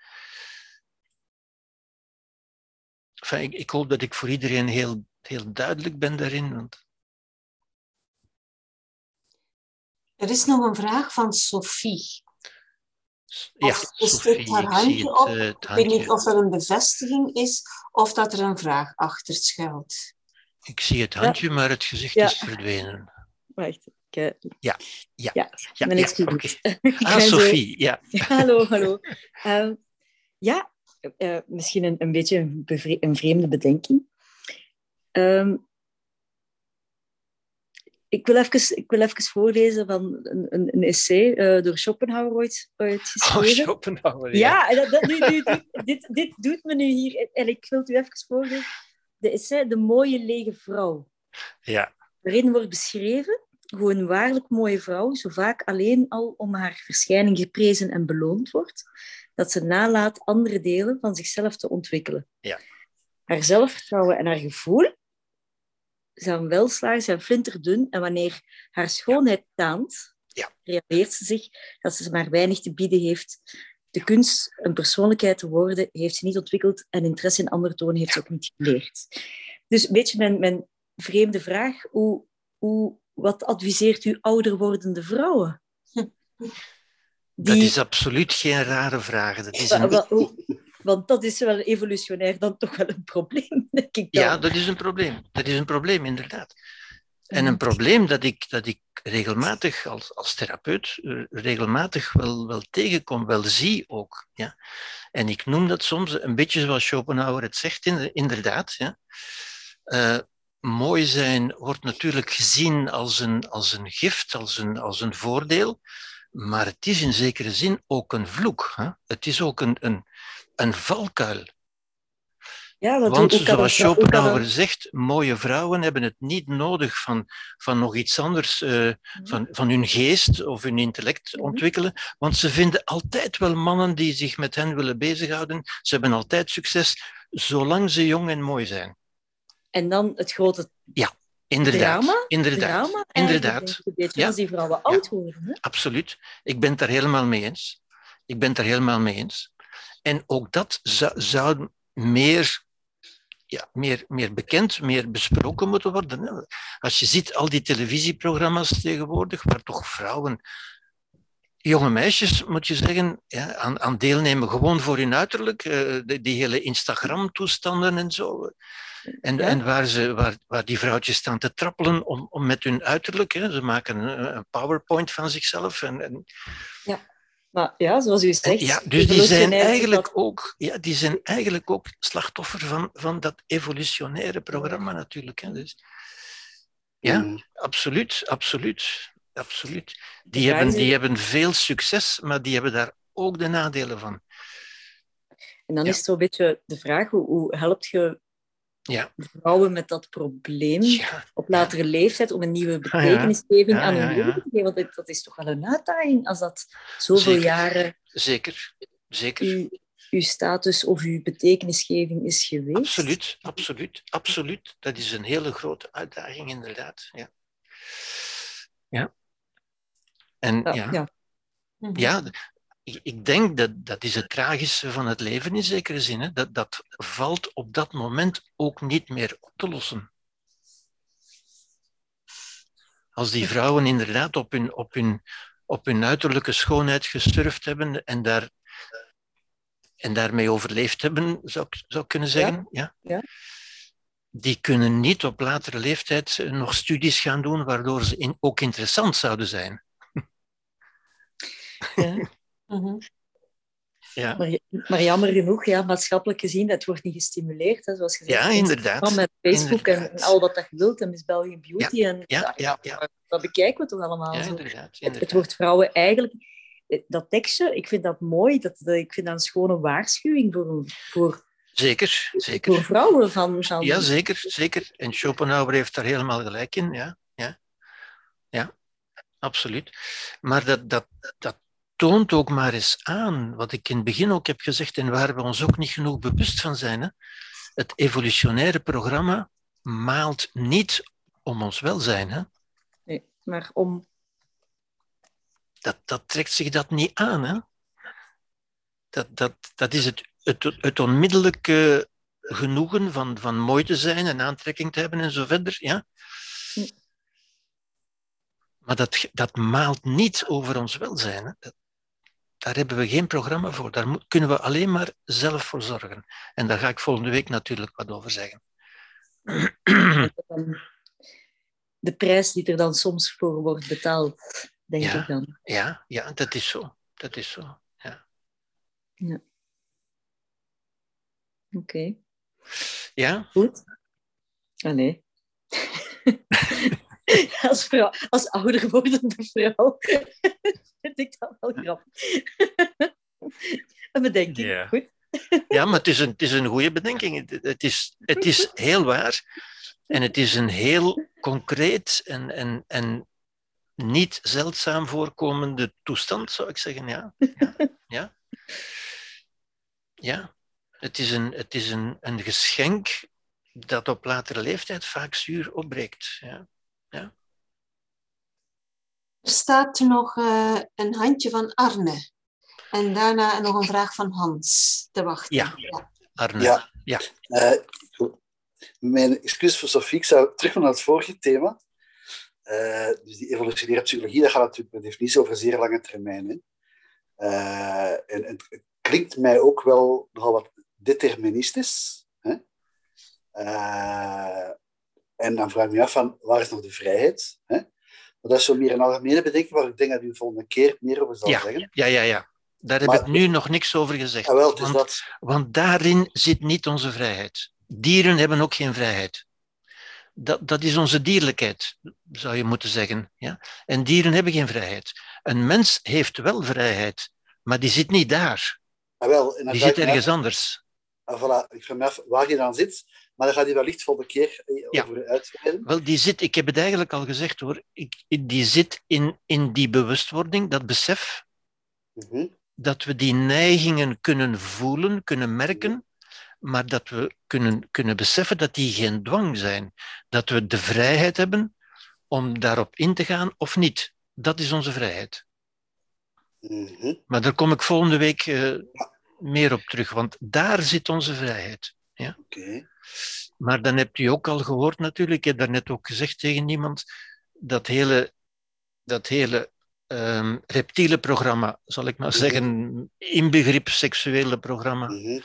Enfin, ik, ik hoop dat ik voor iedereen heel, heel duidelijk ben daarin. Want... Er is nog een vraag van Sophie. Ja, of ze Sophie, steekt haar ik handje zie het, op. uh, het Ik handje. weet niet of dat een bevestiging is of dat er een vraag achter schuilt. Ik zie het handje, ja. Maar het gezicht ja. is verdwenen. Wacht. Ik, uh... Ja, ja. Ja, ja, mijn ja excuses. Okay. Ah, Sophie, zo... ja. Hallo, hallo. Uh, ja, uh, misschien een, een beetje een, bevre- een vreemde bedenking. Um, Ik wil, even, ik wil even voorlezen van een, een, een essay uh, door Schopenhauer ooit, ooit geschreven. Oh, Schopenhauer, ja. Ja, dat, dat, nu, nu, dit, dit doet me nu hier... En ik wil het u even voorlezen. De essay De mooie lege vrouw. Ja. Waarin wordt beschreven gewoon waarlijk mooie vrouw zo vaak alleen al om haar verschijning geprezen en beloond wordt, dat ze nalaat andere delen van zichzelf te ontwikkelen. Ja. Haar zelfvertrouwen en haar gevoel zijn welslagen, zijn flinterdun, en wanneer haar schoonheid taant, Ja. realiseert ze zich dat ze maar weinig te bieden heeft. De kunst een persoonlijkheid te worden heeft ze niet ontwikkeld en interesse in andere tonen heeft ze ook niet geleerd. Dus een beetje mijn, mijn vreemde vraag, hoe, hoe, wat adviseert u ouder wordende vrouwen? Dat is absoluut geen rare vraag. Dat is een... Wa- wa- hoe- Want dat is wel evolutionair dan toch wel een probleem, denk ik dan. Ja, dat is een probleem. Dat is een probleem, inderdaad. En een probleem dat ik, dat ik regelmatig als, als therapeut eh, regelmatig wel, wel tegenkom, wel zie ook. Ja. En ik noem dat soms een beetje zoals Schopenhauer het zegt, in- inderdaad. Ja. Eh, mooi zijn wordt natuurlijk gezien als een, als een gift, als een, als een voordeel, maar het is in zekere zin ook een vloek. Hè. Het is ook een, een, een valkuil. Ja, want, Want hoe, hoe kan zoals dat- hoe kan Schopenhauer dat- zegt, mooie vrouwen hebben het niet nodig van, van nog iets anders, uh, van, van hun geest of hun intellect Mhm. ontwikkelen, want ze vinden altijd wel mannen die zich met hen willen bezighouden. Ze hebben altijd succes, zolang ze jong en mooi zijn. En dan het grote Inderdaad, drama, inderdaad, drama eigenlijk, inderdaad. denk ik een beetje, Ja. als die vrouwen oud worden. Hè? Absoluut. Ik ben het daar helemaal mee eens. Ik ben het daar helemaal mee eens. En ook dat zou, zou meer, ja, meer, meer bekend, meer besproken moeten worden. Hè. Als je ziet al die televisieprogramma's tegenwoordig, waar toch vrouwen, jonge meisjes, moet je zeggen, ja, aan, aan deelnemen, gewoon voor hun uiterlijk, uh, die, die hele Instagram-toestanden en zo. En, Ja. en waar, ze, waar, waar die vrouwtjes staan te trappelen om, om met hun uiterlijk, hè, ze maken een, een PowerPoint van zichzelf. En, en, Maar ja, zoals u en zegt, ja, dus die zijn, evolutionair is eigenlijk dat- ook, ja, die zijn eigenlijk ook slachtoffer van, van dat evolutionaire programma natuurlijk. Hè. Dus, ja, Mm. absoluut, absoluut, absoluut. Die, vraag hebben, is- die hebben veel succes, maar die hebben daar ook de nadelen van. En dan Ja. is het zo'n beetje de vraag, hoe, hoe helpt je Ja, vrouwen met dat probleem ja, op latere leeftijd om een nieuwe Ah, ja. betekenisgeving Ja, aan hun ja, leven ja. te geven? Want dat, dat is toch wel een uitdaging als dat zoveel Zeker. jaren zeker, zeker. uw, uw status of uw betekenisgeving is geweest. Absoluut, absoluut, absoluut. Dat is een hele grote uitdaging, inderdaad. Ja. Ja. En Ja, ja, ja. Mhm. ja, ik, ik denk dat dat is het tragische van het leven in zekere zin. Hè. Dat, dat valt op dat moment ook niet meer op te lossen. Als die vrouwen inderdaad op hun, op hun, op hun uiterlijke schoonheid gesurfd hebben en, daar, en daarmee overleefd hebben, zou ik, zou ik kunnen zeggen. Ja. Ja. Die kunnen niet op latere leeftijd nog studies gaan doen, waardoor ze in, ook interessant zouden zijn. Ja. Mhm. Ja, Maar, maar jammer genoeg, ja, maatschappelijk gezien, het wordt niet gestimuleerd. Hè, zoals gezegd, ja inderdaad. Instagram en Facebook en, Inderdaad. en al wat dat je wilt, en Miss Belgian Beauty. En, Ja, ja, ja. Dat bekijken we toch allemaal Ja, zo. inderdaad. Het, inderdaad. het wordt vrouwen eigenlijk... Dat tekstje, ik vind dat mooi. Dat, dat, ik vind dat een schone waarschuwing voor, voor, Zeker, voor zeker. vrouwen. Van, van, Ja, zeker, zeker. En Schopenhauer heeft daar helemaal gelijk in. Ja, ja, ja, absoluut. Maar dat, dat, dat toont ook maar eens aan, wat ik in het begin ook heb gezegd en waar we ons ook niet genoeg bewust van zijn. Hè? Het evolutionaire programma maalt niet om ons welzijn. Hè? Nee, maar om... Dat, dat trekt zich dat niet aan. Hè? Dat, dat, dat is het, het, het onmiddellijke genoegen van, van mooi te zijn en aantrekking te hebben en zo verder. Ja? Maar dat, dat maalt niet over ons welzijn. Hè? Dat, daar hebben we geen programma voor. Daar moet, kunnen we alleen maar zelf voor zorgen. En daar ga ik volgende week natuurlijk wat over zeggen. De prijs die er dan soms voor wordt betaald, denk Ja. ik dan. Ja, ja, dat is zo. Dat is zo. Ja. Oké, Ja? goed. Ah, nee. Als, vrouw, als ouder wordende vrouw vind ik dat wel grappig. Een bedenking, Ja. goed. Ja, maar het is een, het is een goede bedenking. Het, het, is, het is heel waar. En het is een heel concreet en, en, en niet zeldzaam voorkomende toestand, zou ik zeggen. Ja, ja, ja. ja. Het is, een, het is een, een geschenk dat op latere leeftijd vaak zuur opbreekt. Ja. Ja. Er staat nog uh, een handje van Arne. En daarna nog een vraag van Hans te wachten. Ja, ja. Arne. Ja. ja. Uh, mijn excuus voor Sophie, ik zou terug naar het vorige thema. Uh, dus die evolutionaire psychologie, dat gaat natuurlijk per definitie over zeer lange termijn. Hè. Uh, en, en het klinkt mij ook wel nogal wat deterministisch. Hè. Uh, en dan vraag ik me af van, waar is nog de vrijheid? Hè? Maar dat is zo meer een algemene bedenking waar ik denk dat u de volgende keer meer over zal ja, zeggen. Ja, ja, ja. Daar maar, heb ik nu nog niks over gezegd. Ah, wel, dus want, dat... want daarin zit niet onze vrijheid. Dieren hebben ook geen vrijheid. Dat, dat is onze dierlijkheid, zou je moeten zeggen. Ja? En dieren hebben geen vrijheid. Een mens heeft wel vrijheid, maar die zit niet daar. Ah, wel, en dan die zit ergens af, anders. Ah, voilà, ik vraag me af waar je dan zit, maar daar gaat hij wellicht volgende keer ja. over uitweiden. Wel, die zit, ik heb het eigenlijk al gezegd hoor, ik, die zit in, in die bewustwording, dat besef, mm-hmm. dat we die neigingen kunnen voelen, kunnen merken, mm-hmm. maar dat we kunnen, kunnen beseffen dat die geen dwang zijn. Dat we de vrijheid hebben om daarop in te gaan of niet. Dat is onze vrijheid. Mm-hmm. Maar daar kom ik volgende week uh, meer op terug, want daar zit onze vrijheid. Ja? Okay. Maar dan hebt u ook al gehoord natuurlijk, ik heb daarnet ook gezegd tegen iemand, dat hele, dat hele um, reptiele programma, zal ik maar mm-hmm. zeggen, inbegrip seksuele programma, mm-hmm.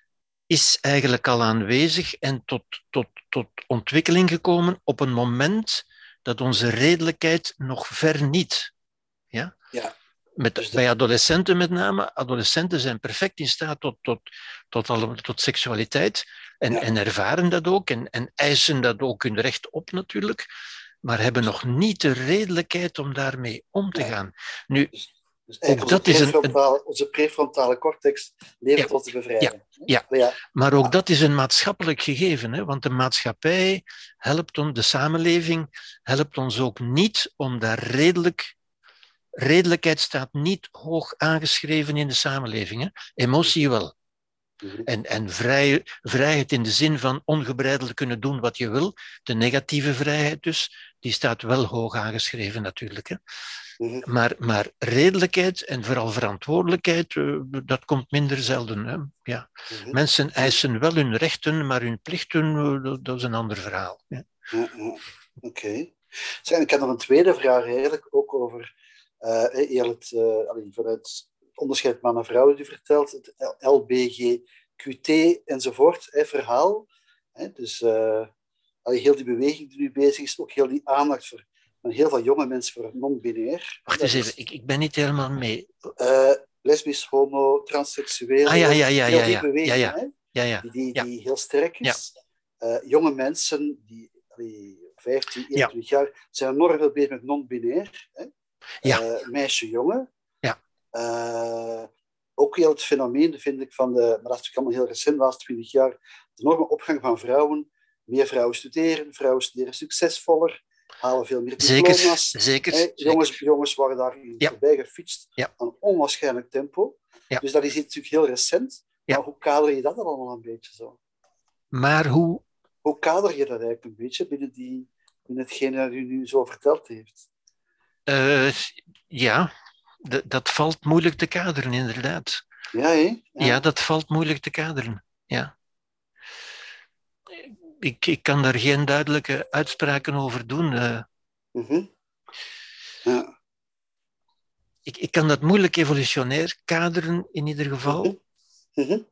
is eigenlijk al aanwezig en tot, tot, tot ontwikkeling gekomen op een moment dat onze redelijkheid nog ver niet. Ja? Ja. Met, dus de... Bij adolescenten met name. Adolescenten zijn perfect in staat tot, tot, tot, tot, tot seksualiteit en, ja. en ervaren dat ook en, en eisen dat ook hun recht op natuurlijk, maar hebben nog niet de redelijkheid om daarmee om te ja. gaan. Nu, dus, dus ook dat is een, een... onze prefrontale cortex levert ja. ons de bevrijding. Ja. Ja. Ja, maar ook ja. dat is een maatschappelijk gegeven, hè? Want de maatschappij helpt ons, de samenleving helpt ons ook niet om daar redelijk... Redelijkheid staat niet hoog aangeschreven in de samenleving. Hè? Emotie wel. En, en vrij, vrijheid in de zin van ongebreideld kunnen doen wat je wil, de negatieve vrijheid dus, die staat wel hoog aangeschreven natuurlijk. Hè? Maar, maar redelijkheid en vooral verantwoordelijkheid, dat komt minder zelden. Hè? Ja. Mensen eisen wel hun rechten, maar hun plichten, dat is een ander verhaal. Ja. Ja, ja. Oké. Okay. Ik heb nog een tweede vraag eigenlijk, ook over... Uh, eerlijk, uh, allee, vanuit het onderscheid mannen-vrouwen die vertelt, het L B G Q T enzovoort, hè, verhaal. Hè, dus uh, allee, heel die beweging die nu bezig is, ook heel die aandacht voor van heel veel jonge mensen voor non-binair. Wacht eens even, ik, ik ben niet helemaal mee. Uh, lesbisch, homo, transseksueel. Ah ja, ja, ja, heel ja, die ja, beweging, ja, ja. Hè, ja, ja. die, die, ja. die heel sterk is. Ja. Uh, jonge mensen die allee, vijftien, eenentwintig ja. jaar zijn enorm veel bezig met non-binair. Hè. Ja. Uh, meisje, jongen. Ja. Uh, ook heel het fenomeen, vind ik, van de, maar dat is natuurlijk allemaal heel recent, de laatste twintig jaar, de enorme opgang van vrouwen. Meer vrouwen studeren, vrouwen studeren succesvoller, halen veel meer diploma's. Zeker, zeker. Hey, jongens, zeker. jongens waren daar ja. voorbij gefietst ja. aan een onwaarschijnlijk tempo. Ja. Dus dat is natuurlijk heel recent. Ja. Maar hoe kader je dat dan allemaal een beetje zo? Maar hoe... Hoe kader je dat eigenlijk een beetje binnen, die, binnen hetgene dat u nu zo verteld heeft? Uh, ja, d- dat valt moeilijk te kaderen, inderdaad. Ja, hè? Ja. ja, dat valt moeilijk te kaderen. Ja. Ik, ik kan daar geen duidelijke uitspraken over doen. Uh, mm-hmm. ja. ik, ik kan dat moeilijk evolutionair kaderen, in ieder geval. Mm-hmm. Mm-hmm.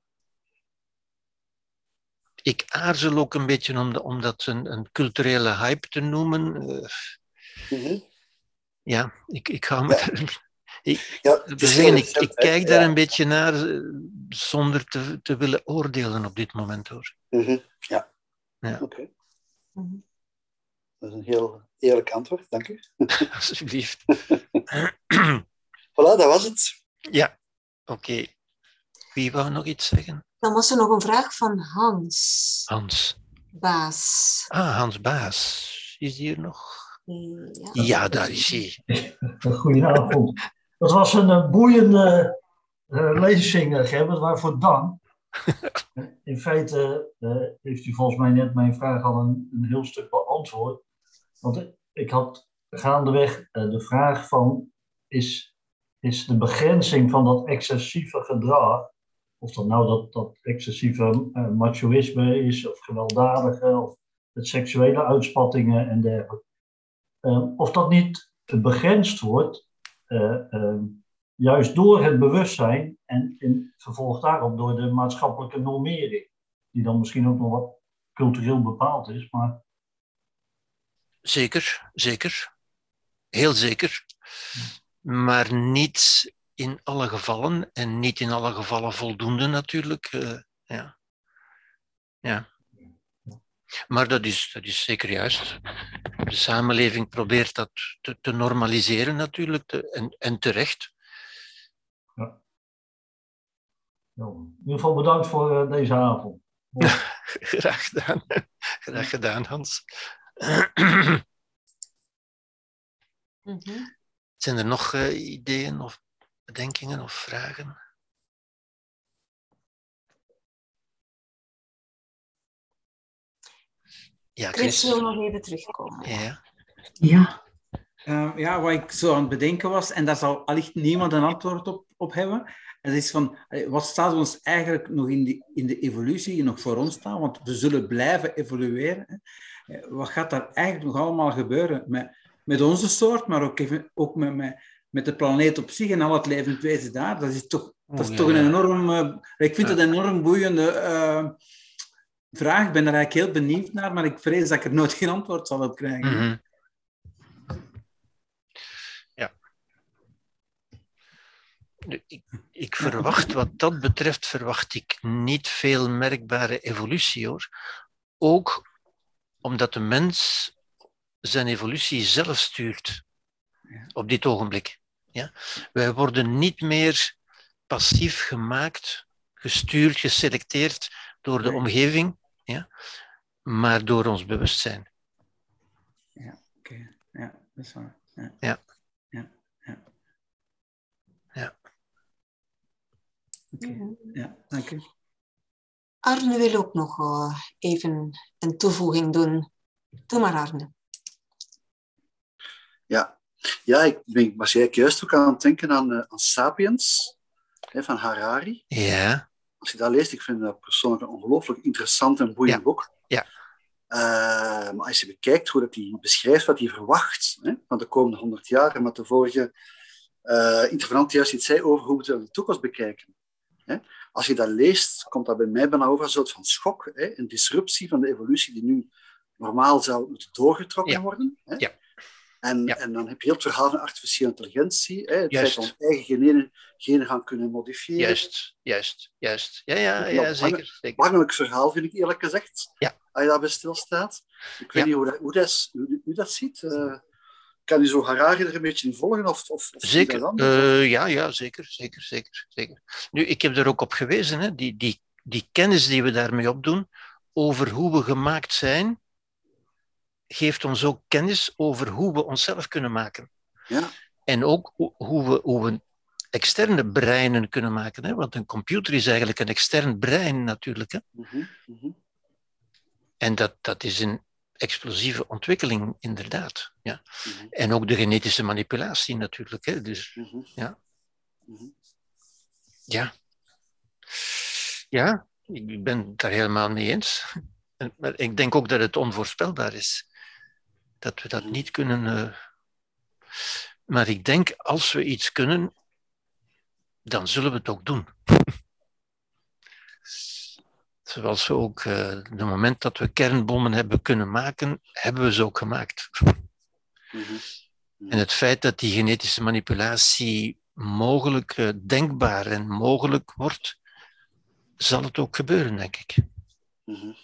Ik aarzel ook een beetje om, de, om dat een, een culturele hype te noemen. Uh, mm-hmm. Ja, ik, ik hou me ja. daar... Ik, ja, zeggen, ik, ik kijk daar ja. een beetje naar zonder te, te willen oordelen op dit moment, hoor. Mm-hmm. Ja. ja. Oké. Okay. Mm-hmm. Dat is een heel eerlijk antwoord, dank u. Alsjeblieft. Voilà, dat was het. Ja, oké. Okay. Wie wou nog iets zeggen? Dan was er nog een vraag van Hans. Hans. Baas. Ah, Hans Baas. Is die hier nog? Ja. Ja, daar is hij. Goedenavond. Dat was een uh, boeiende uh, lezing, uh, Gerbert, waarvoor dank. In feite uh, heeft u volgens mij net mijn vraag al een, een heel stuk beantwoord. Want ik had gaandeweg uh, de vraag van, is, is de begrenzing van dat excessieve gedrag, of dat nou dat, dat excessieve uh, machoïsme is, of gewelddadige, of het seksuele uitspattingen en dergelijke, uh, of dat niet begrensd wordt, uh, uh, juist door het bewustzijn en in vervolg daarop door de maatschappelijke normering, die dan misschien ook nog wat cultureel bepaald is, maar... Zeker, zeker. Heel zeker. Maar niet in alle gevallen en niet in alle gevallen voldoende natuurlijk. Uh, ja. Ja. Maar dat is, dat is zeker juist. De samenleving probeert dat te, te normaliseren natuurlijk te, en, en terecht. Ja. Ja. In ieder geval bedankt voor uh, deze avond. Graag gedaan. Graag gedaan, Hans. Mm-hmm. Zijn er nog uh, ideeën of bedenkingen of vragen? Ja, Chris wil nog even terugkomen. Ja. Ja. Uh, ja, wat ik zo aan het bedenken was, en daar zal allicht niemand een antwoord op, op hebben, en dat is van, wat staat ons eigenlijk nog in, die, in de evolutie nog voor ons staan? Want we zullen blijven evolueren. Hè. Wat gaat daar eigenlijk nog allemaal gebeuren met, met onze soort, maar ook, even, ook met, met, met de planeet op zich en al het levend wezen daar? Dat is toch, dat is oh, toch ja, een ja. enorm... Uh, ik vind ja. het een enorm boeiende uh, vraag. Ik ben er eigenlijk heel benieuwd naar, maar ik vrees dat ik er nooit geen antwoord zal op krijgen. Mm-hmm. Ik, ik verwacht, wat dat betreft, verwacht ik niet veel merkbare evolutie, hoor. Ook omdat de mens zijn evolutie zelf stuurt op dit ogenblik. Ja? Wij worden niet meer passief gemaakt, gestuurd, geselecteerd door de omgeving, ja? Maar door ons bewustzijn. Ja, oké. Okay. Ja, dat is waar. Ja. Ja. Ja. Ja. Ja. Oké, okay. Ja, dank u. Arne wil ook nog uh, even een toevoeging doen. Doe maar, Arne. Ja, ja ik, ben, ik was juist ook aan het denken aan, uh, aan Sapiens, hè, van Harari. Ja. Als je dat leest, ik vind dat persoonlijk een ongelooflijk interessant en boeiend ja. boek. Ja. Uh, maar als je bekijkt hoe dat hij beschrijft wat hij verwacht, hè, van de komende honderd jaar, en wat de vorige uh, intervenant juist iets zei over hoe we de toekomst bekijken. Hè. Als je dat leest, komt dat bij mij bijna over een soort van schok, hè, een disruptie van de evolutie die nu normaal zou moeten doorgetrokken ja. worden. Hè. Ja. En, ja. en dan heb je heel het verhaal van artificiële intelligentie, hè, het juist. feit dat we eigen genen, genen gaan kunnen modifiëren. Juist, juist, juist. Ja, ja, ja, zeker. zeker. Belangrijk verhaal, vind ik eerlijk gezegd, ja. als je daarbij stilstaat. Ik weet ja. niet hoe, dat, hoe, dat, hoe u dat ziet. Uh, kan u zo Harari er een beetje in volgen? Of, of, of zeker, dan, uh, ja, ja, zeker, zeker, zeker, zeker. Nu, ik heb er ook op gewezen, hè, die, die, die kennis die we daarmee opdoen over hoe we gemaakt zijn, geeft ons ook kennis over hoe we onszelf kunnen maken. Ja. En ook hoe we, hoe we externe breinen kunnen maken. Hè? Want een computer is eigenlijk een extern brein natuurlijk. Hè? Mm-hmm, mm-hmm. En dat, dat is een explosieve ontwikkeling, inderdaad. Ja. Mm-hmm. En ook de genetische manipulatie natuurlijk. Hè? Dus, mm-hmm. ja. Mm-hmm. ja. Ja, ik ben het daar helemaal mee eens. Maar ik denk ook dat het onvoorspelbaar is. Dat we dat mm-hmm. niet kunnen... Uh... Maar ik denk, als we iets kunnen, dan zullen we het ook doen. Zoals we ook, uh, het moment dat we kernbommen hebben kunnen maken, hebben we ze ook gemaakt. Mm-hmm. En het feit dat die genetische manipulatie mogelijk, uh, denkbaar en mogelijk wordt, zal het ook gebeuren, denk ik. Mm-hmm.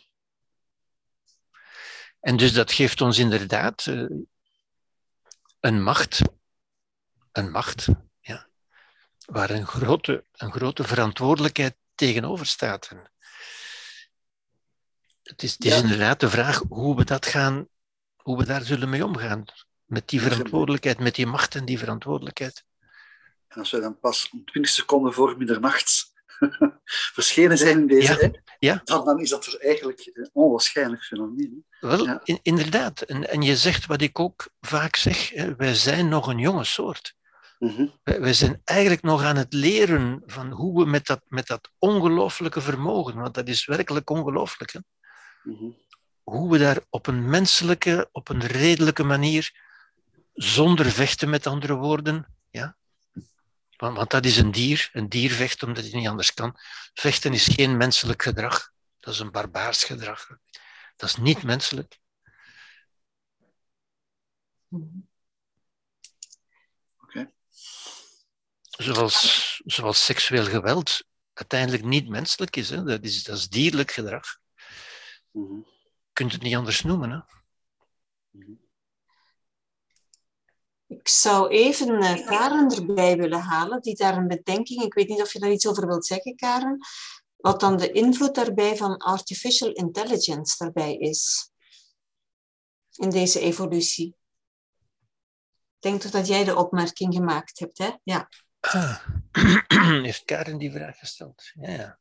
En dus dat geeft ons inderdaad uh, een macht, een macht, ja, waar een grote, een grote verantwoordelijkheid tegenover staat. En het is, het is ja. inderdaad de vraag hoe we dat gaan, hoe we daar zullen mee omgaan. Met die verantwoordelijkheid, met die macht en die verantwoordelijkheid. En als we dan pas om twintig seconden voor middernacht verschenen zijn in deze Ja, app, ja. Dan, dan is dat dus eigenlijk een onwaarschijnlijk fenomeen. Wel, Ja. in, inderdaad. En, en je zegt wat ik ook vaak zeg, hè, wij zijn nog een jonge soort. Mm-hmm. Wij, wij zijn eigenlijk nog aan het leren van hoe we met dat, met dat ongelooflijke vermogen, want dat is werkelijk ongelooflijk, hè, Mm-hmm. hoe we daar op een menselijke, op een redelijke manier, zonder vechten met andere woorden, ja, want, want dat is een dier, een dier vecht omdat hij niet anders kan. Vechten is geen menselijk gedrag, dat is een barbaars gedrag. Dat is niet menselijk. Okay. Zoals, zoals seksueel geweld uiteindelijk niet menselijk is. Hè? Dat is, dat is dierlijk gedrag. Mm-hmm. Je kunt het niet anders noemen. Hè? Mm-hmm. Ik zou even uh, Karen erbij willen halen, die daar een bedenking, ik weet niet of je daar iets over wilt zeggen, Karen, wat dan de invloed daarbij van artificial intelligence daarbij is, in deze evolutie. Ik denk toch dat jij de opmerking gemaakt hebt, hè? Ja. Ah, heeft Karen die vraag gesteld? Ja, ja.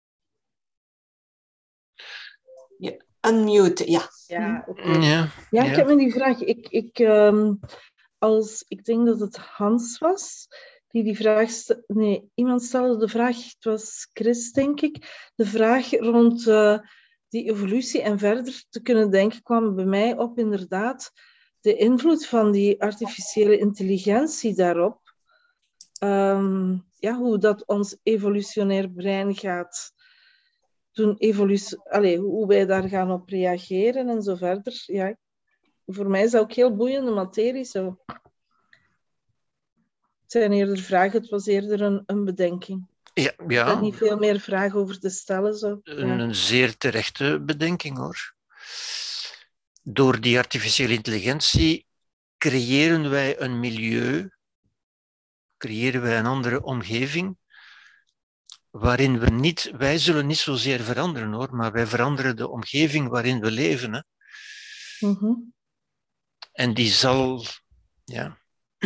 Ja, unmute, ja. Ja, okay. Ja, ja, ja. ik heb me die vraag. Ik, ik, um, als, ik denk dat het Hans was die die vraag stelde. Nee, iemand stelde de vraag, het was Chris, denk ik. De vraag rond uh, die evolutie en verder te kunnen denken kwam bij mij op inderdaad de invloed van die artificiële intelligentie daarop. Um, ja, hoe dat ons evolutionair brein gaat doen, evolutie, allez, hoe wij daar gaan op reageren en zo verder. Ja, voor mij is dat ook heel boeiende materie. Zo. Het zijn eerder vragen, het was eerder een, een bedenking. Ja, Ik ja. heb niet veel meer vragen over te stellen. Zo. Een, Ja. een zeer terechte bedenking, hoor. Door die artificiële intelligentie creëren wij een milieu, creëren wij een andere omgeving, waarin we niet, wij zullen niet zozeer veranderen, hoor, maar wij veranderen de omgeving waarin we leven. Hè. Mm-hmm. En die zal, ja...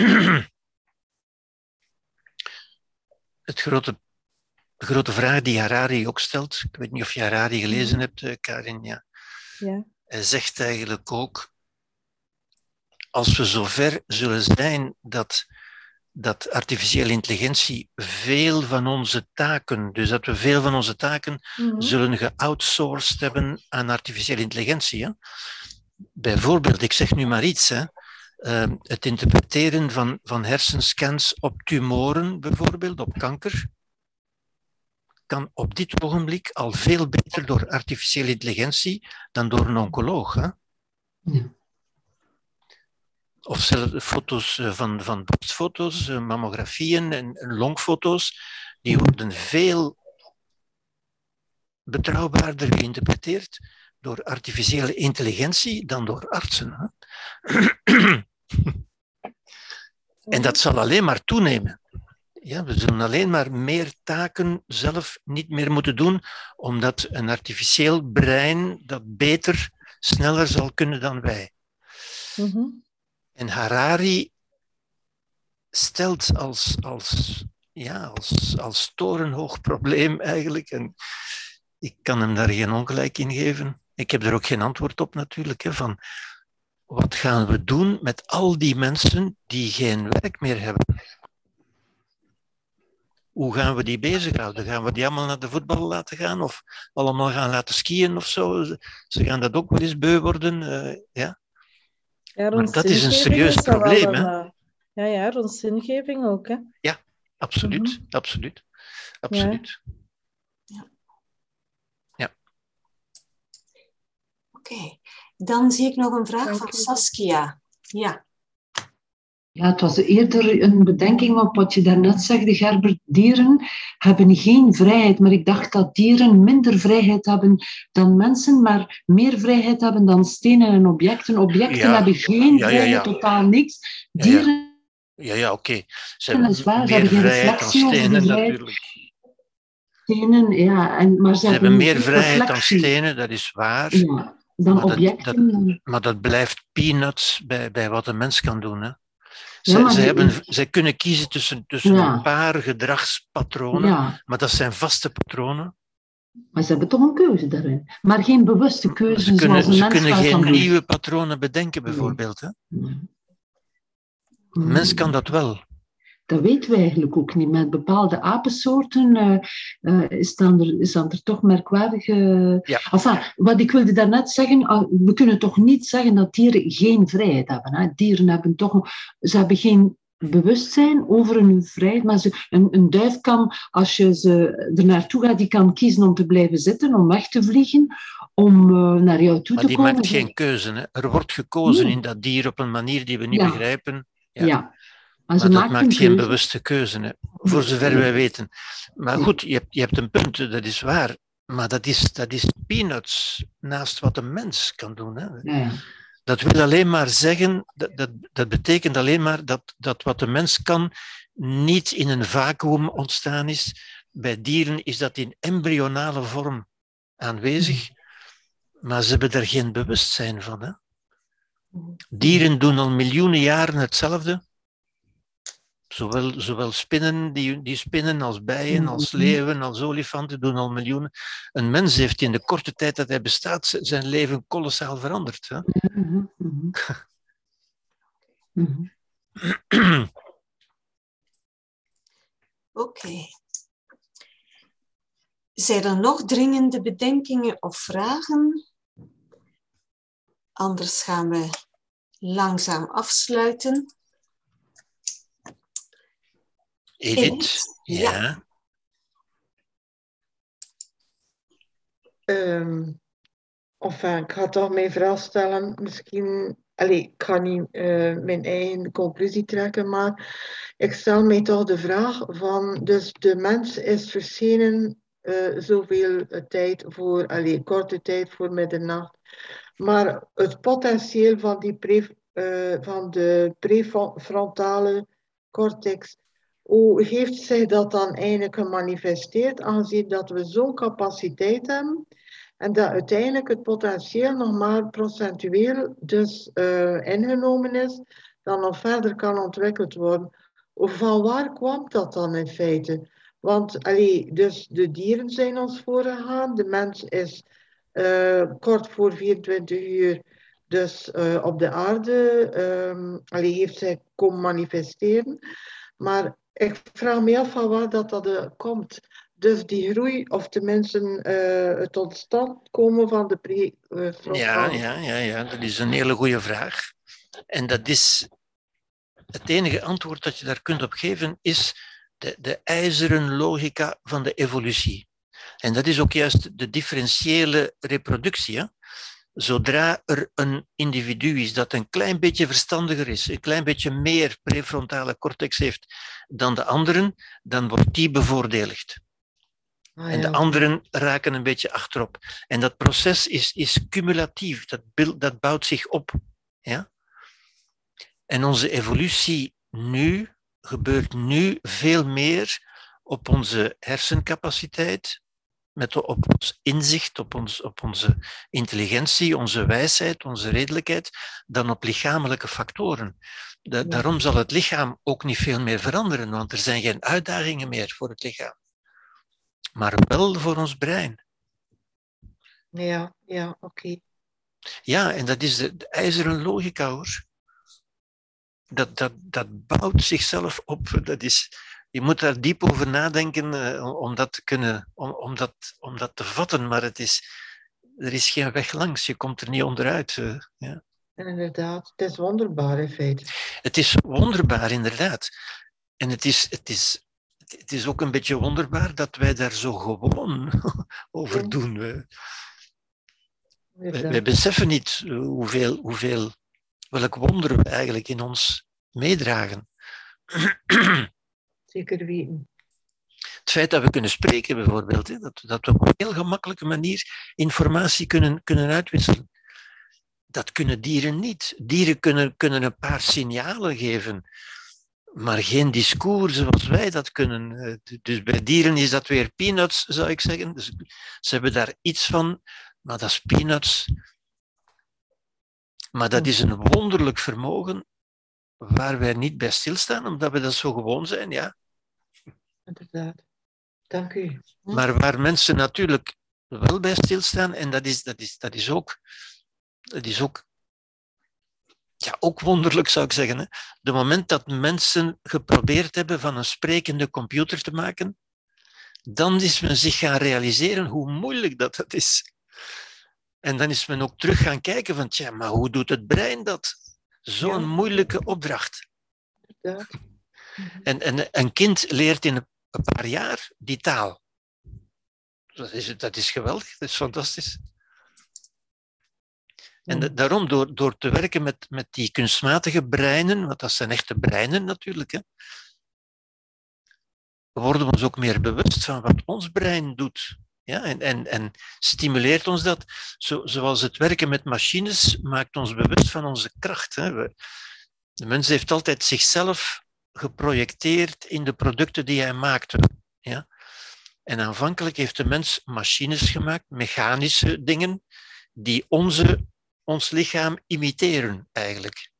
Het grote, de grote vraag die Harari ook stelt, ik weet niet of je Harari gelezen mm. hebt, Karin, ja. Ja. Hij zegt eigenlijk ook, als we zover zullen zijn dat, dat artificiële intelligentie veel van onze taken, dus dat we veel van onze taken mm-hmm. zullen geoutsourced hebben aan artificiële intelligentie. Hè? Bijvoorbeeld, ik zeg nu maar iets, hè. Uh, het interpreteren van, van hersenscans op tumoren, bijvoorbeeld, op kanker, kan op dit ogenblik al veel beter door artificiële intelligentie dan door een oncoloog. Hè? Ja. Of zelfs foto's van, van borstfoto's, mammografieën en longfoto's, die worden veel betrouwbaarder geïnterpreteerd door artificiële intelligentie dan door artsen. Hè? En dat zal alleen maar toenemen. Ja, we zullen alleen maar meer taken zelf niet meer moeten doen, omdat een artificieel brein dat beter, sneller zal kunnen dan wij. Mm-hmm. En Harari stelt als, als, ja, als, als torenhoog probleem eigenlijk, en ik kan hem daar geen ongelijk in geven, ik heb er ook geen antwoord op natuurlijk, hè, van wat gaan we doen met al die mensen die geen werk meer hebben? Hoe gaan we die bezighouden? Gaan we die allemaal naar de voetbal laten gaan of allemaal gaan laten skiën of zo? Ze gaan dat ook wel eens beu worden, uh, ja. Ja, maar dat is een serieus is probleem, hè? Een, ja, ja, rond zingeving ook, hè? Ja, absoluut, mm-hmm. absoluut, absoluut. Ja. ja. Oké, okay. Dan zie ik nog een vraag Dank van u. Saskia. Ja. Ja, het was eerder een bedenking op wat je daarnet zegde, Gerbert. Dieren hebben geen vrijheid, maar ik dacht dat dieren minder vrijheid hebben dan mensen, maar meer vrijheid hebben dan stenen en objecten. Objecten ja. hebben geen ja, vrijheid, ja, ja. totaal niks. Dieren... Ja, ja, oké. Okay. Ze hebben hebben meer ze hebben vrijheid dan stenen, natuurlijk. Stenen, ja. En, maar ze, ze hebben meer vrijheid dan stenen, dat is waar. Ja. dan maar objecten. Dat, dan... dat, maar dat blijft peanuts bij, bij wat een mens kan doen. Hè. Zij, Ja, maar zij, die... hebben, zij kunnen kiezen tussen, tussen ja. een paar gedragspatronen, ja. maar dat zijn vaste patronen. Maar ze hebben toch een keuze daarin. Maar geen bewuste keuze Ze kunnen, zoals een ze mens kunnen wel geen kan doen. nieuwe patronen bedenken, bijvoorbeeld. Hè. Nee. Een mens kan dat wel. Dat weten we eigenlijk ook niet. Met bepaalde apensoorten uh, uh, staan, er, staan er toch merkwaardige... Ja. Enfin, wat ik wilde daarnet zeggen, uh, we kunnen toch niet zeggen dat dieren geen vrijheid hebben. Hè? Dieren hebben toch... Ze hebben geen bewustzijn over hun vrijheid, maar ze, een, een duif kan, als je ze er naartoe gaat, die kan kiezen om te blijven zitten, om weg te vliegen, om uh, naar jou toe maar te die komen. maakt geen keuze. Hè. Er wordt gekozen nee. in dat dier op een manier die we niet ja. begrijpen. Ja. ja. Maar, maar ze dat maakt, maakt geen keuze. bewuste keuze, hè. Voor zover wij weten. Maar goed, je hebt, je hebt een punt, dat is waar. Maar dat is, dat is peanuts naast wat een mens kan doen. Hè. Ja. Dat wil alleen maar zeggen, dat, dat, dat betekent alleen maar dat, dat wat de mens kan niet in een vacuüm ontstaan is. Bij dieren is dat in embryonale vorm aanwezig, maar ze hebben er geen bewustzijn van. Hè. Dieren doen al miljoenen jaren hetzelfde. Zowel, zowel spinnen, die, die spinnen als bijen, als leeuwen, als olifanten doen al miljoenen. Een mens heeft in de korte tijd dat hij bestaat zijn leven kolossaal veranderd. Hè? Mm-hmm. Mm-hmm. Mm-hmm. Oké. Okay. Zijn er nog dringende bedenkingen of vragen? Anders gaan we langzaam afsluiten. Edith, Edith. Ja. ja. Um, enfin, ik ga toch mijn vraag stellen. Misschien, allez, ik ga niet uh, mijn eigen conclusie trekken, maar ik stel mij toch de vraag van, dus de mens is verschenen uh, zoveel tijd voor, allez, korte tijd voor middernacht, maar het potentieel van, die pre, uh, van de prefrontale cortex, hoe heeft zich dat dan eigenlijk gemanifesteerd, aangezien dat we zo'n capaciteit hebben en dat uiteindelijk het potentieel nog maar procentueel dus uh, ingenomen is, dan nog verder kan ontwikkeld worden. Van waar kwam dat dan in feite? Want allee, dus de dieren zijn ons voorgegaan, de mens is uh, kort voor vierentwintig uur dus uh, op de aarde, um, allee, heeft zich komen manifesteren, maar ik vraag me af van waar dat, dat uh, komt. Dus die groei, of tenminste uh, het tot stand komen van de pre-frontale. Ja, ja, ja, ja, dat is een hele goede vraag. En dat is het enige antwoord dat je daar kunt op geven, is de, de ijzeren logica van de evolutie. En dat is ook juist de differentiële reproductie. Hè? Zodra er een individu is dat een klein beetje verstandiger is, een klein beetje meer prefrontale cortex heeft dan de anderen, dan wordt die bevoordeeld. Ah, ja. En de anderen raken een beetje achterop. En dat proces is, is cumulatief, dat, dat bouwt zich op. Ja? En onze evolutie nu gebeurt nu veel meer op onze hersencapaciteit, met op ons inzicht, op, ons, op onze intelligentie, onze wijsheid, onze redelijkheid, dan op lichamelijke factoren. Da- ja. Daarom zal het lichaam ook niet veel meer veranderen, want er zijn geen uitdagingen meer voor het lichaam. Maar wel voor ons brein. Ja, ja, oké. Okay. Ja, en dat is de, de ijzeren logica, hoor. Dat, dat, dat bouwt zichzelf op. Dat is, je moet daar diep over nadenken uh, om, dat te kunnen, om, om, dat, om dat te vatten, maar het is, er is geen weg langs. Je komt er niet onderuit. Uh, ja. Inderdaad, het is wonderbaar in feite. Het is wonderbaar, inderdaad. En het is, het is, het is ook een beetje wonderbaar dat wij daar zo gewoon over ja. doen. We, wij, wij beseffen niet hoeveel, hoeveel, welk wonder we eigenlijk in ons meedragen. Zeker weten. Het feit dat we kunnen spreken, bijvoorbeeld, hè, dat, dat we op een heel gemakkelijke manier informatie kunnen, kunnen uitwisselen. Dat kunnen dieren niet. Dieren kunnen, kunnen een paar signalen geven, maar geen discours zoals wij dat kunnen. Dus bij dieren is dat weer peanuts, zou ik zeggen. Dus ze hebben daar iets van, maar dat is peanuts Maar dat is een wonderlijk vermogen waar wij niet bij stilstaan, omdat we dat zo gewoon zijn, ja. Inderdaad. Dank u. Maar waar mensen natuurlijk wel bij stilstaan, en dat is, dat is, dat is ook, dat is ook, ja, ook wonderlijk zou ik zeggen. Hè. De moment dat mensen geprobeerd hebben van een sprekende computer te maken, dan is men zich gaan realiseren hoe moeilijk dat, dat is. En dan is men ook terug gaan kijken van, tja, maar hoe doet het brein dat? Zo'n Ja. moeilijke opdracht. Inderdaad. En, en een kind leert in een paar jaar die taal. Dat is, dat is geweldig, dat is fantastisch. En da- daarom, door, door te werken met, met die kunstmatige breinen, want dat zijn echte breinen natuurlijk, hè, worden we ons ook meer bewust van wat ons brein doet. Ja, en, en, en stimuleert ons dat. Zo, zoals het werken met machines maakt ons bewust van onze kracht. Hè. We, de mens heeft altijd zichzelf geprojecteerd in de producten die hij maakte. Ja. En aanvankelijk heeft de mens machines gemaakt, mechanische dingen, die onze, ons lichaam imiteren eigenlijk.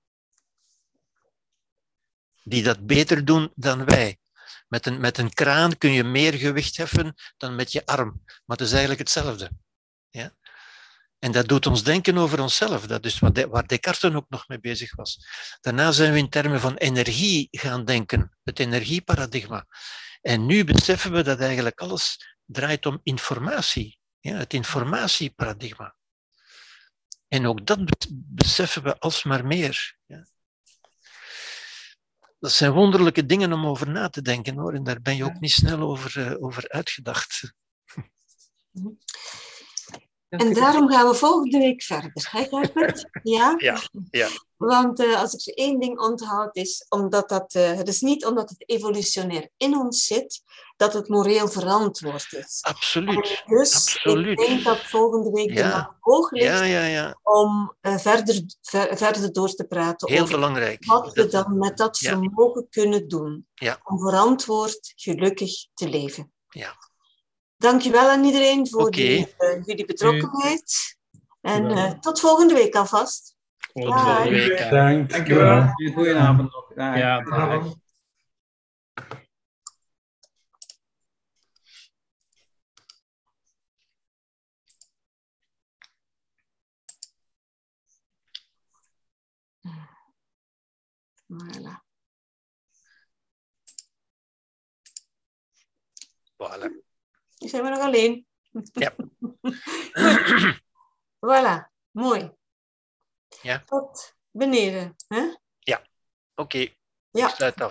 Die dat beter doen dan wij. Met een, met een kraan kun je meer gewicht heffen dan met je arm. Maar het is eigenlijk hetzelfde. Ja? En dat doet ons denken over onszelf. Dat is wat de, waar Descartes ook nog mee bezig was. Daarna zijn we in termen van energie gaan denken. Het energieparadigma. En nu beseffen we dat eigenlijk alles draait om informatie. Ja? Het informatieparadigma. En ook dat beseffen we alsmaar meer. Ja? Dat zijn wonderlijke dingen om over na te denken, hoor. En daar ben je ook niet snel over, uh, over uitgedacht. En daarom gaan we volgende week verder. Hè, Gerbert? Ja? Ja, ja. Want uh, als ik zo één ding onthoud, is omdat dat, uh, het is niet omdat het evolutionair in ons zit, dat het moreel verantwoord is. Absoluut. En dus Absoluut. ik denk dat volgende week Ja. de nacht hoog ligt Ja, ja, ja. om uh, verder, ver, verder door te praten Heel over belangrijk. wat we dan met dat Ja. vermogen kunnen doen. Ja. Om verantwoord, gelukkig te leven. Ja. Dankjewel aan iedereen voor Oké. die, uh, jullie betrokkenheid. En Ja. uh, tot volgende week alvast. Tot Dag. volgende week. hè. Dank. Dankjewel. Goedenavond nog. Dag. Ja, dag. Voilà. Voilà. Nu zijn we nog alleen. Ja. Goed. Voilà, mooi. Ja. Tot beneden. Hè? Oké. Ja. Ik sluit af.